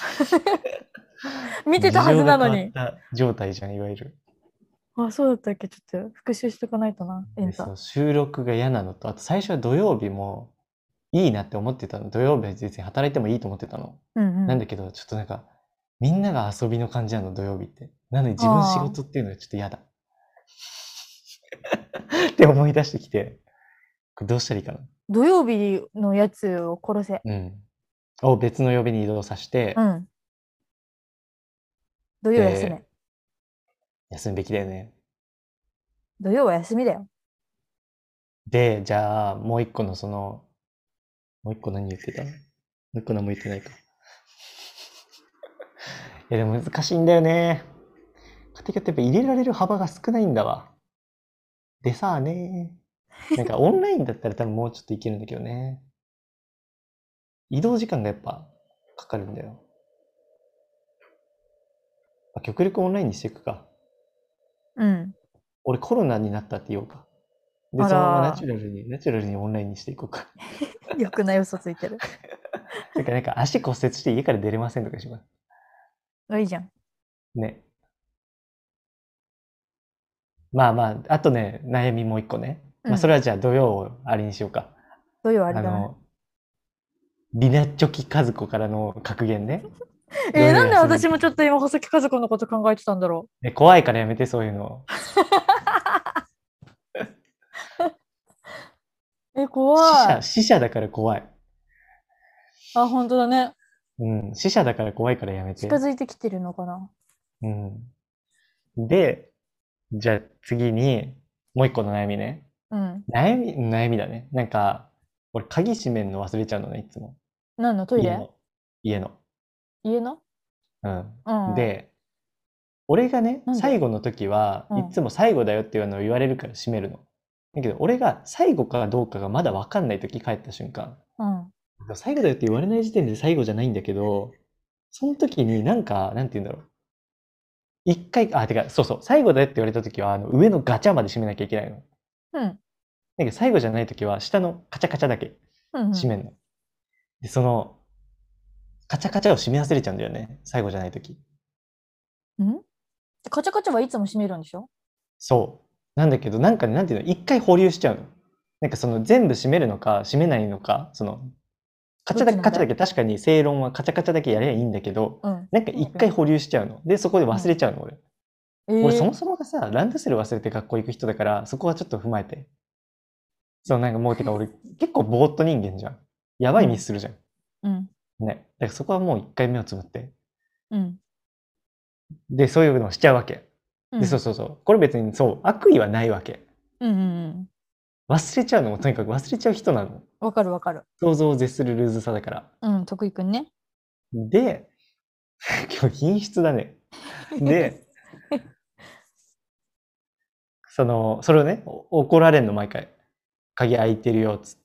[SPEAKER 2] 見てたはずなのに。
[SPEAKER 3] 事情が変わった状態じゃん、いわゆる。
[SPEAKER 2] あ、そうだったっけ？ちょっと復習しとかないとな、エンタ。
[SPEAKER 3] でそう収録が嫌なのと、あと最初は土曜日もいいなって思ってたの。土曜日は別に働いてもいいと思ってたの。
[SPEAKER 2] うんうん。
[SPEAKER 3] なんだけど、ちょっとなんか、みんなが遊びの感じなの、土曜日って。なのに自分仕事っていうのはちょっと嫌だ。って思い出してきて、これどうしたらいいかな。
[SPEAKER 2] 土曜日のやつを殺せ。
[SPEAKER 3] うん。を別の曜日に移動させて、
[SPEAKER 2] うん。土曜休め
[SPEAKER 3] で。休むべきだよね。
[SPEAKER 2] 土曜は休みだよ。
[SPEAKER 3] で、じゃあ、もう一個のもう一個何言ってた？もう一個何も言ってないか。いや、でも難しいんだよね。家庭科ってやっぱ入れられる幅が少ないんだわ。でさあね。なんかオンラインだったら多分もうちょっといけるんだけどね。移動時間がやっぱかかるんだよ。極力オンラインにしていくか。
[SPEAKER 2] うん。
[SPEAKER 3] 俺コロナになったって言おうか。で、
[SPEAKER 2] あら
[SPEAKER 3] そのままナチュラルにオンラインにしていこうか。
[SPEAKER 2] よくない嘘ついてる。
[SPEAKER 3] なんか足骨折して家から出れませんとかします。
[SPEAKER 2] あ、いいじゃん。
[SPEAKER 3] ね。まあまあ、あとね、悩みもう一個ね。まあそれはじゃあ土曜をあれにしようか。
[SPEAKER 2] 土曜あれだね。
[SPEAKER 3] リナチョキカズコからの格言ね。
[SPEAKER 2] なんで私もちょっと今、細木和子のこと考えてたんだろ
[SPEAKER 3] 怖いからやめて、そういうの。
[SPEAKER 2] 怖い。
[SPEAKER 3] 死者だから怖い。
[SPEAKER 2] あ、本当だね。
[SPEAKER 3] うん、死者だから怖いからやめて。
[SPEAKER 2] 近づいてきてるのかな。
[SPEAKER 3] うん。で、じゃあ次に、もう一個の悩みね。
[SPEAKER 2] うん。
[SPEAKER 3] 悩みだね。なんか、俺鍵閉めるの忘れちゃうのね、いつも。
[SPEAKER 2] 何のトイレ？
[SPEAKER 3] 家の。
[SPEAKER 2] 家の？
[SPEAKER 3] うん。で、俺がね、最後の時は、いつも最後だよっていうのを言われるから閉めるの。だけど、俺が最後かどうかがまだ分かんない時帰った瞬間。最後だよって言われない時点で最後じゃないんだけど、その時になんか、なんて言うんだろう。一回、てか、そうそう、最後だよって言われた時は、上のガチャまで閉めなきゃいけないの。だけど、最後じゃない時は、下のカチャカチャだけ閉めんの。で、その、カチャカチャを閉め忘れちゃうんだよね。最後じゃない時。
[SPEAKER 2] カチャカチャはいつも閉めるんでしょ？
[SPEAKER 3] そう。なんだけど、なんかね、なんていうの、一回保留しちゃうの。なんかその全部閉めるのか、閉めないのか、その、カチャだけ確かに正論はカチャカチャだけやればいいんだけど、なんか一回保留しちゃうの。で、そこで忘れちゃうの、俺。俺そもそもがさ、ランドセル忘れて学校行く人だから、そこはちょっと踏まえて。そう、なんかもう、てか俺結構ぼーっと人間じゃん。やばいミスするじゃん。ね。だからそこはもう一回目をつぶって。で、そういうのをしちゃうわけ。で、そう。これ別にそう、悪意はないわけ。忘れちゃうのもとにかく忘れちゃう人なの。
[SPEAKER 2] わかるわかる。
[SPEAKER 3] 想像を絶するルーズさだから。
[SPEAKER 2] 徳井くんね。
[SPEAKER 3] で、今日品質だね。で、それをね、怒られんの毎回。鍵開いてるよ、つって。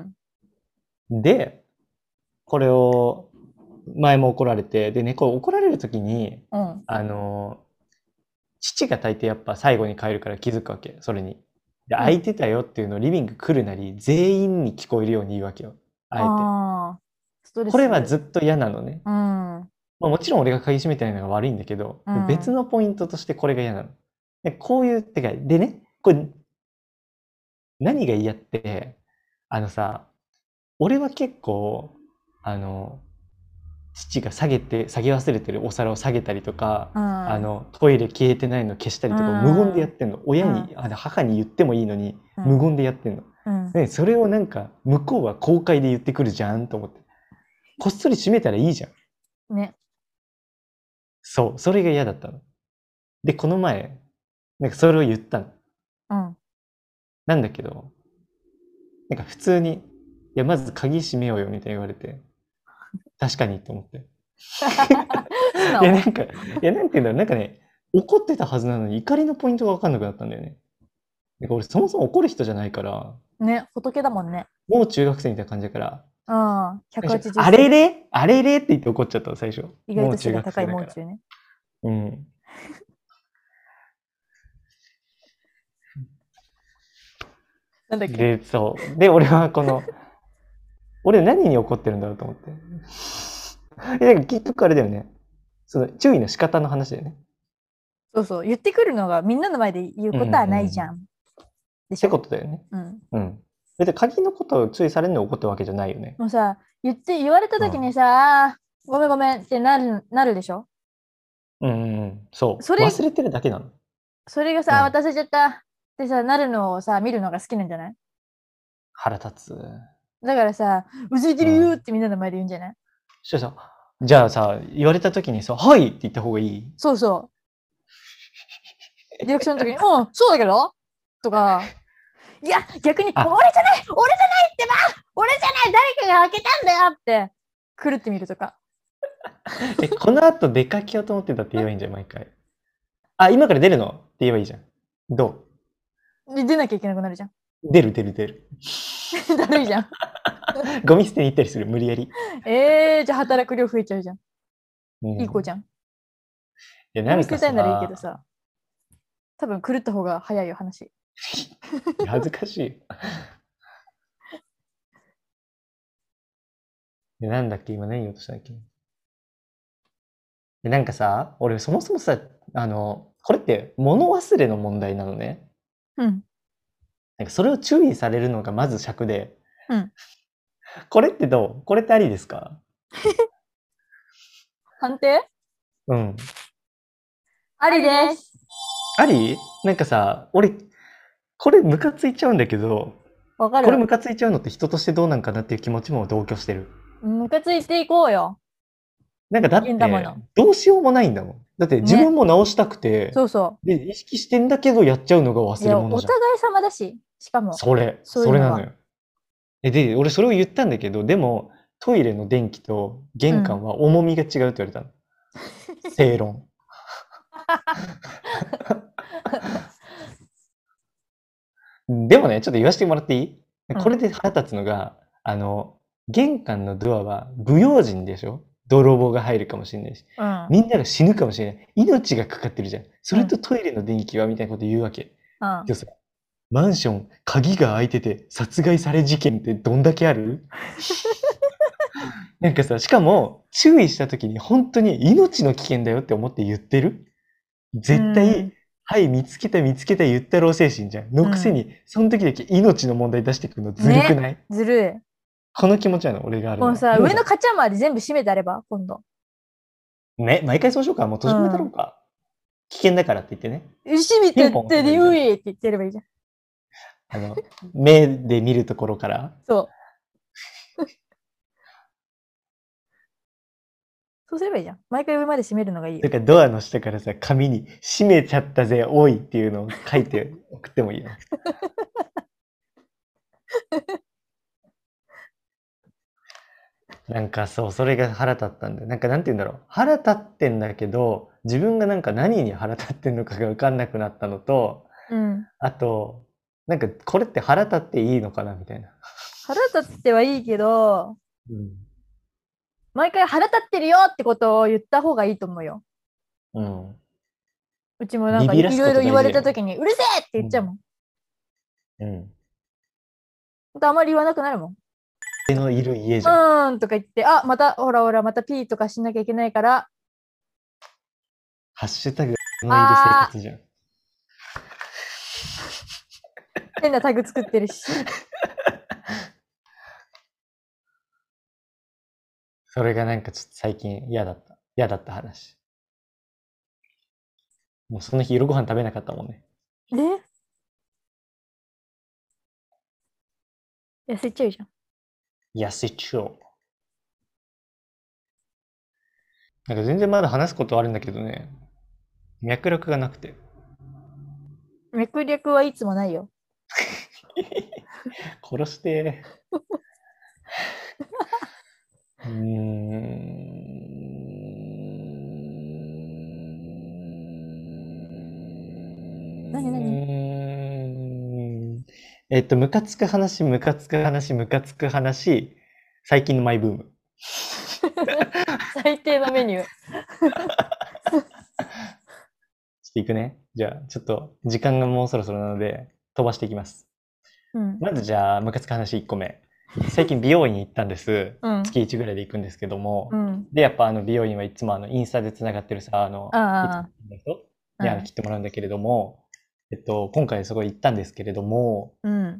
[SPEAKER 3] で、これを、前も怒られて、でね、これ怒られるときに、父が大抵やっぱ最後に帰るから気づくわけ、それに。で、開いてたよっていうのをリビング来るなり、全員に聞こえるように言うわけよ。あえて。これはずっと嫌なのね。もちろん俺が鍵閉めてないのが悪いんだけど、別のポイントとしてこれが嫌なの。で、こういう、てか、でね、これ、何が嫌って、俺は結構、父が下げ忘れてるお皿を下げたりとか、トイレ消えてないの消したりとか、無言でやってんの。親に、母に言ってもいいのに、無言でやってんの。で、それをなんか、向こうは公開で言ってくるじゃんと思って。こっそり閉めたらいいじゃん。
[SPEAKER 2] ね。
[SPEAKER 3] そう、それが嫌だったの。で、この前、なんかそれを言ったの。なんだけど、なんか普通に、いや、まず鍵閉めようよみたいに言われて、確かにと思って。いや、なんて言うんだろう、なんかね、怒ってたはずなのに怒りのポイントが分かんなくなったんだよね。なんか俺そもそも怒る人じゃないから。
[SPEAKER 2] ね、仏だもんね。
[SPEAKER 3] もう中学生みたいな感じだから。
[SPEAKER 2] 180。
[SPEAKER 3] あれれって言って怒っちゃったの、最初。
[SPEAKER 2] 意外と背が高いもう中ね。 なんだっけ。
[SPEAKER 3] で、そう。で、俺は俺何に怒ってるんだろうと思って。なんか結局あれだよね。その注意の仕方の話だよね。
[SPEAKER 2] そうそう。言ってくるのがみんなの前で言うことはないじゃん。で
[SPEAKER 3] って
[SPEAKER 2] しょ。
[SPEAKER 3] ことだよね。
[SPEAKER 2] うん。
[SPEAKER 3] うん。別に鍵のことを注意されるのに怒ってるわけじゃないよね。
[SPEAKER 2] もうさ、言われた時にさ、ごめんごめんってなるでしょ。
[SPEAKER 3] そう。
[SPEAKER 2] それ
[SPEAKER 3] 忘れてるだけなの。
[SPEAKER 2] それがさ、
[SPEAKER 3] うん
[SPEAKER 2] 渡せちゃったってさ、なるのをさ、見るのが好きなんじゃない？
[SPEAKER 3] 腹立つ。
[SPEAKER 2] だからさ、忘れてるよってみんなの前で言うんじゃない？
[SPEAKER 3] そしたらさ、じゃあさ、言われた時にさ、はいって言った方がいい？
[SPEAKER 2] そうそう。リアクションの時に、うん、そうだけどとか、いや、逆に、俺じゃないってば俺じゃない誰かが開けたんだよって狂ってみるとか。
[SPEAKER 3] この後出かけようと思ってたって言えばいいんじゃん、毎回。あ、今から出るのって言えばいいじゃん。ど
[SPEAKER 2] で出なきゃいけなくなるじゃん。
[SPEAKER 3] う？出る。
[SPEAKER 2] だるいじゃん。
[SPEAKER 3] ゴミ捨てに行ったりする、無理やり。
[SPEAKER 2] じゃあ働く量増えちゃうじゃん。いい子じ
[SPEAKER 3] ゃん。
[SPEAKER 2] ゃん。
[SPEAKER 3] いや、
[SPEAKER 2] ゴ
[SPEAKER 3] なんか
[SPEAKER 2] ミ捨てたいならいいけど
[SPEAKER 3] さ、
[SPEAKER 2] さ、多分狂った方が早いよ、話。
[SPEAKER 3] 恥ずかしい。でなんだっけ今何言おうとしたんだっけでなんかさ、俺そもそもさ、これって物忘れの問題なのね。
[SPEAKER 2] うん。
[SPEAKER 3] なんかそれを注意されるのがまず尺で。
[SPEAKER 2] うん。
[SPEAKER 3] これってどう？これってありですか？
[SPEAKER 2] 判定？
[SPEAKER 3] うん。
[SPEAKER 2] ありです。
[SPEAKER 3] あり？なんかさ、俺、これムカついちゃうんだけど、
[SPEAKER 2] わかる。
[SPEAKER 3] これムカついちゃうのって人としてどうなんかなっていう気持ちも同居してる。
[SPEAKER 2] ムカついていこうよ。
[SPEAKER 3] なんかだって
[SPEAKER 2] 人間だもの、
[SPEAKER 3] どうしようもないんだもん。だって自分も直したくて、
[SPEAKER 2] そうそ
[SPEAKER 3] で、意識してんだけどやっちゃうのが
[SPEAKER 2] う。
[SPEAKER 3] 忘
[SPEAKER 2] いや、
[SPEAKER 3] れ物じゃん。
[SPEAKER 2] お互い様だし、しかも。
[SPEAKER 3] それ
[SPEAKER 2] そういうのは
[SPEAKER 3] なのよ。で、俺それを言ったんだけど、でも、トイレの電気と玄関は重みが違うって言われたの。正論。でもね、ちょっと言わせてもらっていい？これで腹立つのが、玄関のドアは不用心でしょ？泥棒が入るかもしれないし、
[SPEAKER 2] うん。
[SPEAKER 3] みんなが死ぬかもしれない。命がかかってるじゃん。それとトイレの電気はみたいなこと言うわけ。
[SPEAKER 2] うん。
[SPEAKER 3] でもさ、マンション、鍵が開いてて殺害され事件ってどんだけある？なんかさ、しかも注意した時に本当に命の危険だよって思って言ってる？絶対、はい、見つけた言ったろう精神じゃん。のくせに、その時だけ命の問題出してくるのずるくない？
[SPEAKER 2] ずるい。
[SPEAKER 3] この気持ちなの、俺があるのは。
[SPEAKER 2] もうさ、
[SPEAKER 3] もう
[SPEAKER 2] 上のカチャ周り全部閉めてあれば、今度。
[SPEAKER 3] ね、毎回そうしようか。もう閉じ込めたろうか。危険だからって言ってね。
[SPEAKER 2] 閉めてってで、ういって言ってればいいじゃん。
[SPEAKER 3] 目で見るところから。
[SPEAKER 2] そう。そうすればいいじゃん。毎回上まで閉めるのがいいよ。
[SPEAKER 3] だからドアの下からさ、紙に閉めちゃったぜ、おいっていうのを書いて送ってもいいよ。なんかそう、それが腹立ったんだよ。なんかなんて言うんだろう。腹立ってんだけど、自分がなんか何に腹立ってんのかが分かんなくなったのと、あと、なんかこれって腹立っていいのかなみたいな。
[SPEAKER 2] 腹立ってはいいけど、
[SPEAKER 3] うん。
[SPEAKER 2] 毎回腹立ってるよってことを言った方がいいと思うよ。
[SPEAKER 3] うん。
[SPEAKER 2] うちもなんかい
[SPEAKER 3] ビビらすこと
[SPEAKER 2] ろいろ言われ
[SPEAKER 3] 大事だよ
[SPEAKER 2] た時に、うるせえって言っちゃうもん。
[SPEAKER 3] うん。
[SPEAKER 2] あんまり言わなくなるもん。
[SPEAKER 3] 手のいる家じゃん。
[SPEAKER 2] とか言って、あ、また、ほらほら、またピーとかしなきゃいけないから。
[SPEAKER 3] ハッシュタグのいる生活じゃん。
[SPEAKER 2] 変なタグ作ってるし。
[SPEAKER 3] それがなんかちょっと最近嫌だった話。もうその日夜ご飯食べなかったもんね。
[SPEAKER 2] 痩せちゃうじゃん。
[SPEAKER 3] 痩せちゃう。なんか全然まだ話すことあるんだけどね。脈絡がなくて。
[SPEAKER 2] 脈絡はいつもないよ。
[SPEAKER 3] 殺してムカつく話、最近のマイブーム。
[SPEAKER 2] 最低なメニュー。
[SPEAKER 3] ちょっといくね。じゃあ、ちょっと時間がもうそろそろなので、飛ばしていきます。
[SPEAKER 2] うん。
[SPEAKER 3] まずじゃあ、ムカつく話1個目。最近美容院に行ったんです。
[SPEAKER 2] うん。
[SPEAKER 3] 月1ぐらいで行くんですけども。
[SPEAKER 2] うん。
[SPEAKER 3] で、やっぱ美容院はいつもインスタでつながってるさ、いつも
[SPEAKER 2] あ
[SPEAKER 3] の人
[SPEAKER 2] あ。
[SPEAKER 3] に切ってもらうんだけれども、今回そこ行ったんですけれども、
[SPEAKER 2] うん。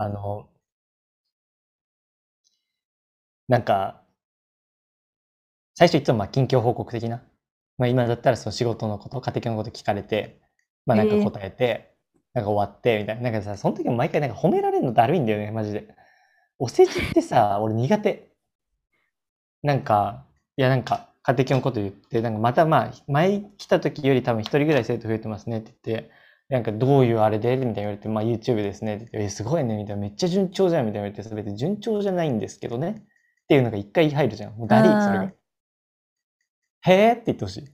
[SPEAKER 3] なんか、最初いつも近況報告的な。今だったらその仕事のこと、家庭のこと聞かれて、なんか答えて、なんか終わって、みたいな。なんかさ、その時も毎回なんか褒められるのだるいんだよね、マジで。お世辞ってさ、俺苦手。なんか、なんか、家庭のこと言って、なんかまた前来た時より多分一人ぐらい生徒増えてますねって言って、なんかどういうあれでみたいな言われて、YouTube ですねって言って、すごいねみたいな、めっちゃ順調じゃんみたいな言われて、別に順調じゃないんですけどねっていうのが一回入るじゃん。もうダリー、それが。へーって言ってほしい。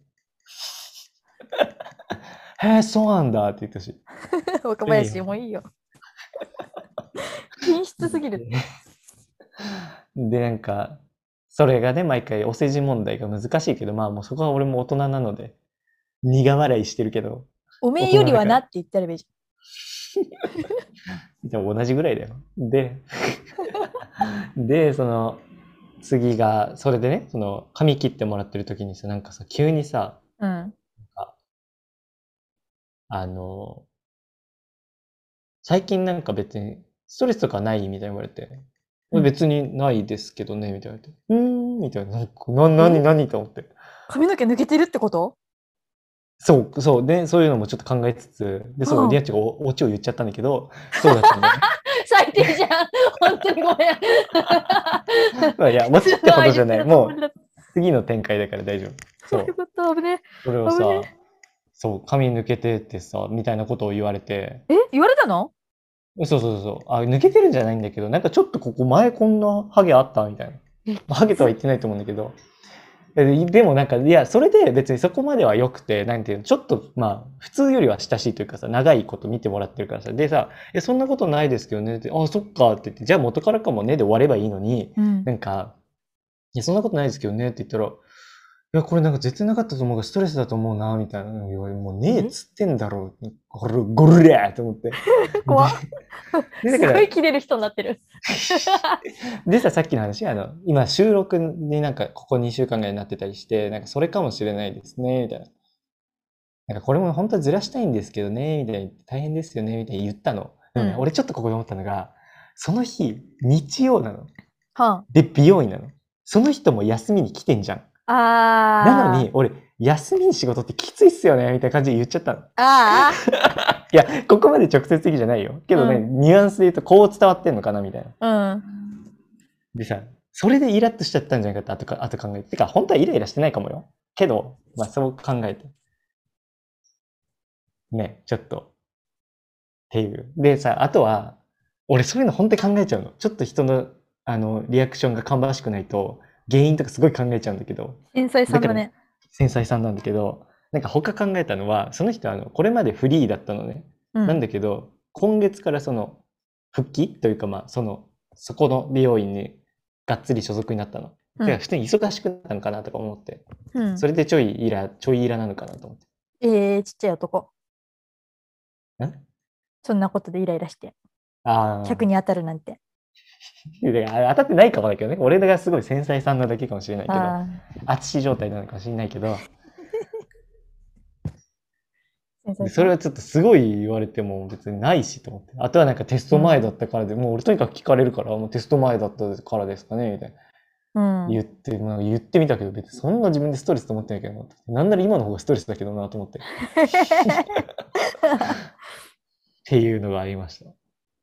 [SPEAKER 3] へー、そうなんだって言ってほしい。
[SPEAKER 2] 若林もいいよ。品質すぎる。
[SPEAKER 3] で、なんか、それがね、毎回お世辞問題が難しいけど、もうそこは俺も大人なので、苦笑いしてるけど。
[SPEAKER 2] おめえよりはなって言ってればいいじ
[SPEAKER 3] ゃん。でも同じぐらいだよ。で、次が、それでね、髪切ってもらってる時にさ、なんかさ、急にさ、最近なんか別にストレスとかないみたいに言われて、別にないですけどね、みたいな。みたいな。何と思って。
[SPEAKER 2] 髪の毛抜けてるってこと？
[SPEAKER 3] そう。で、そういうのもちょっと考えつつ、で、リアッチがオチを言っちゃったんだけど、そうだったんだよ。
[SPEAKER 2] 最低じゃん。本当にごめん。
[SPEAKER 3] いや、もちってことじゃない。もう、次の展開だから大丈夫。
[SPEAKER 2] そういうこと危ね。
[SPEAKER 3] それをさ、そう、髪抜けてってさ、みたいなことを言われて。
[SPEAKER 2] 言われたの？
[SPEAKER 3] そう。抜けてるんじゃないんだけど、なんかちょっとここ前こんなハゲあったみたいな。ハゲとは言ってないと思うんだけど。でもなんか、いや、それで別にそこまでは良くて、なんていうの、ちょっと普通よりは親しいというかさ、長いこと見てもらってるからさ、でさ、そんなことないですけどねって、そっかって言って、じゃあ元からかもねで終わればいいのに、なんか、そんなことないですけどねって言ったら、これなんか絶対なかったと思うがストレスだと思うな、みたいなの言われて、もうねえっつってんだろう。ゴルレーと思って。
[SPEAKER 2] 怖っ。すごい切れる人になってる。
[SPEAKER 3] でさっきの話、今収録になんかここ2週間ぐらいになってたりして、なんかそれかもしれないですね、みたいな。なんかこれも本当はずらしたいんですけどね、みたいな。大変ですよね、みたいに言ったの。でもね、俺ちょっとここで思ったのが、その日、日曜なの。で、美容院なの。その人も休みに来てんじゃん。なのに、俺、休みに仕事ってきついっすよね、みたいな感じで言っちゃったの。いや、ここまで直接的じゃないよ。けどね、ニュアンスで言うとこう伝わってんのかな、みたいな。でさ、それでイラッとしちゃったんじゃないかって後考えて。てか、本当はイライラしてないかもよ。けど、そう考えて。ね、ちょっと。っていう。でさ、あとは、俺そういうの本当に考えちゃうの。ちょっと人の、リアクションが芳しくないと、原因とかすごい考えちゃうんだけど。
[SPEAKER 2] 繊細さんだね。
[SPEAKER 3] 繊細さんなんだけど、なんか他考えたのは、その人これまでフリーだったのね。なんだけど、今月から復帰というかそこの美容院にがっつり所属になったの。だから普通に忙しくなったのかなとか思って。それでちょいイラなのかなと思って。
[SPEAKER 2] ちっちゃい男。そんなことでイライラして。客に当たるなんて。
[SPEAKER 3] 当たってないかもだけどね。俺がすごい繊細さんなだけかもしれないけど、熱し状態なのかもしれないけど、それはちょっとすごい言われても別にないしと思って。あとはなんかテスト前だったからで、もう俺とにかく聞かれるから、もうテスト前だったからですかねみたいな。言ってみたけど、別にそんな自分でストレスと思ってないけど、なんなら今の方がストレスだけどなと思って。っていうのがありました。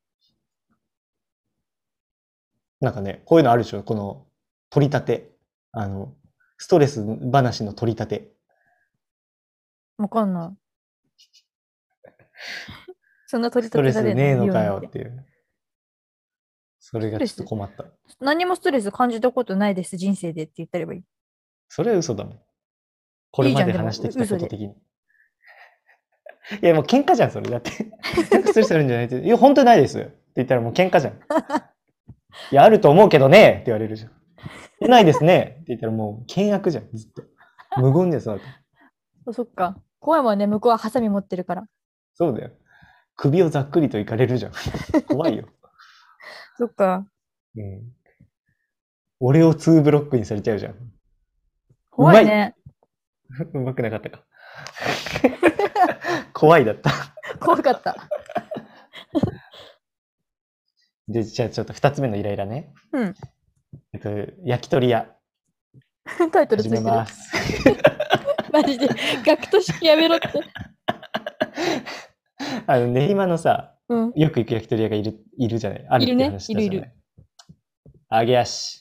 [SPEAKER 3] なんかね、こういうのあるでしょ、この取り立て。ストレス話の取り立て。
[SPEAKER 2] わかんない。そんな取り立て
[SPEAKER 3] ストレスねえのかよっていう。それがちょっと困った。
[SPEAKER 2] 何もストレス感じたことないです、人生でって言ったらいい。
[SPEAKER 3] それは嘘だもん。これまで話してきたこと的に。いや、もう喧嘩じゃん、それ。だって。なんかストレスあるんじゃないって。いや、本当にないです。って言ったらもう喧嘩じゃん。いや、あると思うけどねって言われるじゃん。ないですねって言ったらもう険悪じゃん、ずっと。無言じゃん、そうだ
[SPEAKER 2] と。そっか。怖いもんね、向こうはハサミ持ってるから。
[SPEAKER 3] そうだよ。首をざっくりといかれるじゃん。怖いよ。
[SPEAKER 2] そっか。
[SPEAKER 3] うん。俺を2ブロックにされちゃうじゃん。
[SPEAKER 2] 怖いね。
[SPEAKER 3] うまくなかったか。怖いだった。
[SPEAKER 2] 怖かった。
[SPEAKER 3] で、じゃあちょっと2つ目のイライラね。
[SPEAKER 2] うん。
[SPEAKER 3] 焼き鳥屋。
[SPEAKER 2] タイトルつ
[SPEAKER 3] 始め
[SPEAKER 2] いてる。
[SPEAKER 3] ます。
[SPEAKER 2] マジで。学徒式やめろって。
[SPEAKER 3] 練馬のさ、
[SPEAKER 2] うん。
[SPEAKER 3] よく行く焼き鳥屋がいるじゃない。あるって
[SPEAKER 2] いるね
[SPEAKER 3] 話したじゃない。
[SPEAKER 2] いる
[SPEAKER 3] 揚げ足。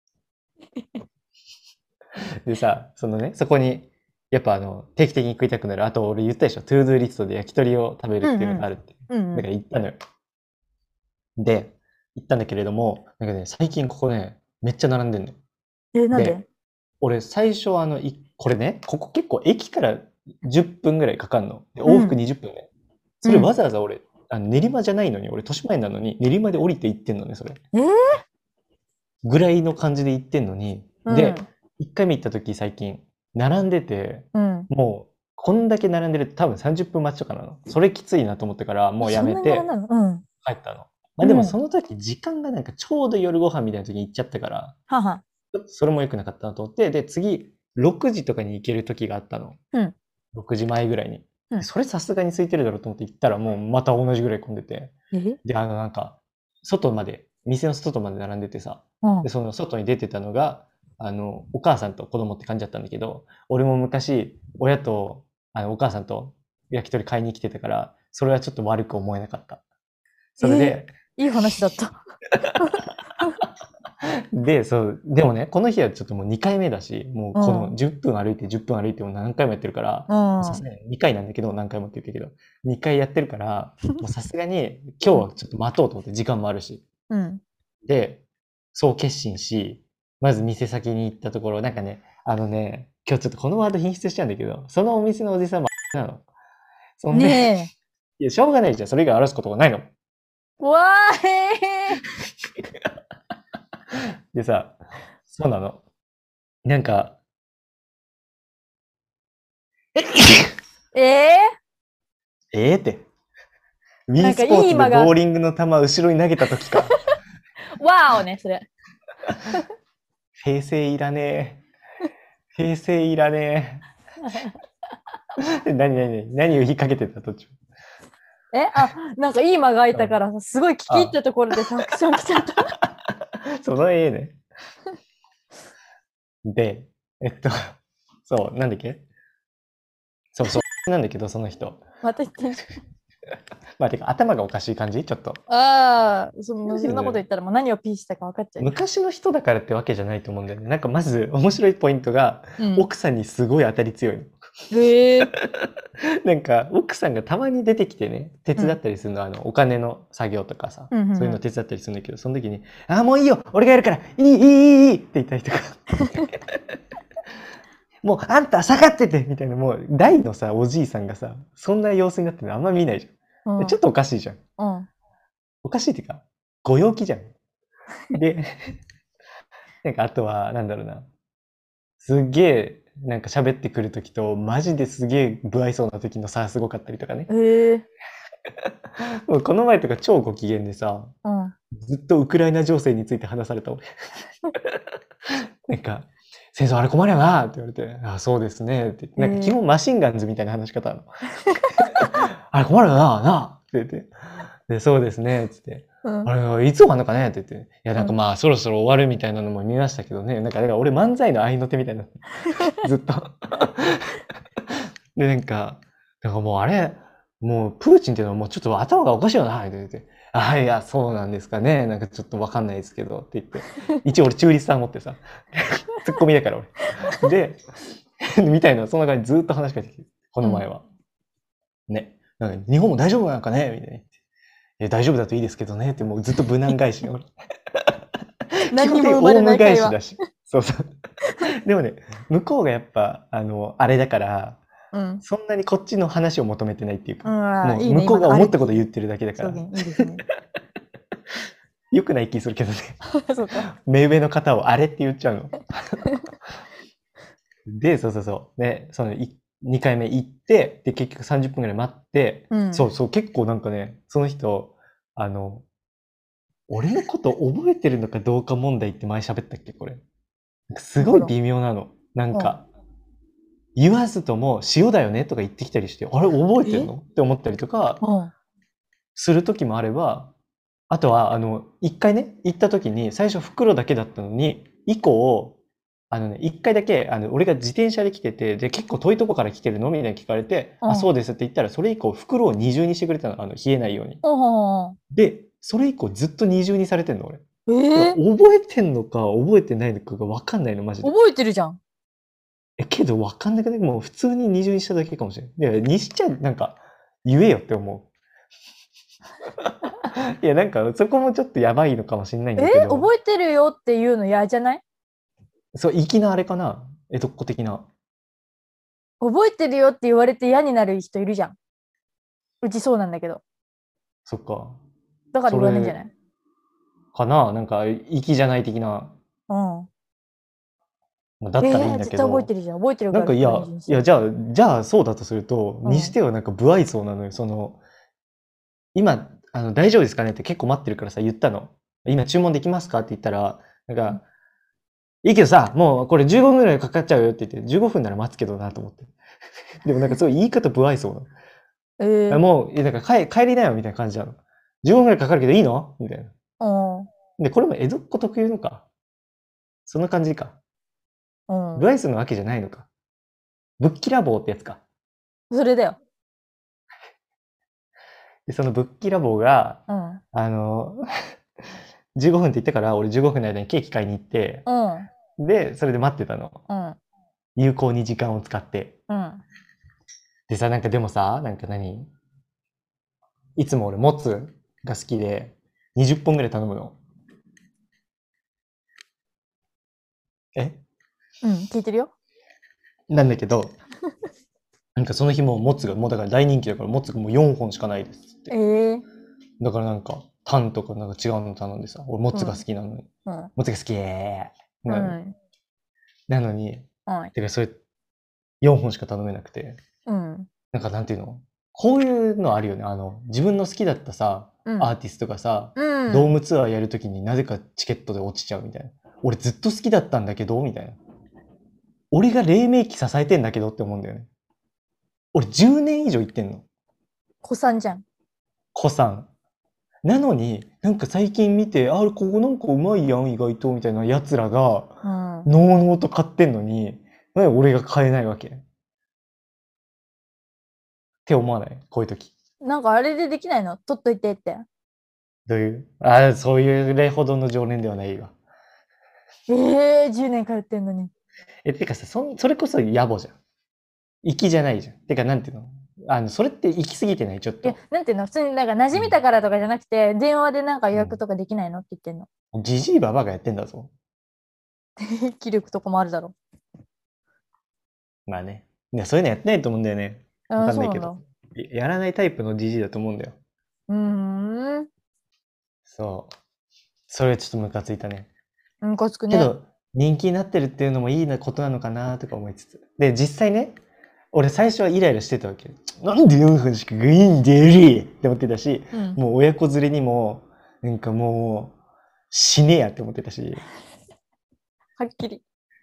[SPEAKER 3] でさ、そこに、やっぱ定期的に食いたくなる。あと俺言ったでしょ。トゥードゥーリストで焼き鳥を食べるっていうのがあるって。
[SPEAKER 2] うん
[SPEAKER 3] だから行ったのよ。で、行ったんだけれども、なんかね、最近ここね、めっちゃ並んでんのよ。
[SPEAKER 2] なんで
[SPEAKER 3] で俺最初これね、ここ結構駅から10分ぐらいかかんの。で往復20分ね。それわざわざ俺、練馬じゃないのに、俺豊島園なのに、練馬で降りて行ってんのね、それ。ぐらいの感じで行ってんのに。で、1回目行った時最近、並んでて、もう、こんだけ並んでると多分30分待ちとかなの。それきついなと思ってから、もうやめて、帰ったの。まあでもその時時間がなんかちょうど夜ご飯みたいな時に行っちゃったから、
[SPEAKER 2] はは。
[SPEAKER 3] それも良くなかったなと思って、で、次、6時とかに行ける時があったの。6時前ぐらいに。それさすがに空いてるだろうと思って行ったら、もうまた同じぐらい混んでて。で、なんか、店の外まで並んでてさ、で、その外に出てたのが、お母さんと子供って感じだったんだけど、俺も昔、親と、お母さんと焼き鳥買いに来てたから、それはちょっと悪く思えなかった。それで、
[SPEAKER 2] いい話だった。
[SPEAKER 3] でもね、この日はちょっともう2回目だし、もうこの10分歩いて10分歩いても何回もやってるから、さすがに2回なんだけど、何回もって言ってるけど、2回やってるから、もうさすがに今日はちょっと待とうと思って時間もあるし。で、そう決心し、まず店先に行ったところ、なんかね、今日ちょっとこのワード品質しちゃうんだけど、そのお店のおじさんもなの。そんで、いや、しょうがないじゃん。それ以外荒らすことがないの。
[SPEAKER 2] わー
[SPEAKER 3] でさ、そうなの。なんか、って。Wii スポーツでボーリングの球後ろに投げた時か。
[SPEAKER 2] わーおね、それ。
[SPEAKER 3] 平成いらねえ。平成いらねえ。何を言いかけてた途中。
[SPEAKER 2] なんかいい間が空いたから、すごい聞き入ったところでアクション来ちゃった。
[SPEAKER 3] そのね。で、そう、なんだっけなんだけど、その人。
[SPEAKER 2] また言って
[SPEAKER 3] まあ、てか、頭がおかしい感じちょっと。
[SPEAKER 2] そんなこと言ったらもう何をピーしたか分かっちゃう。
[SPEAKER 3] 昔の人だからってわけじゃないと思うんだよね。なんかまず面白いポイントが、奥さんにすごい当たり強いの。なんか奥さんがたまに出てきてね、手伝ったりするの、お金の作業とかさ、そういうの手伝ったりするんだけど、その時に、もういいよ俺がやるからいいって言ったりとか。もうあんた下がっててみたいな、もう大のさ、おじいさんがさ、そんな様子になってるのあんま見ないじゃん。ちょっとおかしいじゃん。おかしいっていうか、ご陽気じゃん。で、なんかあとは、なんだろうな。すっげえ、なんか喋ってくるときと、マジですげえ不愛想な時の差すごかったりとかね。もうこの前とか超ご機嫌でさ、ずっとウクライナ情勢について話された俺。なんか、戦争あれ困るよなって言われて、そうですねって。なんか基本マシンガンズみたいな話し方なの。あれ困るよなって言って。で、そうですねって言って。あれ、いつ終わんのかねって言って。いや、なんかまあ、そろそろ終わるみたいなのも見ましたけどね。なんか俺漫才の合いの手みたいな。ずっと。で、なんかもうあれ、もうプーチンっていうのはもうちょっと頭がおかしいよなって言って。いや、そうなんですかね。なんかちょっとわかんないですけどって言って。一応俺中立さん持ってさ。ツッコミだから俺。で、みたいな、そんな感じずっと話しかけてきて、この前は。ね。なんか日本も大丈夫なのかねみたいな。大丈夫だといいですけどねってもうずっと無難返しね、俺。
[SPEAKER 2] 何も生まれない会話。
[SPEAKER 3] だし。そうそう。でもね、向こうがやっぱ、あれだから、そんなにこっちの話を求めてないっていうか、もう向こうが思ったこと言ってるだけだから。よくない気するけどね。目上の方をあれって言っちゃうの。で、ね、その2回目行って、で、結局30分ぐらい待って、そう、結構なんかね、その人、 俺のこと覚えてるのかどうか問題って前喋ったっけこれ。なんかすごい微妙なの。なんか、言わずとも塩だよねとか言ってきたりして、あれ覚えてんのって思ったりとか
[SPEAKER 2] うん。
[SPEAKER 3] する時もあれば、あとは、一回ね、行った時に、最初袋だけだったのに、以降、一回だけ、俺が自転車で来てて、で、結構遠いとこから来てるのみたいな聞かれて、
[SPEAKER 2] うん
[SPEAKER 3] あ、そうですって言ったら、それ以降、袋を二重にしてくれたの、冷えないように。
[SPEAKER 2] うん。
[SPEAKER 3] で、それ以降、ずっと二重にされてんの、俺。
[SPEAKER 2] えー、
[SPEAKER 3] 覚えてんのか、覚えてないのかが分かんないの、マジで。
[SPEAKER 2] 覚えてるじゃん。
[SPEAKER 3] けど分かんなくない？もう普通に二重にしただけかもしれない。いや、にしちゃ、なんか、言えよって思う。いや、なんか、そこもちょっとやばいのかもしれないんだけど。
[SPEAKER 2] 覚えてるよっていうの嫌じゃない？
[SPEAKER 3] そう、粋なあれかな？江戸っ子的な。
[SPEAKER 2] 覚えてるよって言われて嫌になる人いるじゃん。うちそうなんだけど。
[SPEAKER 3] そっか。
[SPEAKER 2] だから言わないんじゃない？
[SPEAKER 3] かな？なんか、粋じゃない的な。
[SPEAKER 2] うん。
[SPEAKER 3] まあだったらいいんだ
[SPEAKER 2] 絶
[SPEAKER 3] けど。
[SPEAKER 2] 対覚えてるじゃん。覚えてるから。
[SPEAKER 3] なんか、いや、じゃあ、そうだとすると、
[SPEAKER 2] うん
[SPEAKER 3] にしてはなんか不愛想なのよ。今、大丈夫ですかねって結構待ってるからさ、言ったの。今注文できますかって言ったら、なんか、いいけどさ、もうこれ15分ぐらいかかっちゃうよって言って、15分なら待つけどなと思って。でもなんかそう言い方不愛想なの。もう、なんか帰りなよみたいな感じなの。15分ぐらいかかるけどいいのみたいな。で、これも江戸っ子特有のか。そんな感じか。不愛想なわけじゃないのか。ぶっきらぼうってやつか。
[SPEAKER 2] それだよ。
[SPEAKER 3] で、そのぶっきらぼうが、15分って言ったから、俺15分の間にケーキ買いに行って、で、それで待ってたの。有効に時間を使って。でさ、なんかでもさ、なんかいつも俺、もつが好きで、20本ぐらい頼むの。
[SPEAKER 2] 聞いてるよ。
[SPEAKER 3] なんだけど、なんかその日ももつが、もうだから大人気だから、もつがもう4本しかないですって。だからなんか、タンとかなんか違うの頼んでさ、俺もつが好きなのに。もつが好きなのに、てかそれ、4本しか頼めなくて。なんかなんていうの？こういうのあるよね。自分の好きだったさ、アーティストがさ、ドームツアーやるときになぜかチケットで落ちちゃうみたいな。俺ずっと好きだったんだけどみたいな。俺が黎明期支えてんだけどって思うんだよね。俺10年以上行ってんの。
[SPEAKER 2] 子さんじゃん。
[SPEAKER 3] 子さん。なのに、なんか最近見て、ここなんかうまいやん、意外と、みたいな奴らが、のうのうと買ってんのに、なんで俺が買えないわけって思わない？こういう時。
[SPEAKER 2] なんかあれでできないの？取っといてって。
[SPEAKER 3] どういう？そういう例ほどの常連ではないわ。
[SPEAKER 2] 10年通ってんのに。
[SPEAKER 3] てかさ、それこそ野暮じゃん。粋じゃないじゃん。てか、なんていうの？それって行き過ぎてない？ちょっと。
[SPEAKER 2] なんていうの？普通になんか馴染みたからとかじゃなくて、電話でなんか予約とかできないのって言ってんの。
[SPEAKER 3] じじいばばがやってんだぞ。
[SPEAKER 2] 気力とかもあるだろ
[SPEAKER 3] う。まあね。いや、そういうのやってないと思うんだよね。わかんないけど。やらないタイプのじじいだと思うんだよ。そう。それちょっとムカついたね。
[SPEAKER 2] ムカつくね。
[SPEAKER 3] けど、人気になってるっていうのもいいことなのかなとか思いつつ。で、実際ね、俺最初はイライラしてたわけ。なんで4分しかいいんだよって思ってたし、もう親子連れにも、なんかもう、死ねやって思ってたし。
[SPEAKER 2] はっきり。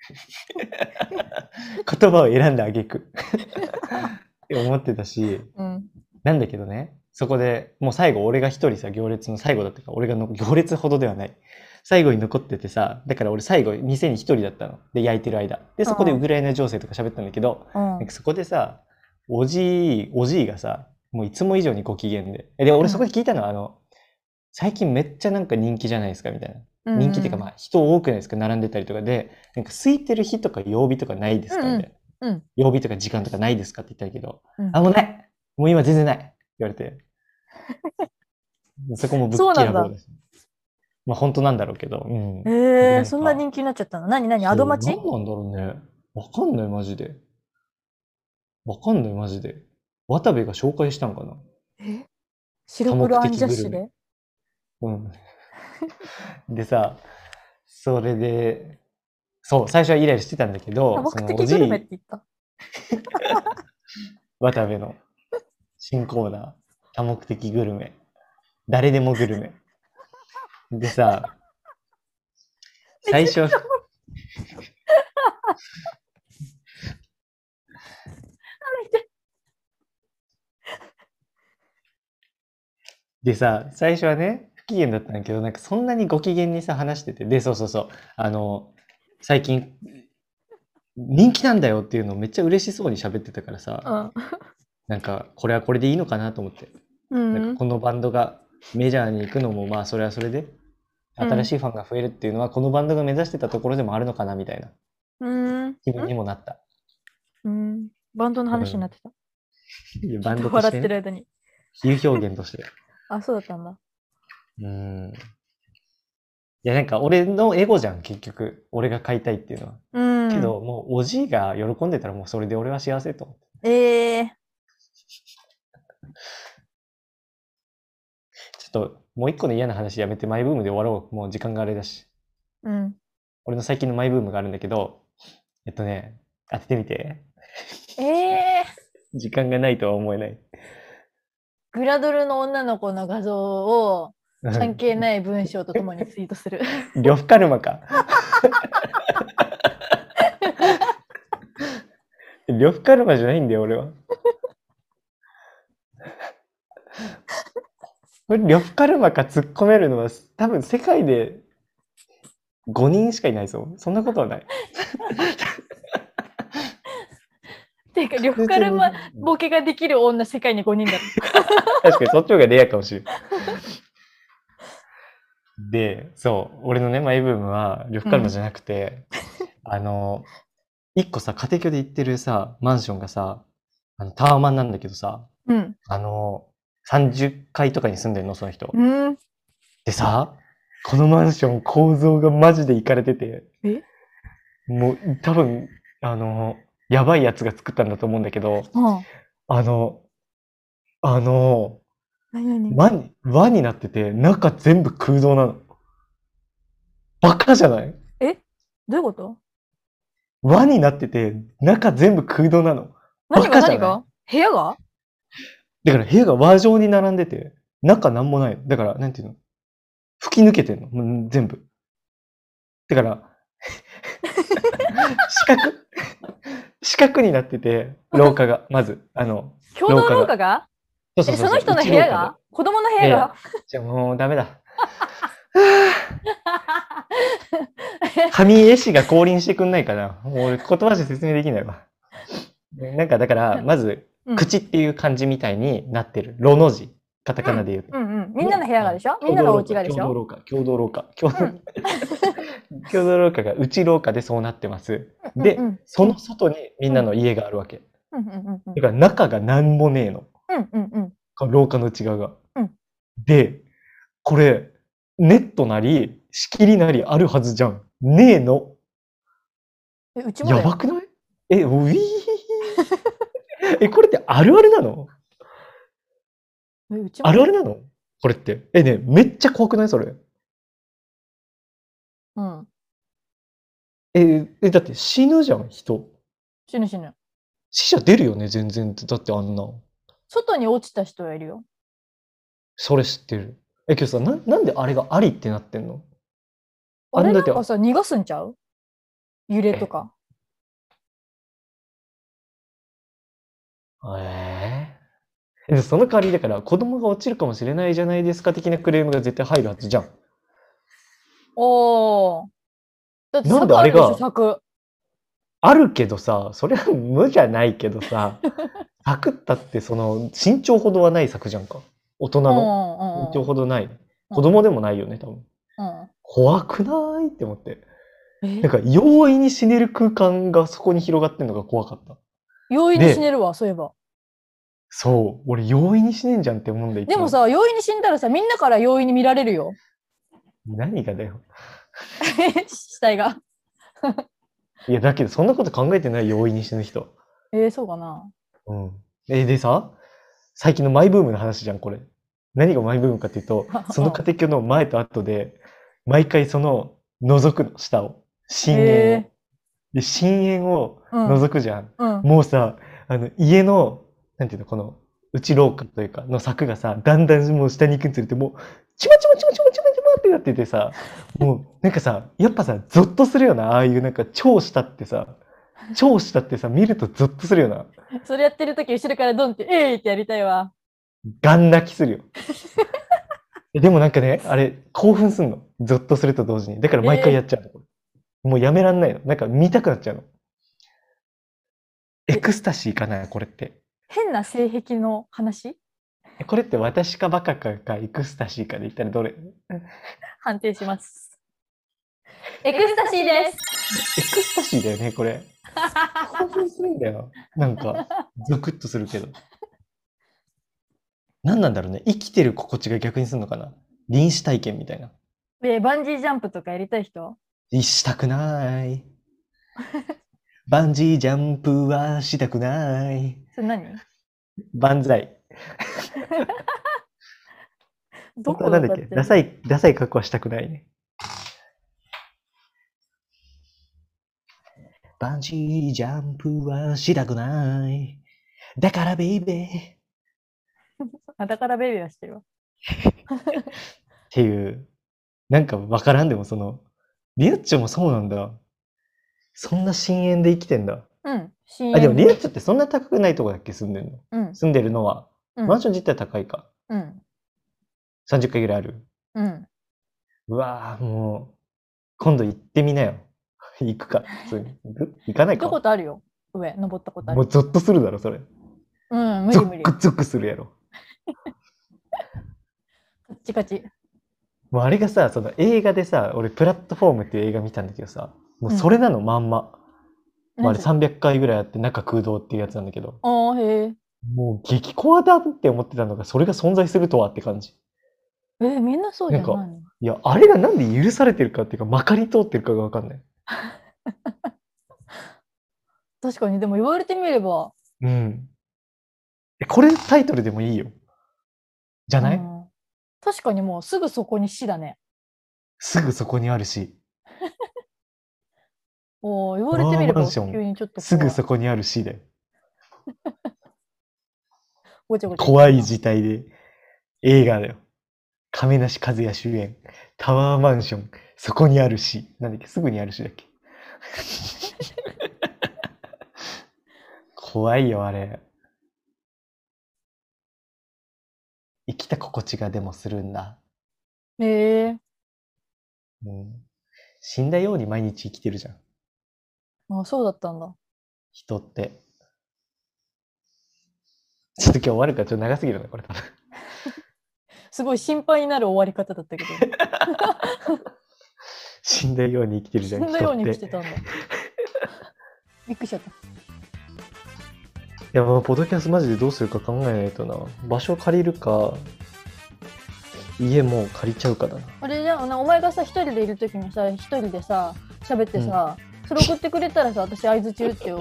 [SPEAKER 3] 言葉を選んであげく。って思ってたし、なんだけどね、そこでもう最後俺が一人さ、行列の最後だったから、俺が行列ほどではない。最後に残っててさ、だから俺最後店に一人だったの。で、焼いてる間。で、そこでウクライナ情勢とか喋ったんだけど、なんかそこでさ、おじいがさ、もういつも以上にご機嫌で。で、俺そこで聞いたのは、最近めっちゃなんか人気じゃないですかみたいな。人気っていうかまあ人多くないですか並んでたりとかで、なんか空いてる日とか曜日とかないですかみたいな。曜日とか時間とかないですかって言ったけど、もうない。もう今全然ないって言われて。そこもぶっきらぼうです。まあ本当なんだろうけど。
[SPEAKER 2] そんな人気になっちゃったの？何アドマチ？
[SPEAKER 3] 何なんだろうね。わかんないマジで。わかんないマジで。渡部が紹介したんかな。
[SPEAKER 2] 白黒アンジャッシュで？
[SPEAKER 3] でさ、それで、そう、最初はイライラしてたんだけど、
[SPEAKER 2] 多目的グルメって言った。
[SPEAKER 3] 渡部の新コーナー、多目的グルメ。誰でもグルメ。 でさ、最初、でさ、最初はね、不機嫌だったんだけど、なんかそんなにご機嫌にさ、話してて、で、そうそうそう、最近、人気なんだよっていうのをめっちゃ嬉しそうに喋ってたからさ、なんか、これはこれでいいのかなと思って。なんかこのバンドがメジャーに行くのも、まあ、それはそれで、新しいファンが増えるっていうのは、このバンドが目指してたところでもあるのかなみたいな気分にもなった。
[SPEAKER 2] バンドの話になってた。
[SPEAKER 3] いやバンドとし
[SPEAKER 2] 笑って
[SPEAKER 3] てね、
[SPEAKER 2] る間に。
[SPEAKER 3] 比喩表現として。
[SPEAKER 2] あ、そうだったんだ。
[SPEAKER 3] いや、なんか俺のエゴじゃん、結局。俺が買いたいっていうのは。けど、もうおじいが喜んでたらもうそれで俺は幸せと思って。ちょっと、もう一個の嫌な話やめてマイブームで終わろう。もう時間があれだし。俺の最近のマイブームがあるんだけど、当ててみて。時間がないとは思えない。
[SPEAKER 2] グラドルの女の子の画像を関係ない文章とともにツイートする。
[SPEAKER 3] 呂布カルマか。呂布カルマじゃないんだよ、俺は。これ呂布カルマか突っ込めるのは多分世界で5人しかいないぞ。そんなことはない。
[SPEAKER 2] ていうか、呂布カルマボケができる女、世界に5人だろ。
[SPEAKER 3] 確かにそっちの方がレアかもしれない。で、そう、俺のね、マイブームは呂布カルマじゃなくて、一個さ、家庭教で行ってるさ、マンションがさ、タワマンなんだけどさ、30階とかに住んでるの、その人。でさ、このマンション構造がマジでイカれてて、もう多分、やばいやつが作ったんだと思うんだけど、輪になってて、中全部空洞なの。バカじゃない？
[SPEAKER 2] どういうこと？
[SPEAKER 3] 輪になってて、中全部空洞なの。
[SPEAKER 2] 何が部屋が？
[SPEAKER 3] だから部屋が輪状に並んでて、中なんもないの。だから、なんていうの？吹き抜けてんの。全部。だから、四角になってて、廊下が、まず、
[SPEAKER 2] 共同廊下が？その人の部屋が？子供の部屋が？
[SPEAKER 3] じゃあもうダメだ。神絵師が降臨してくんないかな。もう俺言葉じゃ説明できないわ。なんかだから、まず、口っていう漢字みたいになってる。ロの字。カタカナで言うと。
[SPEAKER 2] みんなの部屋がでしょ？みんなのお家がでしょ？
[SPEAKER 3] 共同廊下。共同廊下が内廊下でそうなってます。で、その外にみんなの家があるわけ。だから中が何もねえの。廊下の内側が。で、これ、ネットなり、仕切りなりあるはずじゃん。ねえの。やばくない？ウィーこれってあるあるなの？あるあるなの？これって。めっちゃ怖くない？それ。だって死ぬじゃん、人。
[SPEAKER 2] 死ぬ。
[SPEAKER 3] 死者出るよね、全然。だってあんな。
[SPEAKER 2] 外に落ちた人はいるよ。
[SPEAKER 3] それ知ってる。けどさ、なんであれがありってなってんの？
[SPEAKER 2] あれなんかさ、逃がすんちゃう？揺れとか。
[SPEAKER 3] その代わりだから、子供が落ちるかもしれないじゃないですか的なクレームが絶対入るはずじゃん。
[SPEAKER 2] だって
[SPEAKER 3] なんであれが
[SPEAKER 2] 柵
[SPEAKER 3] あるけどさ、それは無じゃないけどさ、柵ったってその身長ほどはない柵じゃんか。大人の身長ほどない。子供でもないよね、多分。怖くないって思って。なんか容易に死ねる空間がそこに広がってんのが怖かった。
[SPEAKER 2] 容易に死ねるわ、そういえば。
[SPEAKER 3] そう、俺容易に死ねんじゃんって思うんだよ。
[SPEAKER 2] でもさ、容易に死んだらさ、みんなから容易に見られるよ。
[SPEAKER 3] 何がだよ。
[SPEAKER 2] 死体が。
[SPEAKER 3] いや、だけどそんなこと考えてない容易に死ぬ人。
[SPEAKER 2] そうかな。
[SPEAKER 3] でさ、最近のマイブームの話じゃん、これ。何がマイブームかっていうと、その家庭教の前と後で、毎回その、覗くの、下を。深淵を。で、深淵を覗くじゃん。もうさ、家の、なんていうの、この、内廊下というか、の柵がさ、だんだんもう下に行くにつれて、もう、ちまちまちまちまちまちまってなっててさ、もうなんかさ、やっぱさ、ゾッとするよな、ああいうなんか超下ってさ、見るとゾッとするよな。
[SPEAKER 2] それやってる時後ろからドンってえいってやりたいわ。
[SPEAKER 3] ガン泣きするよ。でもなんかね、あれ、興奮すんの。ゾッとすると同時に。だから毎回やっちゃうの。もうやめらんないの。なんか見たくなっちゃうの。エクスタシーかな、これって。
[SPEAKER 2] 変な性癖の話？
[SPEAKER 3] これって私かバカかエクスタシーかで言ったらどれ？
[SPEAKER 2] 判定します。エクスタシーです。
[SPEAKER 3] エクスタシーだよね、これ。興奮するんだよ。なんか、ゾクッとするけど。何なんだろうね。生きてる心地が逆にするのかな。臨死体験みたいな。
[SPEAKER 2] バンジージャンプとかやりたい人？
[SPEAKER 3] したくない。バンジージャンプはしたくない。
[SPEAKER 2] それ何？
[SPEAKER 3] 万歳。
[SPEAKER 2] どこ
[SPEAKER 3] なんだっけ、ダサい格好はしたくないね。バンジージャンプはしたくない。だからベイベー。
[SPEAKER 2] だからベイビーはしてるわ。
[SPEAKER 3] っていう、なんかわからんでもリアッチョもそうなんだ。そんな深淵で生きてんだ。
[SPEAKER 2] うん。
[SPEAKER 3] でもリアッチョってそんな高くないとこだっけ住んでるの。
[SPEAKER 2] うん。
[SPEAKER 3] 住んでるのは、
[SPEAKER 2] うん、
[SPEAKER 3] マンション自体高いか。
[SPEAKER 2] うん。
[SPEAKER 3] 30階ぐらいある。
[SPEAKER 2] うん。
[SPEAKER 3] うわぁ、もう、今度行ってみなよ。行くか、普通に。行かないか。
[SPEAKER 2] 行ったことあるよ。上、登ったことある。
[SPEAKER 3] もうゾッとするだろ、それ。
[SPEAKER 2] うん、無理無理。
[SPEAKER 3] ゾックゾクするやろ。
[SPEAKER 2] カッチカチ。
[SPEAKER 3] もうあれがさ、映画でさ、俺プラットフォームっていう映画見たんだけどさ、もうそれなの、まんま。あれ300回ぐらいあって中空洞っていうやつなんだけど。
[SPEAKER 2] ああ、へえ。
[SPEAKER 3] もう激コアだって思ってたのが、それが存在するとはって感じ。
[SPEAKER 2] みんなそうじゃないの？
[SPEAKER 3] いや、あれがなんで許されてるかっていうか、まかり通ってるかがわかんない。
[SPEAKER 2] 確かに、でも言われてみれば。
[SPEAKER 3] うん。これタイトルでもいいよ。じゃない？
[SPEAKER 2] 確かにもうすぐそこに死だね。
[SPEAKER 3] すぐそこにあるし。
[SPEAKER 2] 言われてみれば急にちょっと
[SPEAKER 3] すぐそこにあるしで。
[SPEAKER 2] ごちゃごちゃ
[SPEAKER 3] 怖い事態で映画だよ。亀梨和也主演。タワーマンション。そこにあるし。なんだっけ、すぐにあるしだっけ。怖いよ、あれ。生きた心地がでもするんだ。
[SPEAKER 2] へえ。
[SPEAKER 3] うん。死んだように毎日生きてるじゃん。
[SPEAKER 2] あ、そうだったんだ。
[SPEAKER 3] 人って。ちょっと今日終わるからちょっと長すぎるね、これ多分。
[SPEAKER 2] すごい心配になる終わり方だったけど。
[SPEAKER 3] 死んだように生きてるじゃん。
[SPEAKER 2] 死んだように生きてたんだ。びっくりしちゃった。
[SPEAKER 3] いや、もうポッドキャストマジでどうするか考えないとな。場所借りるか、家もう借りちゃうかだな。あ
[SPEAKER 2] れじゃあ、お前がさ、一人でいるときにさ、一人でさ、喋ってさ、それ送ってくれたらさ、私相づち打ってよ。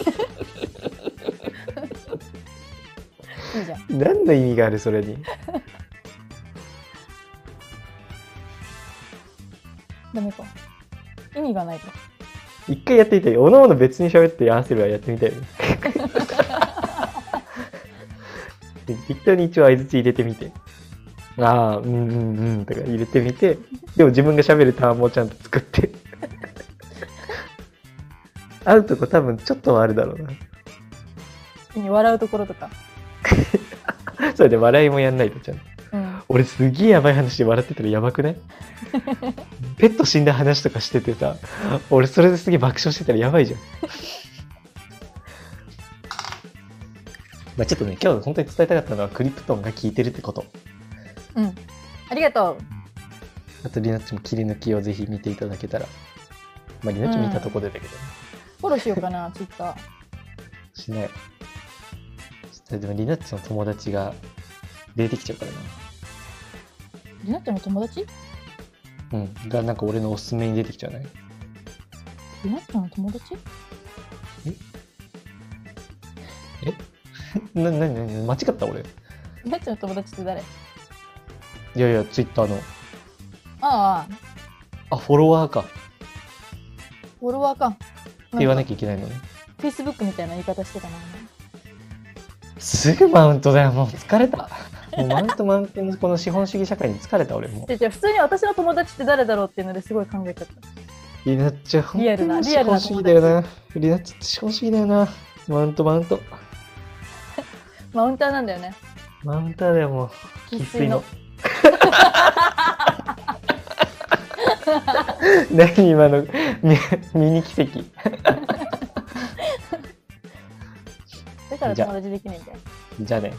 [SPEAKER 2] いいじゃん。
[SPEAKER 3] 何の意味がある、それに。
[SPEAKER 2] ダメか。意味がないか。
[SPEAKER 3] 一回やってみたい。おのおの別に喋って合わせるはやってみたい。適当に一応相づち入れてみて。ああ、うんうんうんとか入れてみて、でも自分が喋るターンもちゃんと作って。会うとこ多分ちょっとはあるだろうな。
[SPEAKER 2] 笑うところとか。
[SPEAKER 3] それで笑いもやんないとちゃんと。
[SPEAKER 2] うん、
[SPEAKER 3] 俺すげえやばい話で笑ってたらやばくない？ペット死んだ話とかしててさ、俺それですげえ爆笑してたらやばいじゃん。まあちょっとね、今日本当に伝えたかったのはクリプトンが効いてるってこと。
[SPEAKER 2] うん。ありがとう。
[SPEAKER 3] あとリナッチも切り抜きをぜひ見ていただけたら。まあリナッチ見たとこでだけどね。
[SPEAKER 2] フォローしようかな、ツイッター。
[SPEAKER 3] しない。でもリナッチの友達が出てきちゃうからな。
[SPEAKER 2] リナッチの友達？
[SPEAKER 3] うん。がなんか俺のおすすめに出てきちゃうね。
[SPEAKER 2] リナッチの友達？
[SPEAKER 3] 間違った俺。
[SPEAKER 2] リナッチの友達って誰？
[SPEAKER 3] いやいや、ツイッターの。
[SPEAKER 2] あ
[SPEAKER 3] フォロワーか。
[SPEAKER 2] フォロワーか。
[SPEAKER 3] って言わなきゃいけないのね。
[SPEAKER 2] Facebook みたいな言い方してたな。
[SPEAKER 3] すぐマウントだよ、もう疲れた。 もうマウント満点のこの資本主義社会に疲れた俺も。
[SPEAKER 2] じゃ普通に私の友達って誰だろうっていうのですごい考えちゃった。
[SPEAKER 3] リナッチは本
[SPEAKER 2] リアルな
[SPEAKER 3] 当に資本主義だよな。リナッチって資本主義だよな。マウント。
[SPEAKER 2] マウンターなんだよね。
[SPEAKER 3] マウンターだよ、もう。
[SPEAKER 2] 生粋の。
[SPEAKER 3] 何今のミニ奇跡。
[SPEAKER 2] だから友達できないんだよ。
[SPEAKER 3] じゃあね。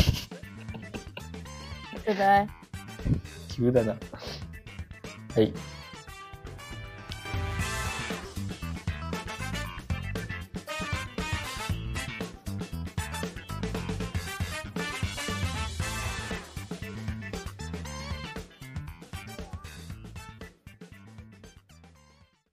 [SPEAKER 2] バイバイ。
[SPEAKER 3] 急だな。はい。